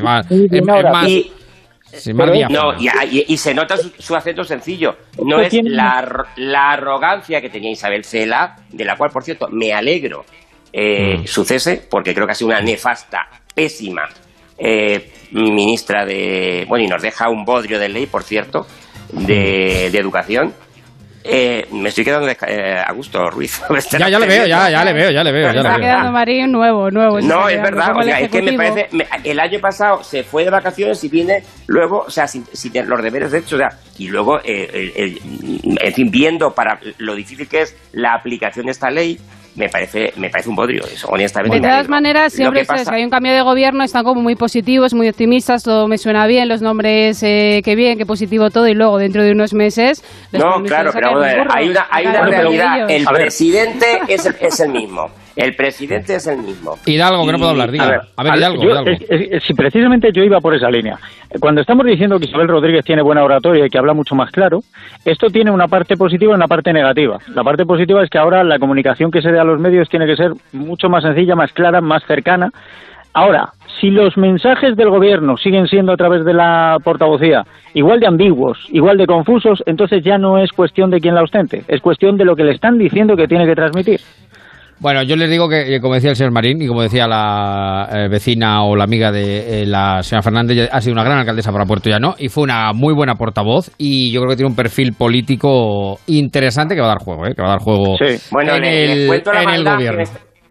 Speaker 4: y se nota su acento sencillo. No es la arrogancia que tenía Isabel Cela, de la cual, por cierto, me alegro su cese, porque creo que ha sido una nefasta, pésima ministra de... Bueno, y nos deja un bodrio de ley, por cierto, de educación. Me estoy quedando a gusto, Ruiz.
Speaker 2: Ya le veo.
Speaker 24: Está quedando Marín nuevo.
Speaker 4: No, es verdad. Es que me parece... El año pasado se fue de vacaciones y viene luego, o sea, sin los deberes hechos, o sea, y luego, en fin, viendo para lo difícil que es la aplicación de esta ley, me parece un bodrio eso, honestamente.
Speaker 24: De todas maneras, siempre que hay un cambio de gobierno, están como muy positivos, muy optimistas, todo me suena bien, los nombres, qué positivo todo, y luego dentro de unos meses...
Speaker 4: No, claro, pero hay una realidad, el presidente es el mismo. El presidente es el mismo.
Speaker 2: Hidalgo, que no puedo hablar, diga. A ver, Hidalgo.
Speaker 8: Si precisamente yo iba por esa línea. Cuando estamos diciendo que Isabel Rodríguez tiene buena oratoria y que habla mucho más claro, esto tiene una parte positiva y una parte negativa. La parte positiva es que ahora la comunicación que se dé a los medios tiene que ser mucho más sencilla, más clara, más cercana. Ahora, si los mensajes del gobierno siguen siendo a través de la portavocía igual de ambiguos, igual de confusos, entonces ya no es cuestión de quién la ostente, es cuestión de lo que le están diciendo que tiene que transmitir.
Speaker 2: Bueno, yo les digo que, como decía el señor Marín y como decía la vecina o la amiga de la señora Fernández, ha sido una gran alcaldesa para Puerto Llano y fue una muy buena portavoz y yo creo que tiene un perfil político interesante que va a dar juego, que va a dar juego
Speaker 4: en el gobierno.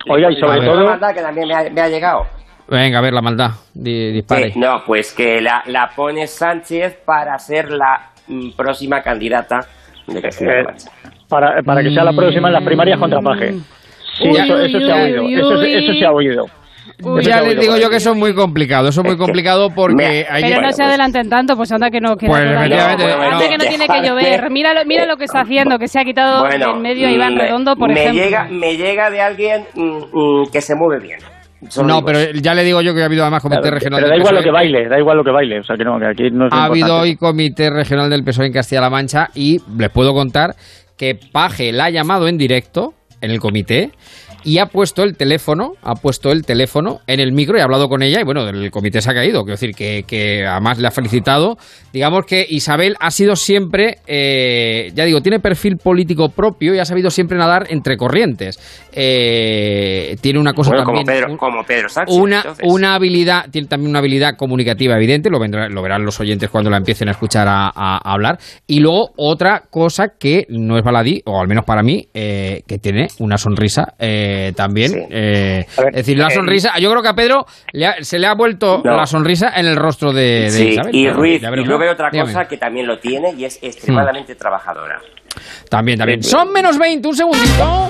Speaker 8: Oiga, y sobre todo...
Speaker 4: Una maldad que también me ha llegado.
Speaker 2: Venga, a ver la maldad, dispare.
Speaker 4: No, pues que la pone Sánchez para ser la próxima candidata de Castilla-La Mancha.
Speaker 8: Para que sea la próxima en las primarias contra Paje. Sí, eso se ha oído. Eso se ha oído.
Speaker 2: Ya les digo yo que eso es muy complicado. Eso es muy complicado porque...
Speaker 24: Pero no se adelanten tanto, pues anda que no queda anda que no tiene que llover. Mira lo que está haciendo, que se ha quitado en medio a Iván Redondo, por ejemplo.
Speaker 4: Me llega de alguien que se mueve bien.
Speaker 2: No, pero ya le digo yo que ha habido además comité regional
Speaker 8: del PSOE. Pero da igual lo que baile, o sea que no, que aquí no es
Speaker 2: ha habido hoy comité regional del PSOE en Castilla-La Mancha y les puedo contar que Paje la ha llamado en directo en el comité y ha puesto el teléfono en el micro y ha hablado con ella y bueno, el comité se ha caído, quiero decir que además le ha felicitado. Digamos que Isabel ha sido siempre, ya digo, tiene perfil político propio y ha sabido siempre nadar entre corrientes. Tiene una cosa también...
Speaker 4: Como Pedro Sánchez.
Speaker 2: Una habilidad, tiene también una habilidad comunicativa evidente, lo verán los oyentes cuando la empiecen a escuchar a hablar. Y luego otra cosa que no es baladí, o al menos para mí, que tiene una sonrisa también. Sí. Es decir, la sonrisa, yo creo que a Pedro se le ha vuelto la sonrisa en el rostro de Isabel.
Speaker 4: Y Ruiz, y luego hay otra cosa que también lo tiene y es extremadamente trabajadora.
Speaker 2: También. Son menos 20, un segundito.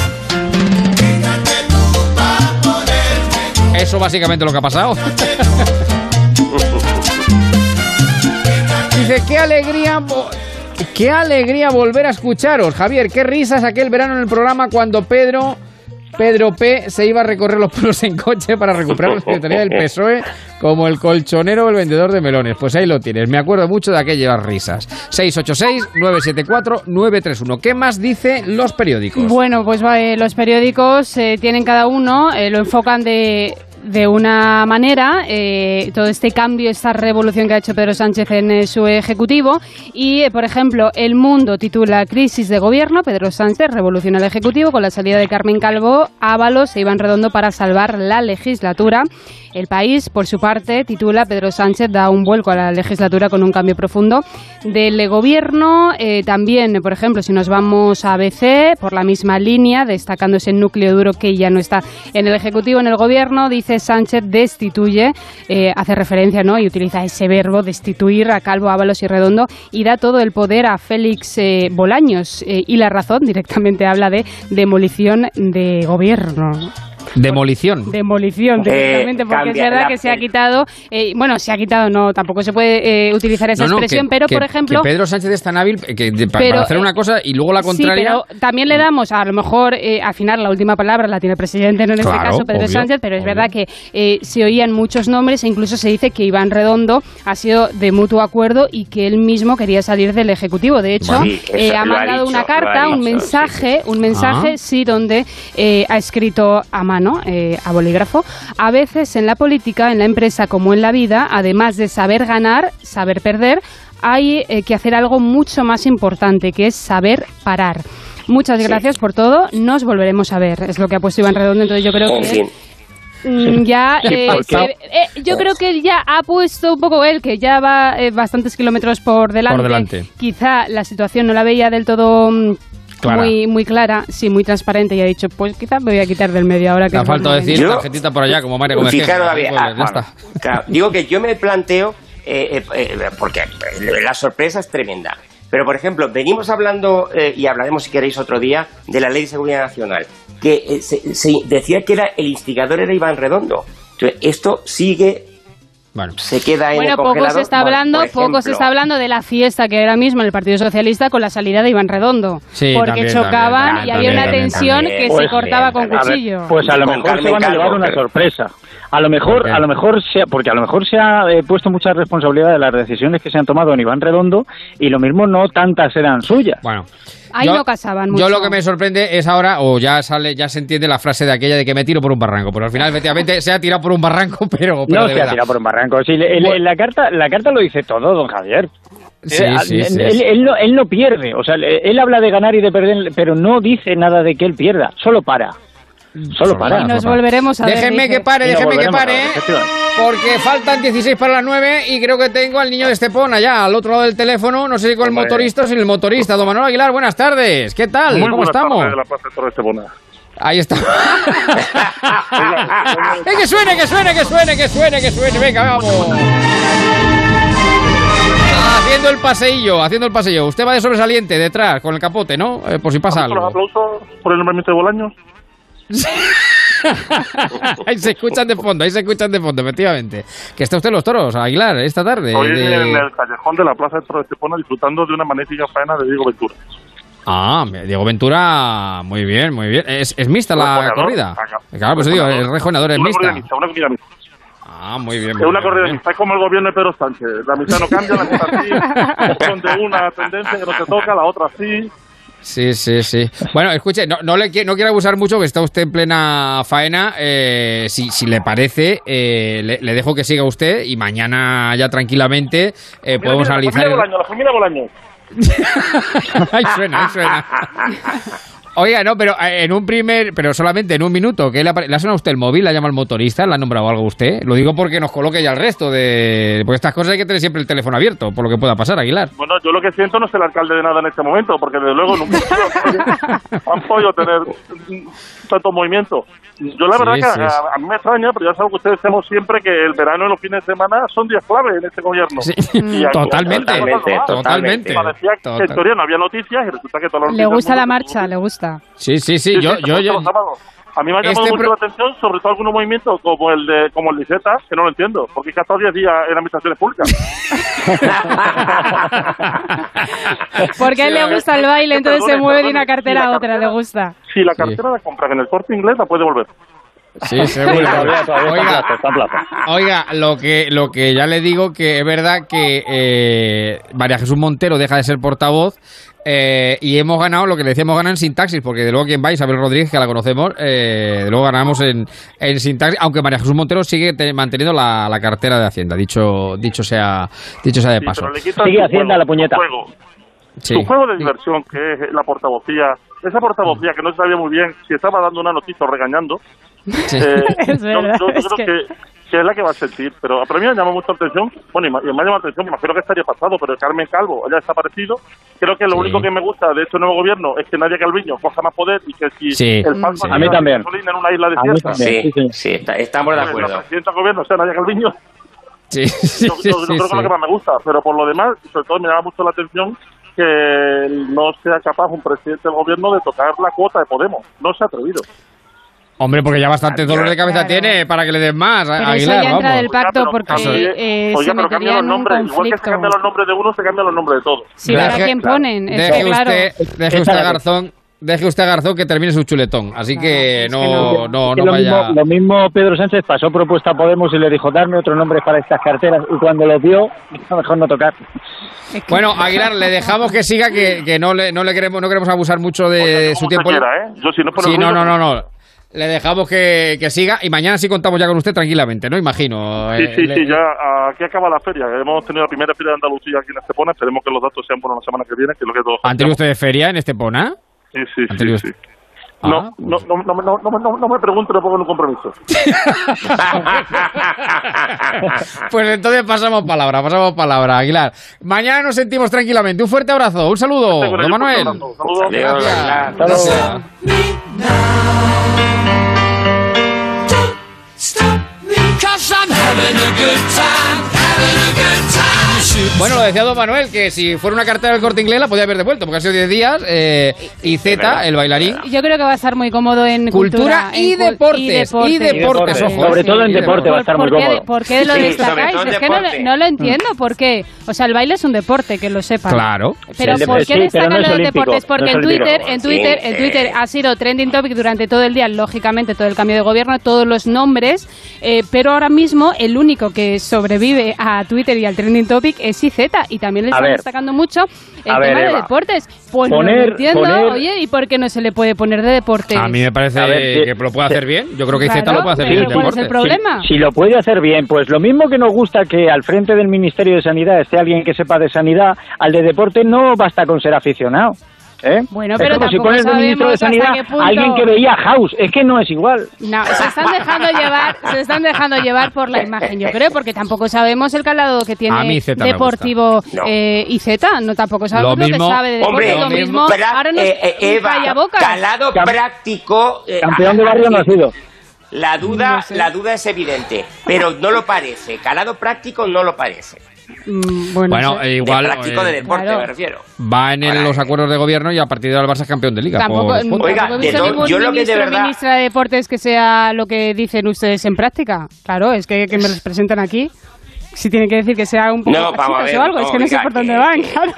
Speaker 2: Eso básicamente lo que ha pasado. Dice, qué alegría volver a escucharos, Javier. Qué risas aquel verano en el programa cuando Pedro P. se iba a recorrer los pueblos en coche para recuperar la secretaría del PSOE como el colchonero o el vendedor de melones. Pues ahí lo tienes. Me acuerdo mucho de aquellas risas. 686-974-931. ¿Qué más dicen los periódicos?
Speaker 24: Bueno, pues los periódicos tienen cada uno, lo enfocan de una manera, todo este cambio, esta revolución que ha hecho Pedro Sánchez en su ejecutivo. Y, por ejemplo, El Mundo titula Crisis de gobierno, Pedro Sánchez revoluciona el ejecutivo con la salida de Carmen Calvo, Ábalos e Iván Redondo para salvar la legislatura. El País, por su parte, titula Pedro Sánchez da un vuelco a la legislatura con un cambio profundo del gobierno. También, por ejemplo, si nos vamos a ABC, por la misma línea, destacando ese núcleo duro que ya no está en el ejecutivo, en el gobierno, dice Sánchez destituye, hace referencia, ¿no?, y utiliza ese verbo destituir a Calvo, Ábalos y Redondo y da todo el poder a Félix Bolaños. Y La Razón directamente habla de demolición de gobierno.
Speaker 2: Demolición,
Speaker 24: directamente, porque es verdad que se ha quitado, no, tampoco se puede utilizar esa expresión, pero por ejemplo...
Speaker 2: Que Pedro Sánchez es tan hábil para hacer una cosa y luego la contraria...
Speaker 24: Sí, pero también le damos, a lo mejor, al final la última palabra la tiene el presidente, no en este caso Pedro Sánchez, pero es verdad que se oían muchos nombres e incluso se dice que Iván Redondo ha sido de mutuo acuerdo y que él mismo quería salir del Ejecutivo. De hecho, ha mandado una carta, un mensaje, donde ha escrito a mano, a bolígrafo: a veces en la política, en la empresa como en la vida, además de saber ganar, saber perder, hay que hacer algo mucho más importante, que es saber parar. Muchas gracias por todo, nos volveremos a ver, es lo que ha puesto Iván Redondo. Entonces yo creo que yo creo que él ya ha puesto un poco que ya va bastantes kilómetros por delante. Quizá la situación no la veía del todo clara. Muy clara, sí, muy transparente, y ha dicho, pues quizás me voy a quitar del medio ahora. Que
Speaker 2: ha faltado decir tarjetita por allá, como María Gómez.
Speaker 4: Claro, digo que yo me planteo, porque la sorpresa es tremenda, pero por ejemplo, venimos hablando, y hablaremos si queréis otro día, de la Ley de Seguridad Nacional, que se decía que el instigador era Iván Redondo. Entonces, esto sigue...
Speaker 2: Bueno,
Speaker 4: se queda en el
Speaker 24: poco
Speaker 4: congelador.
Speaker 24: Se está hablando de la fiesta que era mismo en el Partido Socialista con la salida de Iván Redondo, porque chocaban y había una tensión que se cortaba con cuchillo.
Speaker 8: Pues a lo mejor se van a llevar una sorpresa. A lo mejor se ha puesto mucha responsabilidad de las decisiones que se han tomado en Iván Redondo y lo mismo no tantas eran suyas.
Speaker 2: Bueno.
Speaker 24: Ahí no casaban mucho.
Speaker 2: Yo lo que me sorprende es ahora, ya se entiende la frase de aquella de que me tiro por un barranco, pero al final efectivamente se ha tirado por un barranco, pero
Speaker 8: no se ha tirado por un barranco. Sí, la carta lo dice todo, don Javier.
Speaker 2: Sí.
Speaker 8: Él no pierde, o sea, él habla de ganar y de perder, pero no dice nada de que él pierda, solo para.
Speaker 24: Y nos volveremos a ver.
Speaker 2: Déjenme que pare, porque faltan 16 para las 9 y creo que tengo al niño de Estepona allá, al otro lado del teléfono, no sé si con el motorista o sin el motorista. Don Manuel Aguilar, buenas tardes, ¿qué tal?
Speaker 11: ¿Cómo
Speaker 2: estamos?
Speaker 11: De la Plaza de Estepona.
Speaker 2: Ahí está. ¡Que suene! Venga, vamos. Haciendo el paseillo. Usted va de sobresaliente detrás, con el capote, ¿no? Por si pasa algo.
Speaker 11: Los aplausos por el nombramiento de Bolaños.
Speaker 2: Ahí se escuchan de fondo, efectivamente. Que está usted en Los Toros, Aguilar, esta tarde.
Speaker 11: Estoy en el callejón de la Plaza de Toros de Estepona disfrutando de una magnífica faena de Diego Ventura.
Speaker 2: Ah, Diego Ventura, muy bien. ¿Es mixta la corrida? Claro, pues digo, el rejoneador es mixta.
Speaker 11: Una comida mixta.
Speaker 2: Ah, muy bien.
Speaker 11: Es una corrida mixta, es como el gobierno de Pedro Sánchez. La mitad no cambia, la mitad sí. Son de una tendencia que no te toca, la otra sí.
Speaker 2: Sí. Bueno, escuche, no quiero abusar mucho, que está usted en plena faena. Si le parece, le dejo que siga usted y mañana ya tranquilamente podemos analizar.
Speaker 11: La familia Bolaño.
Speaker 2: Ahí suena. Oiga, no, pero pero solamente en un minuto, ¿le ha sonado a usted el móvil? ¿Le ha llamado el motorista? ¿Le ha nombrado algo a usted? Lo digo porque nos coloque ya el resto porque estas cosas hay que tener siempre el teléfono abierto, por lo que pueda pasar, Aguilar.
Speaker 11: Bueno, yo lo que siento no es el alcalde de nada en este momento, porque desde luego nunca han podido tener tanto movimiento. Yo la verdad que a mí me extraña, pero ya saben que ustedes decimos siempre que el verano y los fines de semana son días clave en este gobierno.
Speaker 2: Sí. Totalmente.
Speaker 11: Parecía que en teoría no había noticias y resulta que todas las
Speaker 24: Le gusta la marcha, le gusta.
Speaker 2: Sí. Yo.
Speaker 11: A mí me ha llamado mucho la atención, sobre todo algunos movimientos como el de Zeta, que no lo entiendo, porque es que ha estado 10 días en administraciones públicas.
Speaker 24: Porque a él le gusta el baile, entonces se mueve de una cartera a otra, le gusta.
Speaker 11: Si la cartera la compras en el Corte Inglés, la puede devolver.
Speaker 2: Sí, seguro. Oiga, lo que ya le digo, que es verdad que María Jesús Montero deja de ser portavoz. Y hemos ganado lo que le decíamos ganar en Sintaxis, porque de luego quien va, Isabel Rodríguez, que la conocemos, de luego ganamos en Sintaxis, aunque María Jesús Montero sigue manteniendo la cartera de Hacienda, dicho sea de paso.
Speaker 8: Sigue Hacienda la puñeta.
Speaker 11: Su juego de diversión, que es la portavocía, esa portavocía que no se sabía muy bien si estaba dando una noticia o regañando,
Speaker 24: es verdad,
Speaker 11: yo creo que es la que va a sentir, pero para mí me llama mucho la atención, bueno, y me llama la atención, me imagino que estaría pasado, pero Carmen Calvo haya desaparecido. Creo que lo único que me gusta de este nuevo gobierno es que Nadia Calviño coja más poder y que si el falso
Speaker 8: a mí también
Speaker 11: en una isla desierta.
Speaker 4: Sí, estamos de acuerdo.
Speaker 11: La presidenta del gobierno sea Nadia Calviño. Yo creo que es lo que más me gusta, pero por lo demás, sobre todo me llama mucho la atención que no sea capaz un presidente del gobierno de tocar la cuota de Podemos. No se ha atrevido.
Speaker 2: Hombre, porque ya bastante dolor de cabeza tiene para que le den más.
Speaker 24: Pero
Speaker 2: Aguilar,
Speaker 24: eso ya entra del pacto porque
Speaker 11: se metería en un conflicto. Igual que se cambian los nombres de uno, se cambian los nombres de todos.
Speaker 24: Sí, ¿a quién ponen?
Speaker 2: Deje usted a Garzón que termine su chuletón. Así que no vaya...
Speaker 8: Lo mismo Pedro Sánchez pasó propuesta a Podemos y le dijo, darme otro nombre para estas carteras. Y cuando lo dio, mejor no tocar.
Speaker 2: Bueno, Aguilar, le dejamos que siga, que no queremos abusar mucho de su tiempo.
Speaker 11: Yo si no por
Speaker 2: no. Le dejamos que siga y mañana sí contamos ya con usted tranquilamente, ¿no? Imagino.
Speaker 11: Sí, ya aquí acaba la feria. Hemos tenido la primera feria de Andalucía aquí en Estepona. Esperemos que los datos sean buenos la semana que viene, que es lo que todos...
Speaker 2: ¿Han tenido ustedes feria en Estepona?
Speaker 11: Sí. No me pregunte, le pongo en un compromiso.
Speaker 2: Pues entonces pasamos palabra, Aguilar. Mañana nos sentimos tranquilamente. Un fuerte abrazo, un saludo, don Manuel.
Speaker 11: Gracias.
Speaker 2: Bueno, lo decía don Manuel, que si fuera una cartera del Corte Inglés la podía haber devuelto, porque ha sido 10 días. Y Zeta, el bailarín.
Speaker 24: Yo creo que va a estar muy cómodo en
Speaker 2: cultura y deportes. Ojo.
Speaker 8: Sobre todo en deporte va a estar muy cómodo.
Speaker 24: ¿Por qué lo destacáis? Es que no lo entiendo. ¿Por qué? O sea, el baile es un deporte, que lo sepan.
Speaker 2: Claro.
Speaker 24: Pero ¿por qué destacan los deportes? Porque en Twitter ha sido trending topic durante todo el día, lógicamente, todo el cambio de gobierno, todos los nombres. Pero ahora mismo el único que sobrevive a Twitter y al trending topic es IZ, y también le están destacando mucho el tema de deportes. Pues no lo entiendo, oye, ¿y por qué no se le puede poner de deportes?
Speaker 2: A mí me parece que lo puede hacer bien. Yo creo que IZ lo puede hacer bien.
Speaker 24: ¿Cuál es el problema?
Speaker 8: Si lo puede hacer bien, pues lo mismo que nos gusta que al frente del Ministerio de Sanidad esté alguien que sepa de sanidad, al de deporte no basta con ser aficionado.
Speaker 23: Bueno,
Speaker 8: es
Speaker 23: pero
Speaker 8: como si pones de ministro de Sanidad a alguien que veía House. Es que no es igual.
Speaker 24: No, se están dejando llevar por la imagen, yo creo, porque tampoco sabemos el calado que tiene Deportivo IZ. No, tampoco sabemos lo que sabe de deporte. Lo mismo, ahora nos callabocas.
Speaker 4: Calado práctico.
Speaker 8: Campeón de barrio no ha sido.
Speaker 4: La duda es evidente, pero no lo parece. Calado práctico no lo parece.
Speaker 2: Bueno, igual.
Speaker 4: Práctico de deporte, me refiero.
Speaker 2: Va en los acuerdos de gobierno y a partir de ahora el Barça es campeón de Liga.
Speaker 24: Oiga, yo lo que de verdad. Ministra de Deportes que sea lo que dicen ustedes en práctica. Claro, es que me los presentan aquí. Si tienen que decir que sea un poco o algo, es que no sé por dónde van, claro.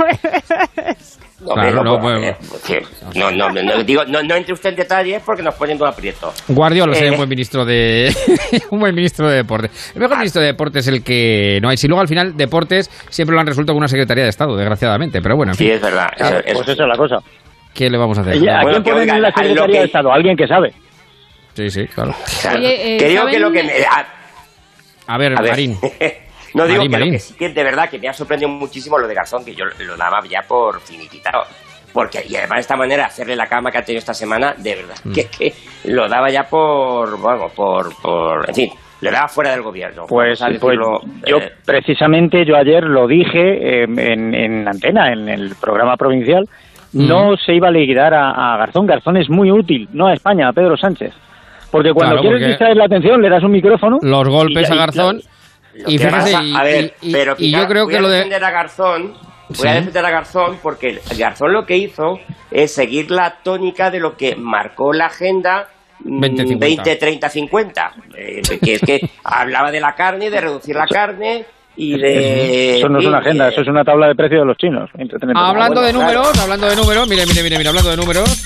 Speaker 4: No entre usted en detalles porque nos ponen todo aprieto.
Speaker 2: Guardiola sería un buen ministro de deportes. El mejor ministro de deportes es el que no hay. Si luego al final deportes siempre lo han resuelto con una secretaría de Estado, desgraciadamente. Pero bueno, en fin.
Speaker 4: Sí, es verdad.
Speaker 8: Pues esa es la cosa.
Speaker 2: ¿Qué le vamos a hacer?
Speaker 8: ¿A quién ponen en la secretaría de Estado? Alguien que sabe.
Speaker 2: Sí, claro.
Speaker 4: Creo que lo que
Speaker 2: A ver, Marín.
Speaker 4: No digo que lo que sí que de verdad que me ha sorprendido muchísimo lo de Garzón, que yo lo daba ya por finiquitado. Porque, y además de esta manera, hacerle la cama que ha tenido esta semana, de verdad, que lo daba ya en fin, le daba fuera del gobierno.
Speaker 8: Pues yo precisamente, yo ayer lo dije en Antena, en el programa provincial, no se iba a liquidar a Garzón. Garzón es muy útil, no a España, a Pedro Sánchez. Porque cuando quieres distraer la atención, le das un micrófono.
Speaker 2: Los golpes a Garzón... Y fíjese,
Speaker 4: pero
Speaker 2: yo creo que lo de
Speaker 4: defender a Garzón, voy a defender a Garzón porque Garzón lo que hizo es seguir la tónica de lo que marcó la agenda 20-30-50, que es que hablaba de la carne, de reducir la carne y de...
Speaker 8: Eso no es una agenda, eso es una tabla de precios de los chinos.
Speaker 2: Hablando de números, mire, hablando de números.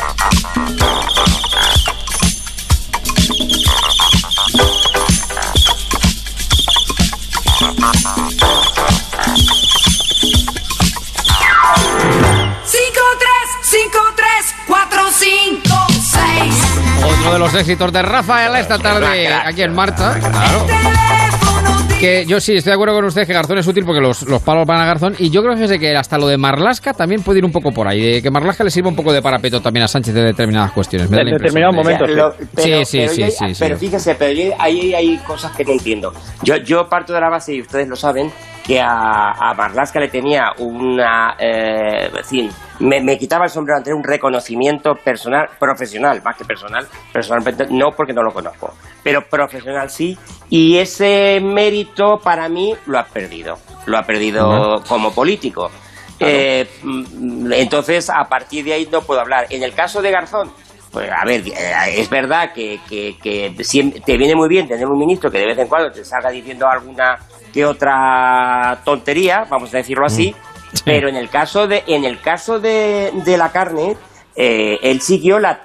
Speaker 2: Otro de los éxitos de Rafael esta tarde aquí en Marcha, claro. Que yo sí estoy de acuerdo con usted que Garzón es útil porque los palos van a Garzón, y yo creo que hasta lo de Marlaska también puede ir un poco por ahí, de que Marlaska le sirva un poco de parapeto también a Sánchez de determinadas cuestiones.
Speaker 8: En determinados momentos.
Speaker 2: Sí.
Speaker 4: Pero fíjese, ahí hay cosas que no entiendo. Yo parto de la base, y ustedes lo saben, que a Marlaska le tenía una... me quitaba el sombrero ante un reconocimiento personal, profesional, más que personal, personalmente no, porque no lo conozco, pero profesional sí, y ese mérito para mí lo ha perdido como político. Claro. Entonces, a partir de ahí no puedo hablar. En el caso de Garzón, pues a ver, es verdad que te viene muy bien tener un ministro que de vez en cuando te salga diciendo alguna que otra tontería, vamos a decirlo así, pero en el caso de la carne, él siguió la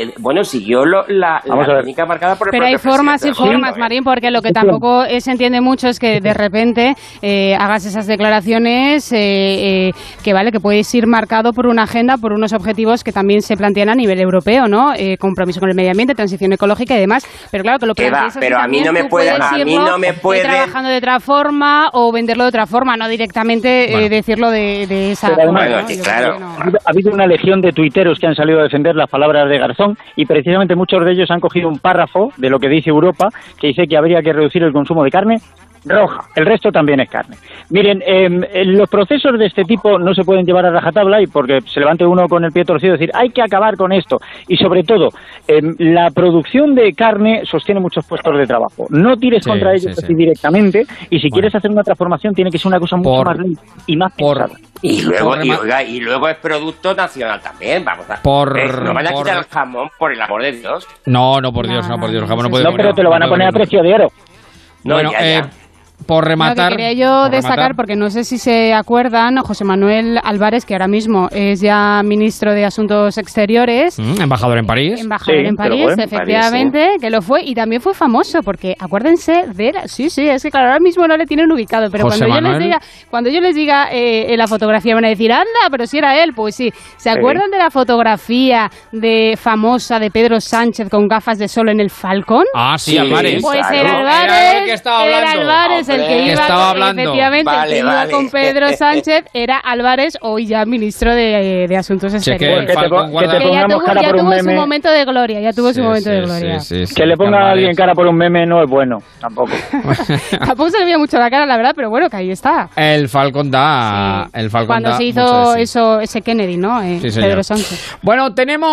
Speaker 4: técnica marcada por el
Speaker 24: pero hay formas y formas, Marín, porque lo que tampoco se entiende mucho es que de repente hagas esas declaraciones que puedes ir marcado por una agenda, por unos objetivos que también se plantean a nivel europeo, ¿no? Compromiso con el medio ambiente, transición ecológica y demás, pero claro que lo planteas así,
Speaker 4: pero a mí no me puede
Speaker 24: trabajando de otra forma o venderlo de otra forma, no directamente decirlo de esa forma.
Speaker 4: Claro.
Speaker 8: Ha habido una legión de tuiteros que han salido a defender las palabras de Garzón, y precisamente muchos de ellos han cogido un párrafo de lo que dice Europa, que dice que habría que reducir el consumo de carne roja, el resto también es carne. Miren, los procesos de este tipo no se pueden llevar a rajatabla, y porque se levante uno con el pie torcido y decir hay que acabar con esto, y sobre todo la producción de carne sostiene muchos puestos de trabajo, no tires contra ellos así directamente, y si quieres hacer una transformación tiene que ser una cosa mucho más lenta y más pensada.
Speaker 4: Y luego es producto nacional también, vamos a... no van a quitar el jamón, por el amor de Dios.
Speaker 2: No, por Dios, el jamón no puede...
Speaker 8: No, pero te lo van a poner a precio de oro.
Speaker 2: Bueno, por rematar...
Speaker 24: Lo que quería yo destacar, porque no sé si se acuerdan, José Manuel Álvarez, que ahora mismo es ya ministro de Asuntos Exteriores.
Speaker 2: Embajador en París.
Speaker 24: Efectivamente, que lo fue, y también fue famoso, porque acuérdense de... es que claro, ahora mismo no le tienen ubicado, pero cuando yo les diga la fotografía van a decir, anda, pero si era él, pues sí. ¿Se acuerdan de la fotografía famosa de Pedro Sánchez con gafas de sol en el Falcón?
Speaker 2: Ah, sí, Álvarez.
Speaker 24: Pues
Speaker 2: claro.
Speaker 24: era Álvarez Entonces el que iba,
Speaker 2: estaba hablando.
Speaker 24: Efectivamente, el que iba con Pedro Sánchez era Álvarez, hoy ya ministro de Asuntos Exteriores.
Speaker 8: Que ya
Speaker 24: tuvo su momento de gloria, ya tuvo su momento de gloria.
Speaker 8: Que le ponga a alguien cara por un meme no es bueno, tampoco.
Speaker 24: Tampoco se le veía mucho la cara, la verdad, pero bueno, que ahí está.
Speaker 2: El Falcon da... El Falcon
Speaker 24: cuando
Speaker 2: da
Speaker 24: se hizo ese Kennedy, ¿no? Pedro Sánchez.
Speaker 2: Bueno,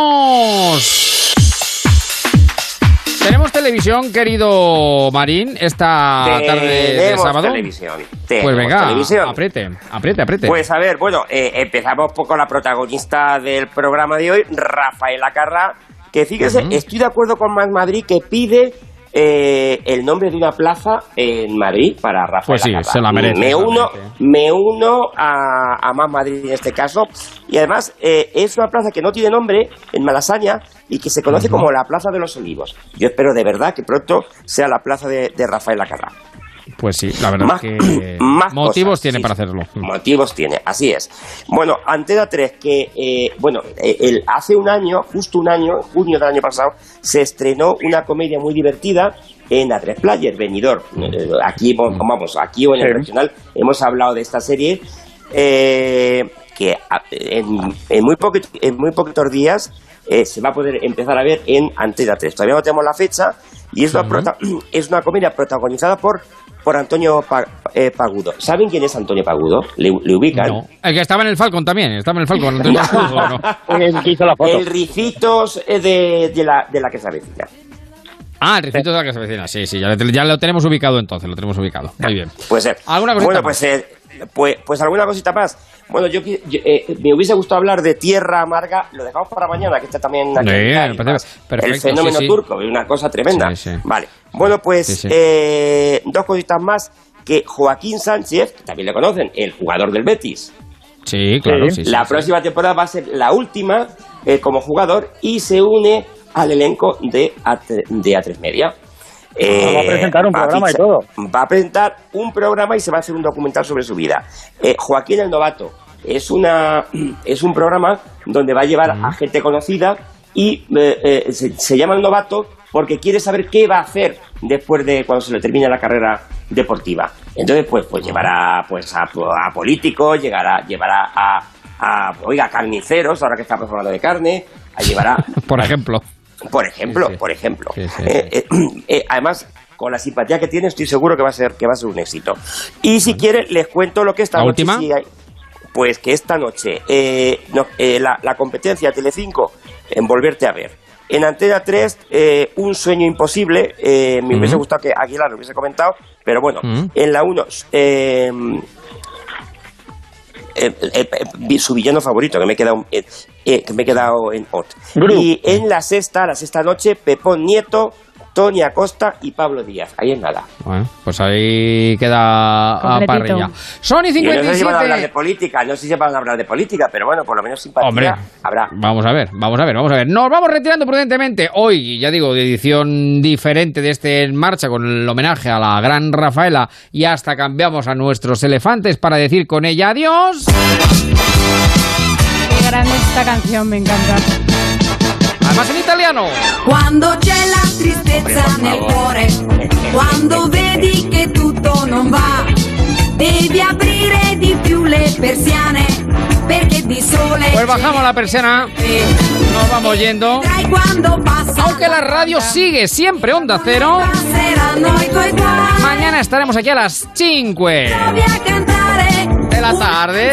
Speaker 2: Tenemos televisión, querido Marín, esta tarde de sábado. Pues venga, apriete.
Speaker 4: Pues a ver, bueno, empezamos con la protagonista del programa de hoy, Rafaela Carrà, que fíjese, estoy de acuerdo con Más Madrid, que pide el nombre de una plaza en Madrid para Rafaela
Speaker 2: Pues sí,
Speaker 4: Carrà.
Speaker 2: se la merece.
Speaker 4: Me uno a Más Madrid en este caso, y además es una plaza que no tiene nombre en Malasaña y que se conoce como la Plaza de los Olivos. Yo espero de verdad que pronto sea la plaza de Rafaela Carrà.
Speaker 2: Pues sí, la verdad que motivos tiene para hacerlo.
Speaker 4: Motivos tiene, así es. Bueno, Antena 3, que hace un año, justo un año, junio del año pasado, se estrenó una comedia muy divertida en A3 Player, Benidorm. Aquí o en el regional hemos hablado de esta serie que en muy poquitos días se va a poder empezar a ver en Antena 3. Todavía no tenemos la fecha y es una comedia protagonizada por Antonio Pagudo. ¿Saben quién es Antonio Pagudo? ¿Le ubican?
Speaker 2: No. El que estaba en el Falcon también. Antonio Pagudo, ¿no?
Speaker 8: El que hizo la foto.
Speaker 4: El Ricitos de la que se avecina.
Speaker 2: Ah, el Ricitos de la que se avecina. Sí, ya lo tenemos ubicado entonces. Muy bien.
Speaker 4: Pues ¿alguna cosita más? Pues alguna cosita más. Bueno, yo me hubiese gustado hablar de Tierra Amarga. Lo dejamos para mañana, que está también aquí. El fenómeno turco, es una cosa tremenda. Sí. Vale. Bueno, pues dos cositas más. Que Joaquín Sánchez, que también le conocen, el jugador del Betis.
Speaker 2: Sí, claro.
Speaker 4: La próxima temporada va a ser la última como jugador y se une al elenco de A3 Media.
Speaker 8: Va a presentar un programa y todo.
Speaker 4: Va a presentar un programa y se va a hacer un documental sobre su vida. Joaquín el Novato es un programa donde va a llevar a gente conocida y se llama El Novato porque quiere saber qué va a hacer después de cuando se le termine la carrera deportiva. Entonces, pues llevará a políticos, llevará a carniceros, ahora que estamos hablando de carne, llevará
Speaker 2: por ejemplo.
Speaker 4: Además, con la simpatía que tiene, estoy seguro que va a ser un éxito. Y si quiere, les cuento lo que esta noche sí hay. Pues que esta noche la competencia de Telecinco en Volverte a Ver. En Antena 3, Un sueño imposible. Me hubiese gustado que Aguilar lo hubiese comentado, pero bueno, en la 1 su villano favorito, que me he quedado en Ot. Y en la sexta noche, Pepón Nieto, Tony Acosta y Pablo Díaz. Ahí es nada.
Speaker 2: Bueno, pues ahí queda a parrilla. Sony 57.
Speaker 4: No sé si van a hablar de política, pero bueno, por lo menos simpatía habrá.
Speaker 2: Vamos a ver. Nos vamos retirando prudentemente. Hoy, ya digo, de edición diferente de este En Marcha, con el homenaje a la gran Rafaela, y hasta cambiamos a nuestros elefantes para decir con ella adiós.
Speaker 24: Qué grande esta canción, me encanta.
Speaker 2: Además en italiano.
Speaker 3: Quando c'è la tristezza nel cuore, quando vedi che tutto non va, devi aprire di più le persiane, perché di sole.
Speaker 2: Pues bajamos la persiana, nos vamos yendo. Aunque la radio sigue siempre Onda Cero. Mañana estaremos aquí a las 5 de la tarde,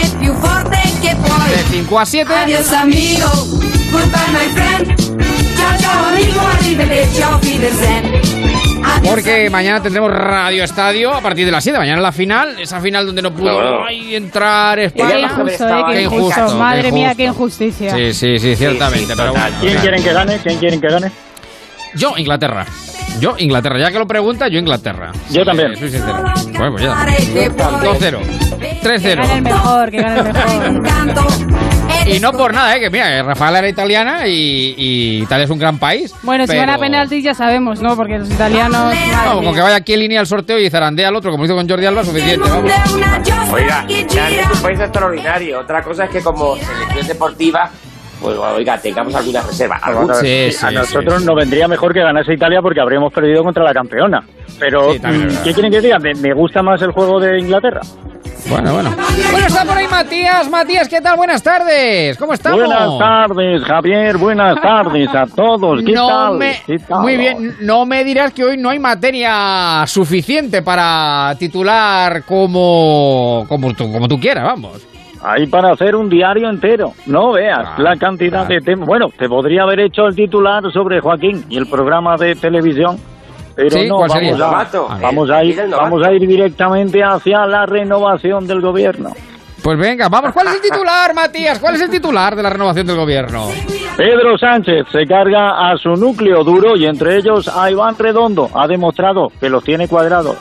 Speaker 2: de 5 a 7.
Speaker 3: Adiós amigo, goodbye my friend. Ciao ciao amigo, arrivederci, auf Wiedersehen.
Speaker 2: Porque mañana tendremos Radio Estadio a partir de las 7. Mañana la final, esa final donde no pudo entrar España.
Speaker 24: Qué injusto. Madre mía, qué injusticia.
Speaker 2: Sí, ciertamente. Pero bueno,
Speaker 8: ¿Quién quieren que gane?
Speaker 2: Yo, Inglaterra. Ya que lo pregunta, yo Inglaterra.
Speaker 8: Yo también.
Speaker 2: Soy sincero. Bueno, pues ya. 2-0. 3-0.
Speaker 24: Que gane el mejor.
Speaker 2: Y no por nada, que mira, Rafaela era italiana y Italia es un gran país.
Speaker 24: Bueno, si van a penaltis ya sabemos, ¿no? Porque los italianos...
Speaker 2: No, con que vaya aquí en línea al sorteo y zarandea al otro, como hizo con Jordi Alba, suficiente, vamos.
Speaker 4: Oiga, Italia es un país extraordinario. Otra cosa es que como selección deportiva pues oiga, tengamos alguna reserva.
Speaker 8: A nosotros nos vendría mejor que ganase Italia porque habríamos perdido contra la campeona. Pero, ¿qué quieren que diga? Me gusta más el juego de Inglaterra.
Speaker 2: Bueno. Bueno, está por ahí Matías. Matías, ¿qué tal? Buenas tardes. ¿Cómo estamos?
Speaker 12: Buenas tardes, Javier. Buenas tardes a todos. ¿Qué tal?
Speaker 2: Muy bien. No me dirás que hoy no hay materia suficiente para titular como tú quieras, vamos.
Speaker 12: Hay para hacer un diario entero. No veas la cantidad de temas. Bueno, te podría haber hecho el titular sobre Joaquín y el programa de televisión. Pero sí, no, vamos a ir directamente hacia la renovación del gobierno.
Speaker 2: Pues venga, vamos. ¿Cuál es el titular, Matías? ¿Cuál es el titular de la renovación del gobierno?
Speaker 12: Pedro Sánchez se carga a su núcleo duro y entre ellos a Iván Redondo. Ha demostrado que los tiene cuadrados.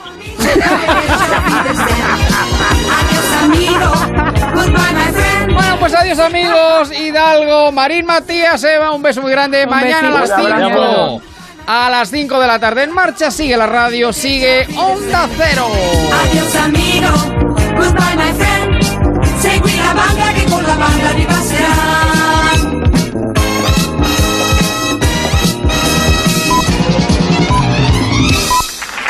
Speaker 2: Bueno, pues adiós amigos. Hidalgo, Marín, Matías, Eva, un beso muy grande. Mañana a las 5. A las 5 de la tarde En Marcha, sigue la radio, sigue Onda Cero.
Speaker 3: Adiós amigo, goodbye.